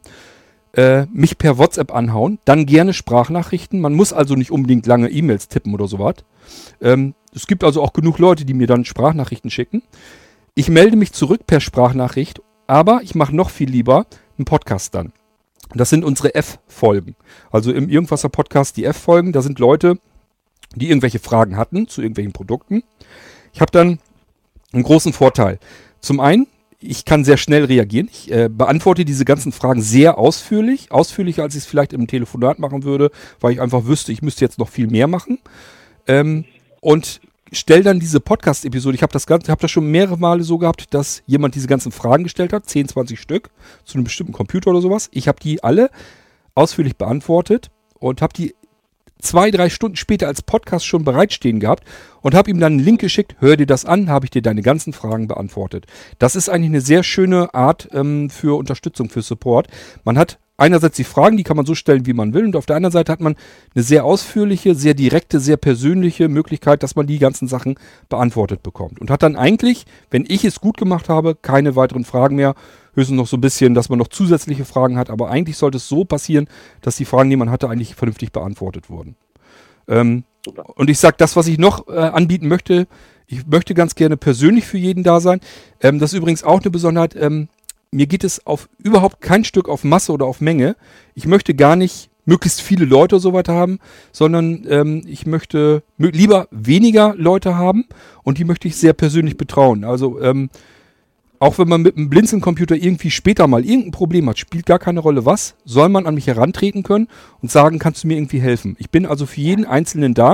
Äh, mich per WhatsApp anhauen, dann gerne Sprachnachrichten. Man muss also nicht unbedingt lange E-Mails tippen oder sowas. Ähm, es gibt also auch genug Leute, die mir dann Sprachnachrichten schicken. Ich melde mich zurück per Sprachnachricht, aber ich mache noch viel lieber einen Podcast dann. Das sind unsere F-Folgen. Also im Irgendwasser-Podcast die F-Folgen. Da sind Leute, die irgendwelche Fragen hatten zu irgendwelchen Produkten. Ich habe dann einen großen Vorteil. Zum einen, ich kann sehr schnell reagieren. Ich äh, beantworte diese ganzen Fragen sehr ausführlich. Ausführlicher, als ich es vielleicht im Telefonat machen würde, weil ich einfach wüsste, ich müsste jetzt noch viel mehr machen. Ähm, und stelle dann diese Podcast-Episode. Ich habe das, hab das schon mehrere Male so gehabt, dass jemand diese ganzen Fragen gestellt hat. zehn, zwanzig Stück zu einem bestimmten Computer oder sowas. Ich habe die alle ausführlich beantwortet und habe die zwei, drei Stunden später als Podcast schon bereitstehen gehabt und habe ihm dann einen Link geschickt, hör dir das an, habe ich dir deine ganzen Fragen beantwortet. Das ist eigentlich eine sehr schöne Art ähm, für Unterstützung, für Support. Man hat einerseits die Fragen, die kann man so stellen, wie man will, und auf der anderen Seite hat man eine sehr ausführliche, sehr direkte, sehr persönliche Möglichkeit, dass man die ganzen Sachen beantwortet bekommt. Und hat dann eigentlich, wenn ich es gut gemacht habe, keine weiteren Fragen mehr. Höchstens noch so ein bisschen, dass man noch zusätzliche Fragen hat. Aber eigentlich sollte es so passieren, dass die Fragen, die man hatte, eigentlich vernünftig beantwortet wurden. Ähm, und ich sage, das, was ich noch äh, anbieten möchte, ich möchte ganz gerne persönlich für jeden da sein. Ähm, das ist übrigens auch eine Besonderheit. Ähm, mir geht es auf überhaupt kein Stück auf Masse oder auf Menge. Ich möchte gar nicht möglichst viele Leute so weiter haben, sondern ähm, ich möchte mö- lieber weniger Leute haben und die möchte ich sehr persönlich betrauen. Also ähm, auch wenn man mit einem Blinzeln-Computer irgendwie später mal irgendein Problem hat, spielt gar keine Rolle was, soll man an mich herantreten können und sagen, kannst du mir irgendwie helfen? Ich bin also für jeden Einzelnen da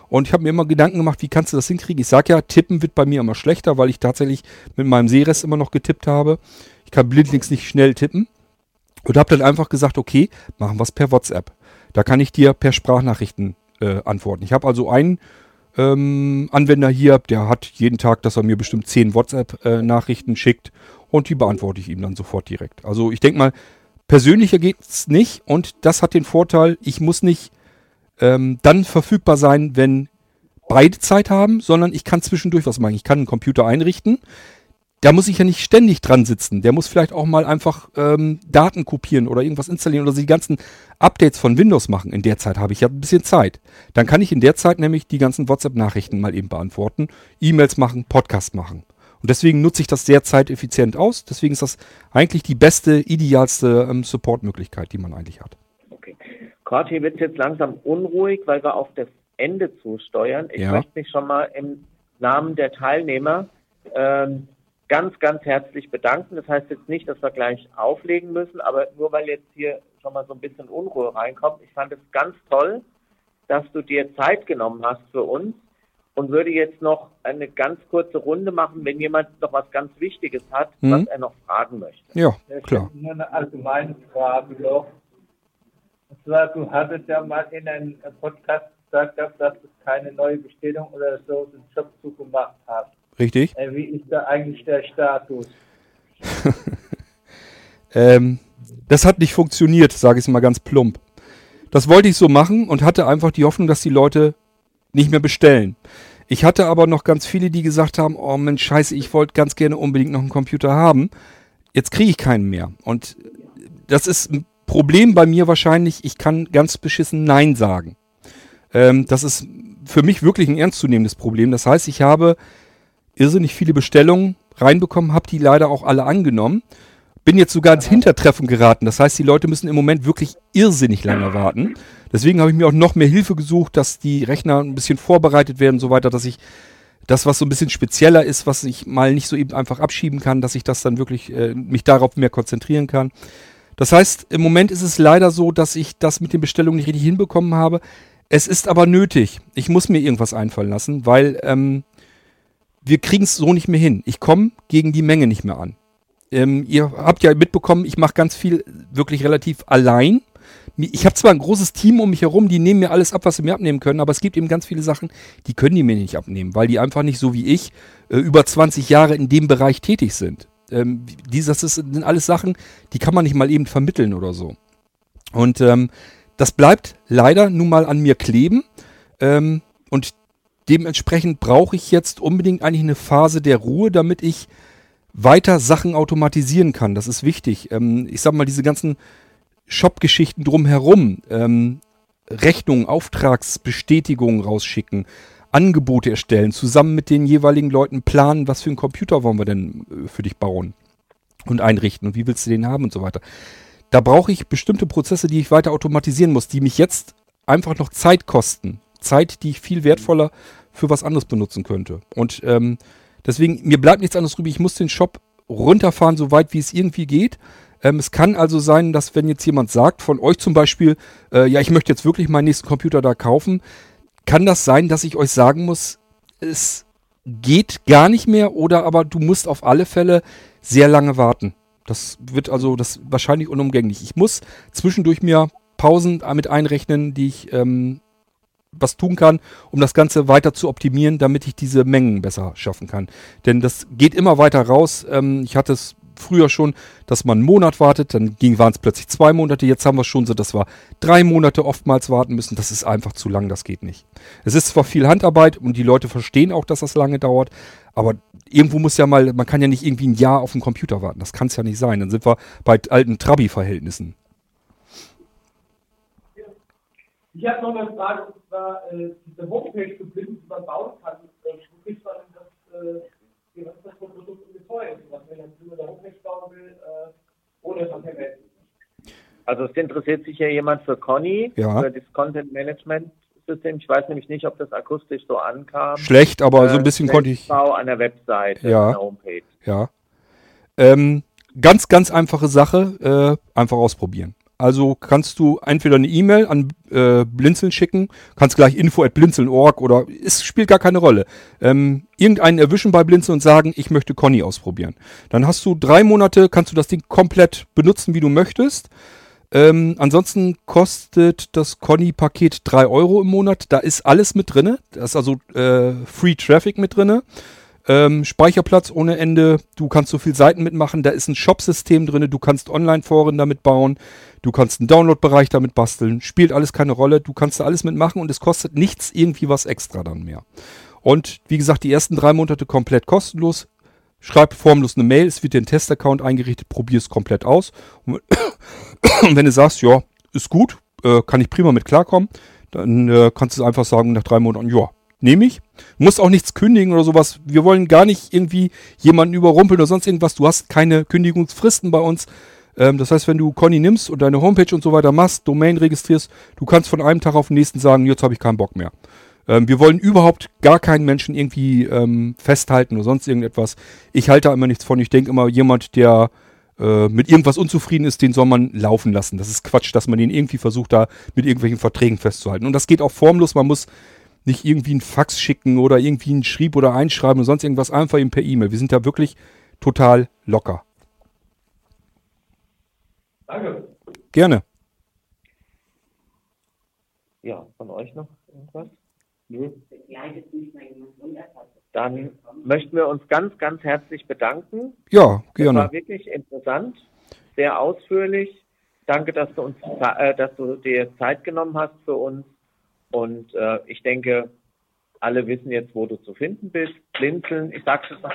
Und ich habe mir immer Gedanken gemacht, wie kannst du das hinkriegen? Ich sage ja, tippen wird bei mir immer schlechter, weil ich tatsächlich mit meinem Sehrest immer noch getippt habe. Ich kann blindlings nicht schnell tippen. Und habe dann einfach gesagt, okay, machen wir es per WhatsApp. Da kann ich dir per Sprachnachrichten äh, antworten. Ich habe also einen ähm, Anwender hier, der hat jeden Tag, dass er mir bestimmt zehn WhatsApp-Nachrichten äh, schickt und die beantworte ich ihm dann sofort direkt. Also ich denke mal, persönlicher geht es nicht und das hat den Vorteil, ich muss nicht ähm, dann verfügbar sein, wenn beide Zeit haben, sondern ich kann zwischendurch was machen. Ich kann einen Computer einrichten. Da muss ich ja nicht ständig dran sitzen. Der muss vielleicht auch mal einfach ähm, Daten kopieren oder irgendwas installieren oder die ganzen Updates von Windows machen. In der Zeit habe ich ja ein bisschen Zeit. Dann kann ich in der Zeit nämlich die ganzen WhatsApp-Nachrichten mal eben beantworten, E-Mails machen, Podcast machen. Und deswegen nutze ich das sehr zeiteffizient aus. Deswegen ist das eigentlich die beste, idealste ähm, Support-Möglichkeit, die man eigentlich hat. Okay. Kurt, hier wird es jetzt langsam unruhig, weil wir auf das Ende zusteuern. Ich Ja. möchte mich schon mal im Namen der Teilnehmer ähm, ganz, ganz herzlich bedanken. Das heißt jetzt nicht, dass wir gleich auflegen müssen, aber nur weil jetzt hier schon mal so ein bisschen Unruhe reinkommt. Ich fand es ganz toll, dass du dir Zeit genommen hast für uns und würde jetzt noch eine ganz kurze Runde machen, wenn jemand noch was ganz Wichtiges hat, Mhm. was er noch fragen möchte. Ja, Ich klar. habe nur eine allgemeine Frage noch. Und zwar, du hattest ja mal in einem Podcast gesagt, dass du keine neue Bestellung oder so den Job zugemacht hast. Richtig. Äh, wie ist da eigentlich der Status? Ähm, das hat nicht funktioniert, sage ich es mal ganz plump. Das wollte ich so machen und hatte einfach die Hoffnung, dass die Leute nicht mehr bestellen. Ich hatte aber noch ganz viele, die gesagt haben, oh Mensch, scheiße, ich wollte ganz gerne unbedingt noch einen Computer haben. Jetzt kriege ich keinen mehr. Und das ist ein Problem bei mir wahrscheinlich, ich kann ganz beschissen Nein sagen. Ähm, das ist für mich wirklich ein ernstzunehmendes Problem. Das heißt, ich habe irrsinnig viele Bestellungen reinbekommen, habe die leider auch alle angenommen. Bin jetzt sogar ins Hintertreffen geraten. Das heißt, die Leute müssen im Moment wirklich irrsinnig lange warten. Deswegen habe ich mir auch noch mehr Hilfe gesucht, dass die Rechner ein bisschen vorbereitet werden und so weiter, dass ich das, was so ein bisschen spezieller ist, was ich mal nicht so eben einfach abschieben kann, dass ich das dann wirklich äh, mich darauf mehr konzentrieren kann. Das heißt, im Moment ist es leider so, dass ich das mit den Bestellungen nicht richtig hinbekommen habe. Es ist aber nötig. Ich muss mir irgendwas einfallen lassen, weil ähm, wir kriegen es so nicht mehr hin. Ich komme gegen die Menge nicht mehr an. Ähm, ihr habt ja mitbekommen, ich mache ganz viel wirklich relativ allein. Ich habe zwar ein großes Team um mich herum, die nehmen mir alles ab, was sie mir abnehmen können, aber es gibt eben ganz viele Sachen, die können die mir nicht abnehmen, weil die einfach nicht so wie ich äh, über zwanzig Jahre in dem Bereich tätig sind. Ähm, dies, das ist, sind alles Sachen, die kann man nicht mal eben vermitteln oder so. Und ähm, das bleibt leider nun mal an mir kleben. Ähm, und dementsprechend brauche ich jetzt unbedingt eigentlich eine Phase der Ruhe, damit ich weiter Sachen automatisieren kann. Das ist wichtig. Ähm, ich sag mal, diese ganzen Shop-Geschichten drumherum, ähm, Rechnungen, Auftragsbestätigungen rausschicken, Angebote erstellen, zusammen mit den jeweiligen Leuten planen, was für einen Computer wollen wir denn äh, für dich bauen und einrichten und wie willst du den haben und so weiter. Da brauche ich bestimmte Prozesse, die ich weiter automatisieren muss, die mich jetzt einfach noch Zeit kosten. Zeit, die ich viel wertvoller für was anderes benutzen könnte. Und ähm, deswegen, mir bleibt nichts anderes übrig. Ich muss den Shop runterfahren, so weit wie es irgendwie geht. Ähm, es kann also sein, dass wenn jetzt jemand sagt, von euch zum Beispiel, äh, ja, ich möchte jetzt wirklich meinen nächsten Computer da kaufen, kann das sein, dass ich euch sagen muss, es geht gar nicht mehr oder aber du musst auf alle Fälle sehr lange warten. Das wird also das wahrscheinlich unumgänglich. Ich muss zwischendurch mir Pausen mit einrechnen, die ich ähm, was tun kann, um das Ganze weiter zu optimieren, damit ich diese Mengen besser schaffen kann. Denn das geht immer weiter raus. Ähm, ich hatte es früher schon, dass man einen Monat wartet, dann waren es plötzlich zwei Monate, jetzt haben wir es schon so, dass wir drei Monate oftmals warten müssen. Das ist einfach zu lang, das geht nicht. Es ist zwar viel Handarbeit und die Leute verstehen auch, dass das lange dauert, aber irgendwo muss ja mal, man kann ja nicht irgendwie ein Jahr auf den Computer warten, das kann es ja nicht sein. Dann sind wir bei alten Trabi-Verhältnissen. Ich habe noch eine Frage, und zwar äh, diese Homepage zu finden, die man bauen kann. Äh, wo kriegt man denn das, äh, was ist das für ein Produkt ungefähr ist, was man dann über der Homepage bauen will, äh, ohne das Internet? Also es interessiert sich ja jemand für Conny, Ja. für das Content Management System. Ich weiß nämlich nicht, ob das akustisch so ankam. Schlecht, aber so ein bisschen äh, konnte ich... Bau an der Webseite, Ja. an der Homepage. Ja. Ähm, ganz, ganz einfache Sache, äh, einfach ausprobieren. Also kannst du entweder eine E-Mail an äh, Blinzeln schicken, kannst gleich info at blinzeln punkt org oder es spielt gar keine Rolle. Ähm, irgendeinen erwischen bei Blinzeln und sagen, ich möchte Conny ausprobieren. Dann hast du drei Monate, kannst du das Ding komplett benutzen, wie du möchtest. Ähm, ansonsten kostet das Conny-Paket drei Euro im Monat. Da ist alles mit drinne. Da ist also äh, Free Traffic mit drinne. Ähm, Speicherplatz ohne Ende. Du kannst so viele Seiten mitmachen. Da ist ein Shop-System drinne. Du kannst Online-Foren damit bauen. Du kannst einen Download-Bereich damit basteln. Spielt alles keine Rolle. Du kannst da alles mitmachen und es kostet nichts irgendwie was extra dann mehr. Und wie gesagt, die ersten drei Monate komplett kostenlos. Schreib formlos eine Mail, es wird dir ein Testaccount eingerichtet, probier es komplett aus. Und wenn du sagst, ja, ist gut, äh, kann ich prima mit klarkommen, dann äh, kannst du einfach sagen nach drei Monaten, ja, nehme ich. Du musst auch nichts kündigen oder sowas. Wir wollen gar nicht irgendwie jemanden überrumpeln oder sonst irgendwas. Du hast keine Kündigungsfristen bei uns. Ähm, das heißt, wenn du Conny nimmst und deine Homepage und so weiter machst, Domain registrierst, du kannst von einem Tag auf den nächsten sagen, jetzt habe ich keinen Bock mehr. Ähm, wir wollen überhaupt gar keinen Menschen irgendwie ähm, festhalten oder sonst irgendetwas. Ich halte da immer nichts von. Ich denke immer, jemand, der äh, mit irgendwas unzufrieden ist, den soll man laufen lassen. Das ist Quatsch, dass man den irgendwie versucht, da mit irgendwelchen Verträgen festzuhalten. Und das geht auch formlos. Man muss nicht irgendwie einen Fax schicken oder irgendwie einen Schrieb oder einschreiben oder sonst irgendwas. Einfach eben per E-Mail. Wir sind da wirklich total locker. Danke. Gerne. Ja, von euch noch irgendwas? Nö. Dann möchten wir uns ganz, ganz herzlich bedanken. Ja, Das gerne. war wirklich interessant, sehr ausführlich. Danke, dass du uns, äh, dass du dir Zeit genommen hast für uns. Und äh, ich denke, alle wissen jetzt, wo du zu finden bist. Blinzeln, ich sag's es mal.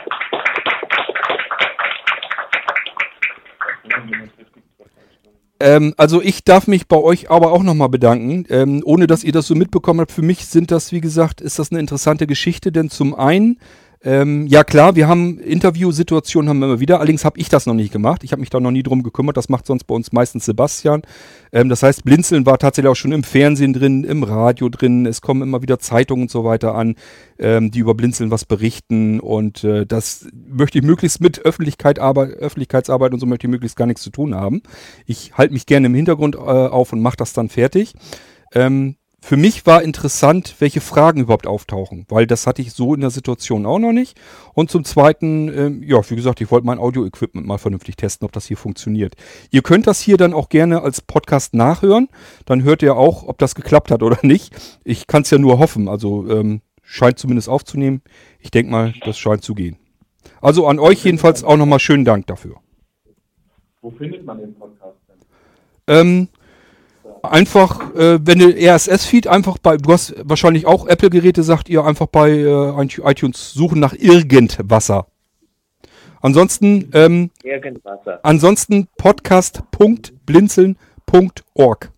Ähm, also ich darf mich bei euch aber auch nochmal bedanken, ähm, ohne dass ihr das so mitbekommen habt. Für mich sind das, wie gesagt, ist das eine interessante Geschichte, denn zum einen, ähm, ja klar, wir haben Interviewsituationen haben wir immer wieder, allerdings habe ich das noch nicht gemacht. Ich habe mich da noch nie drum gekümmert, das macht sonst bei uns meistens Sebastian. Ähm, das heißt, Blinzeln war tatsächlich auch schon im Fernsehen drin, im Radio drin, es kommen immer wieder Zeitungen und so weiter an, ähm, die über Blinzeln was berichten und äh, das möchte ich möglichst mit Öffentlichkeit, Arbeit, Öffentlichkeitsarbeit und so möchte ich möglichst gar nichts zu tun haben. Ich halte mich gerne im Hintergrund äh, auf und mache das dann fertig. Ähm, Für mich war interessant, welche Fragen überhaupt auftauchen, weil das hatte ich so in der Situation auch noch nicht. Und zum Zweiten, ähm, ja, wie gesagt, ich wollte mein Audio-Equipment mal vernünftig testen, ob das hier funktioniert. Ihr könnt das hier dann auch gerne als Podcast nachhören. Dann hört ihr auch, ob das geklappt hat oder nicht. Ich kann es ja nur hoffen, also ähm, scheint zumindest aufzunehmen. Ich denke mal, das scheint zu gehen. Also an euch jedenfalls auch nochmal schönen Dank dafür. Wo findet man den Podcast denn? Ähm, Einfach, äh, wenn du R S S-Feed einfach bei, du hast wahrscheinlich auch Apple-Geräte, sagt ihr, einfach bei äh, iTunes suchen nach Irgendwasser. Ansonsten, ähm, Irgendwasser. ansonsten podcast punkt blinzeln punkt org.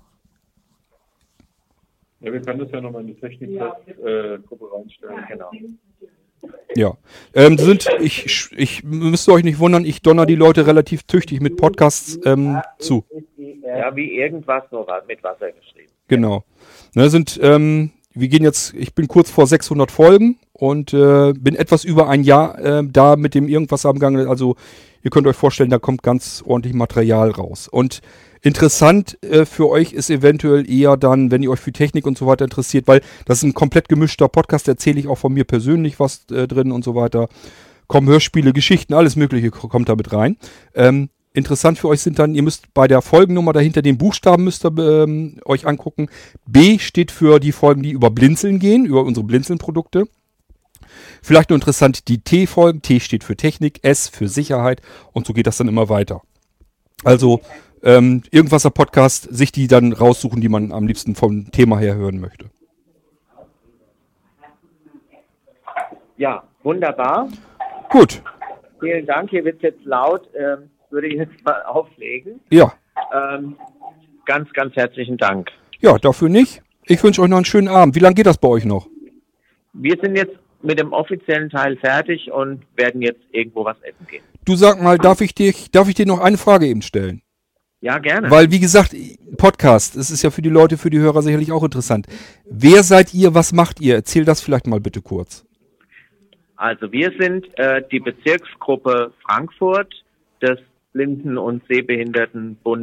Ja, wir können das ja nochmal in die Technik-Gruppe äh, reinstellen. Genau. Ja, ähm, sind, ich, ich müsste euch nicht wundern, ich donner die Leute relativ tüchtig mit Podcasts ähm, zu. Ja, wie irgendwas, nur mit Wasser geschrieben. Genau. Ne, sind, ähm, wir gehen jetzt, ich bin kurz vor sechshundert Folgen und äh, bin etwas über ein Jahr äh, da mit dem irgendwas am Gang. Also ihr könnt euch vorstellen, da kommt ganz ordentlich Material raus. Und interessant äh, für euch ist eventuell eher dann, wenn ihr euch für Technik und so weiter interessiert, weil das ist ein komplett gemischter Podcast, erzähle ich auch von mir persönlich was äh, drin und so weiter. Kommen Hörspiele, Geschichten, alles mögliche kommt da mit rein. Ähm, Interessant für euch sind dann, ihr müsst bei der Folgennummer dahinter den Buchstaben müsst ihr ähm, euch angucken. B steht für die Folgen, die über Blinzeln gehen, über unsere Blinzeln-Produkte. Vielleicht nur interessant, die T-Folgen. T steht für Technik, S für Sicherheit und so geht das dann immer weiter. Also ähm, irgendwas der Podcast, sich die dann raussuchen, die man am liebsten vom Thema her hören möchte. Ja, wunderbar. Gut. Vielen Dank. Hier wird es jetzt laut. Ähm, würde ich jetzt mal auflegen. Ja. Ähm, ganz, ganz herzlichen Dank. Ja, dafür nicht. Ich wünsche euch noch einen schönen Abend. Wie lange geht das bei euch noch? Wir sind jetzt mit dem offiziellen Teil fertig und werden jetzt irgendwo was essen gehen. Du sag mal, darf ich dir, darf ich dir noch eine Frage eben stellen? Ja, gerne. Weil, wie gesagt, Podcast, es ist ja für die Leute, für die Hörer sicherlich auch interessant. Wer seid ihr, was macht ihr? Erzähl das vielleicht mal bitte kurz. Also wir sind äh, die Bezirksgruppe Frankfurt des Blinden- und Sehbehindertenbundes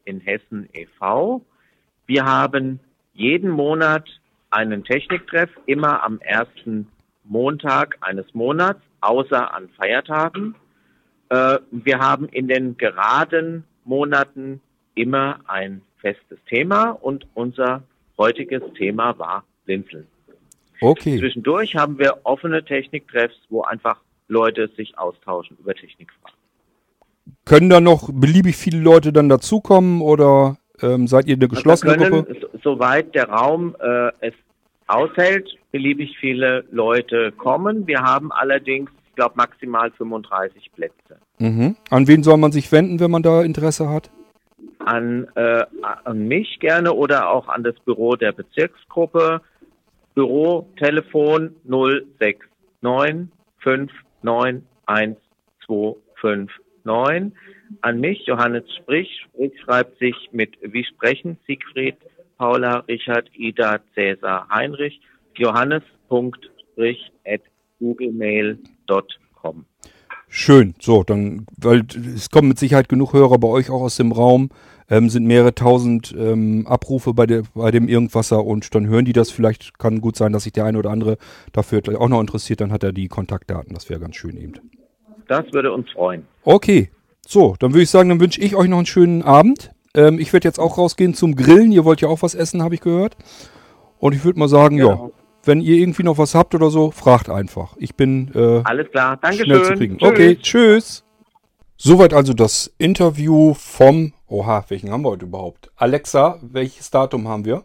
in Hessen e V Wir haben jeden Monat einen Techniktreff, immer am ersten Montag eines Monats, außer an Feiertagen. Äh, wir haben in den geraden Monaten immer ein festes Thema und unser heutiges Thema war Blinzeln. Okay. Zwischendurch haben wir offene Techniktreffs, wo einfach Leute sich austauschen über Technikfragen. Können da noch beliebig viele Leute dann dazukommen oder ähm, seid ihr eine geschlossene Wir können, Gruppe? so- soweit der Raum äh, es aushält, beliebig viele Leute kommen. Wir haben allerdings, ich glaube, maximal fünfunddreißig Plätze. Mhm. An wen soll man sich wenden, wenn man da Interesse hat? An, äh, an mich gerne oder auch an das Büro der Bezirksgruppe. Büro, Telefon null sechs neun fünf neun eins zwei fünf neun. An mich, Johannes Sprich. Sprich schreibt sich mit wie sprechen, Siegfried, Paula, Richard, Ida, Cäsar, Heinrich. Johannes.sprich at googlemail punkt com. Schön. So, dann, weil es kommen mit Sicherheit genug Hörer bei euch auch aus dem Raum. Ähm, sind mehrere tausend ähm, Abrufe bei, der, bei dem Irgendwasser und dann hören die das. Vielleicht kann gut sein, dass sich der eine oder andere dafür auch noch interessiert. Dann hat er die Kontaktdaten. Das wäre ganz schön eben. Das würde uns freuen. Okay. So, dann würde ich sagen, dann wünsche ich euch noch einen schönen Abend. Ähm, ich werde jetzt auch rausgehen zum Grillen. Ihr wollt ja auch was essen, habe ich gehört. Und ich würde mal sagen, ja, Genau. wenn ihr irgendwie noch was habt oder so, fragt einfach. Ich bin äh, Alles klar, Dankeschön. schnell zu kriegen. Tschüss. Okay, tschüss. Soweit also das Interview vom, oha, welchen haben wir heute überhaupt? Alexa, welches Datum haben wir?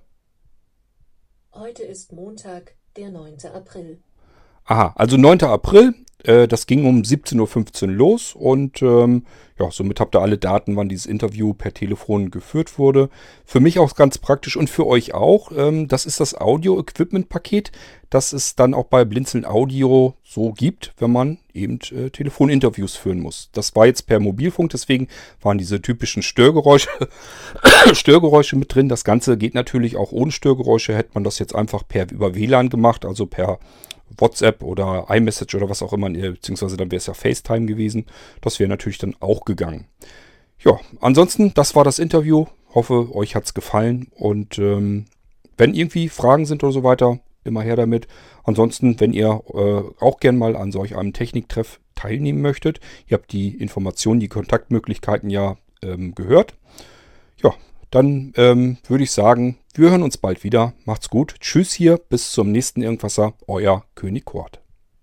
Heute ist Montag, der neunte April. Aha, also neunter April. Äh, das ging um siebzehn Uhr fünfzehn los und ähm, ja, somit habt ihr alle Daten, wann dieses Interview per Telefon geführt wurde. Für mich auch ganz praktisch und für euch auch. Ähm, das ist das Audio-Equipment-Paket, das es dann auch bei Blinzeln Audio so gibt, wenn man eben äh, Telefoninterviews führen muss. Das war jetzt per Mobilfunk, deswegen waren diese typischen Störgeräusche, Störgeräusche mit drin. Das Ganze geht natürlich auch ohne Störgeräusche. Hätte man das jetzt einfach per über W L A N gemacht, also per WhatsApp oder iMessage oder was auch immer, beziehungsweise dann wäre es ja FaceTime gewesen. Das wäre natürlich dann auch gegangen. Ja, ansonsten, das war das Interview. Hoffe, euch hat's gefallen. Und ähm, wenn irgendwie Fragen sind oder so weiter, immer her damit. Ansonsten, wenn ihr äh, auch gern mal an solch einem Techniktreff teilnehmen möchtet, ihr habt die Informationen, die Kontaktmöglichkeiten ja ähm, gehört. Ja, dann ähm, würde ich sagen, wir hören uns bald wieder. Macht's gut. Tschüss hier, bis zum nächsten Irgendwasser. Euer König Kurt.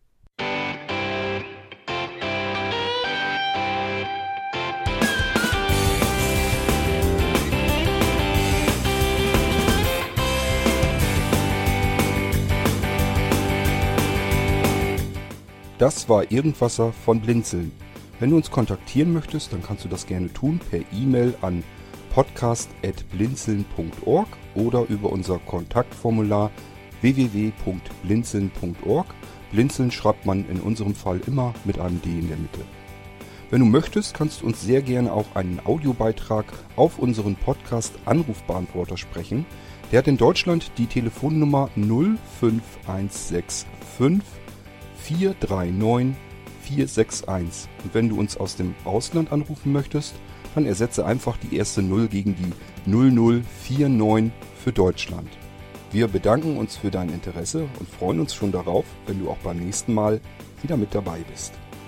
Das war Irgendwasser von Blinzeln. Wenn du uns kontaktieren möchtest, dann kannst du das gerne tun per E-Mail an podcast at blinzeln punkt org oder über unser Kontaktformular w w w punkt blinzeln punkt org. Blinzeln schreibt man in unserem Fall immer mit einem D in der Mitte. Wenn du möchtest, kannst du uns sehr gerne auch einen Audiobeitrag auf unseren Podcast-Anrufbeantworter sprechen. Der hat in Deutschland die Telefonnummer null fünf eins sechs fünf vier drei neun vier sechs eins. Und wenn du uns aus dem Ausland anrufen möchtest, dann ersetze einfach die erste null gegen die null null vier neun für Deutschland. Wir bedanken uns für dein Interesse und freuen uns schon darauf, wenn du auch beim nächsten Mal wieder mit dabei bist.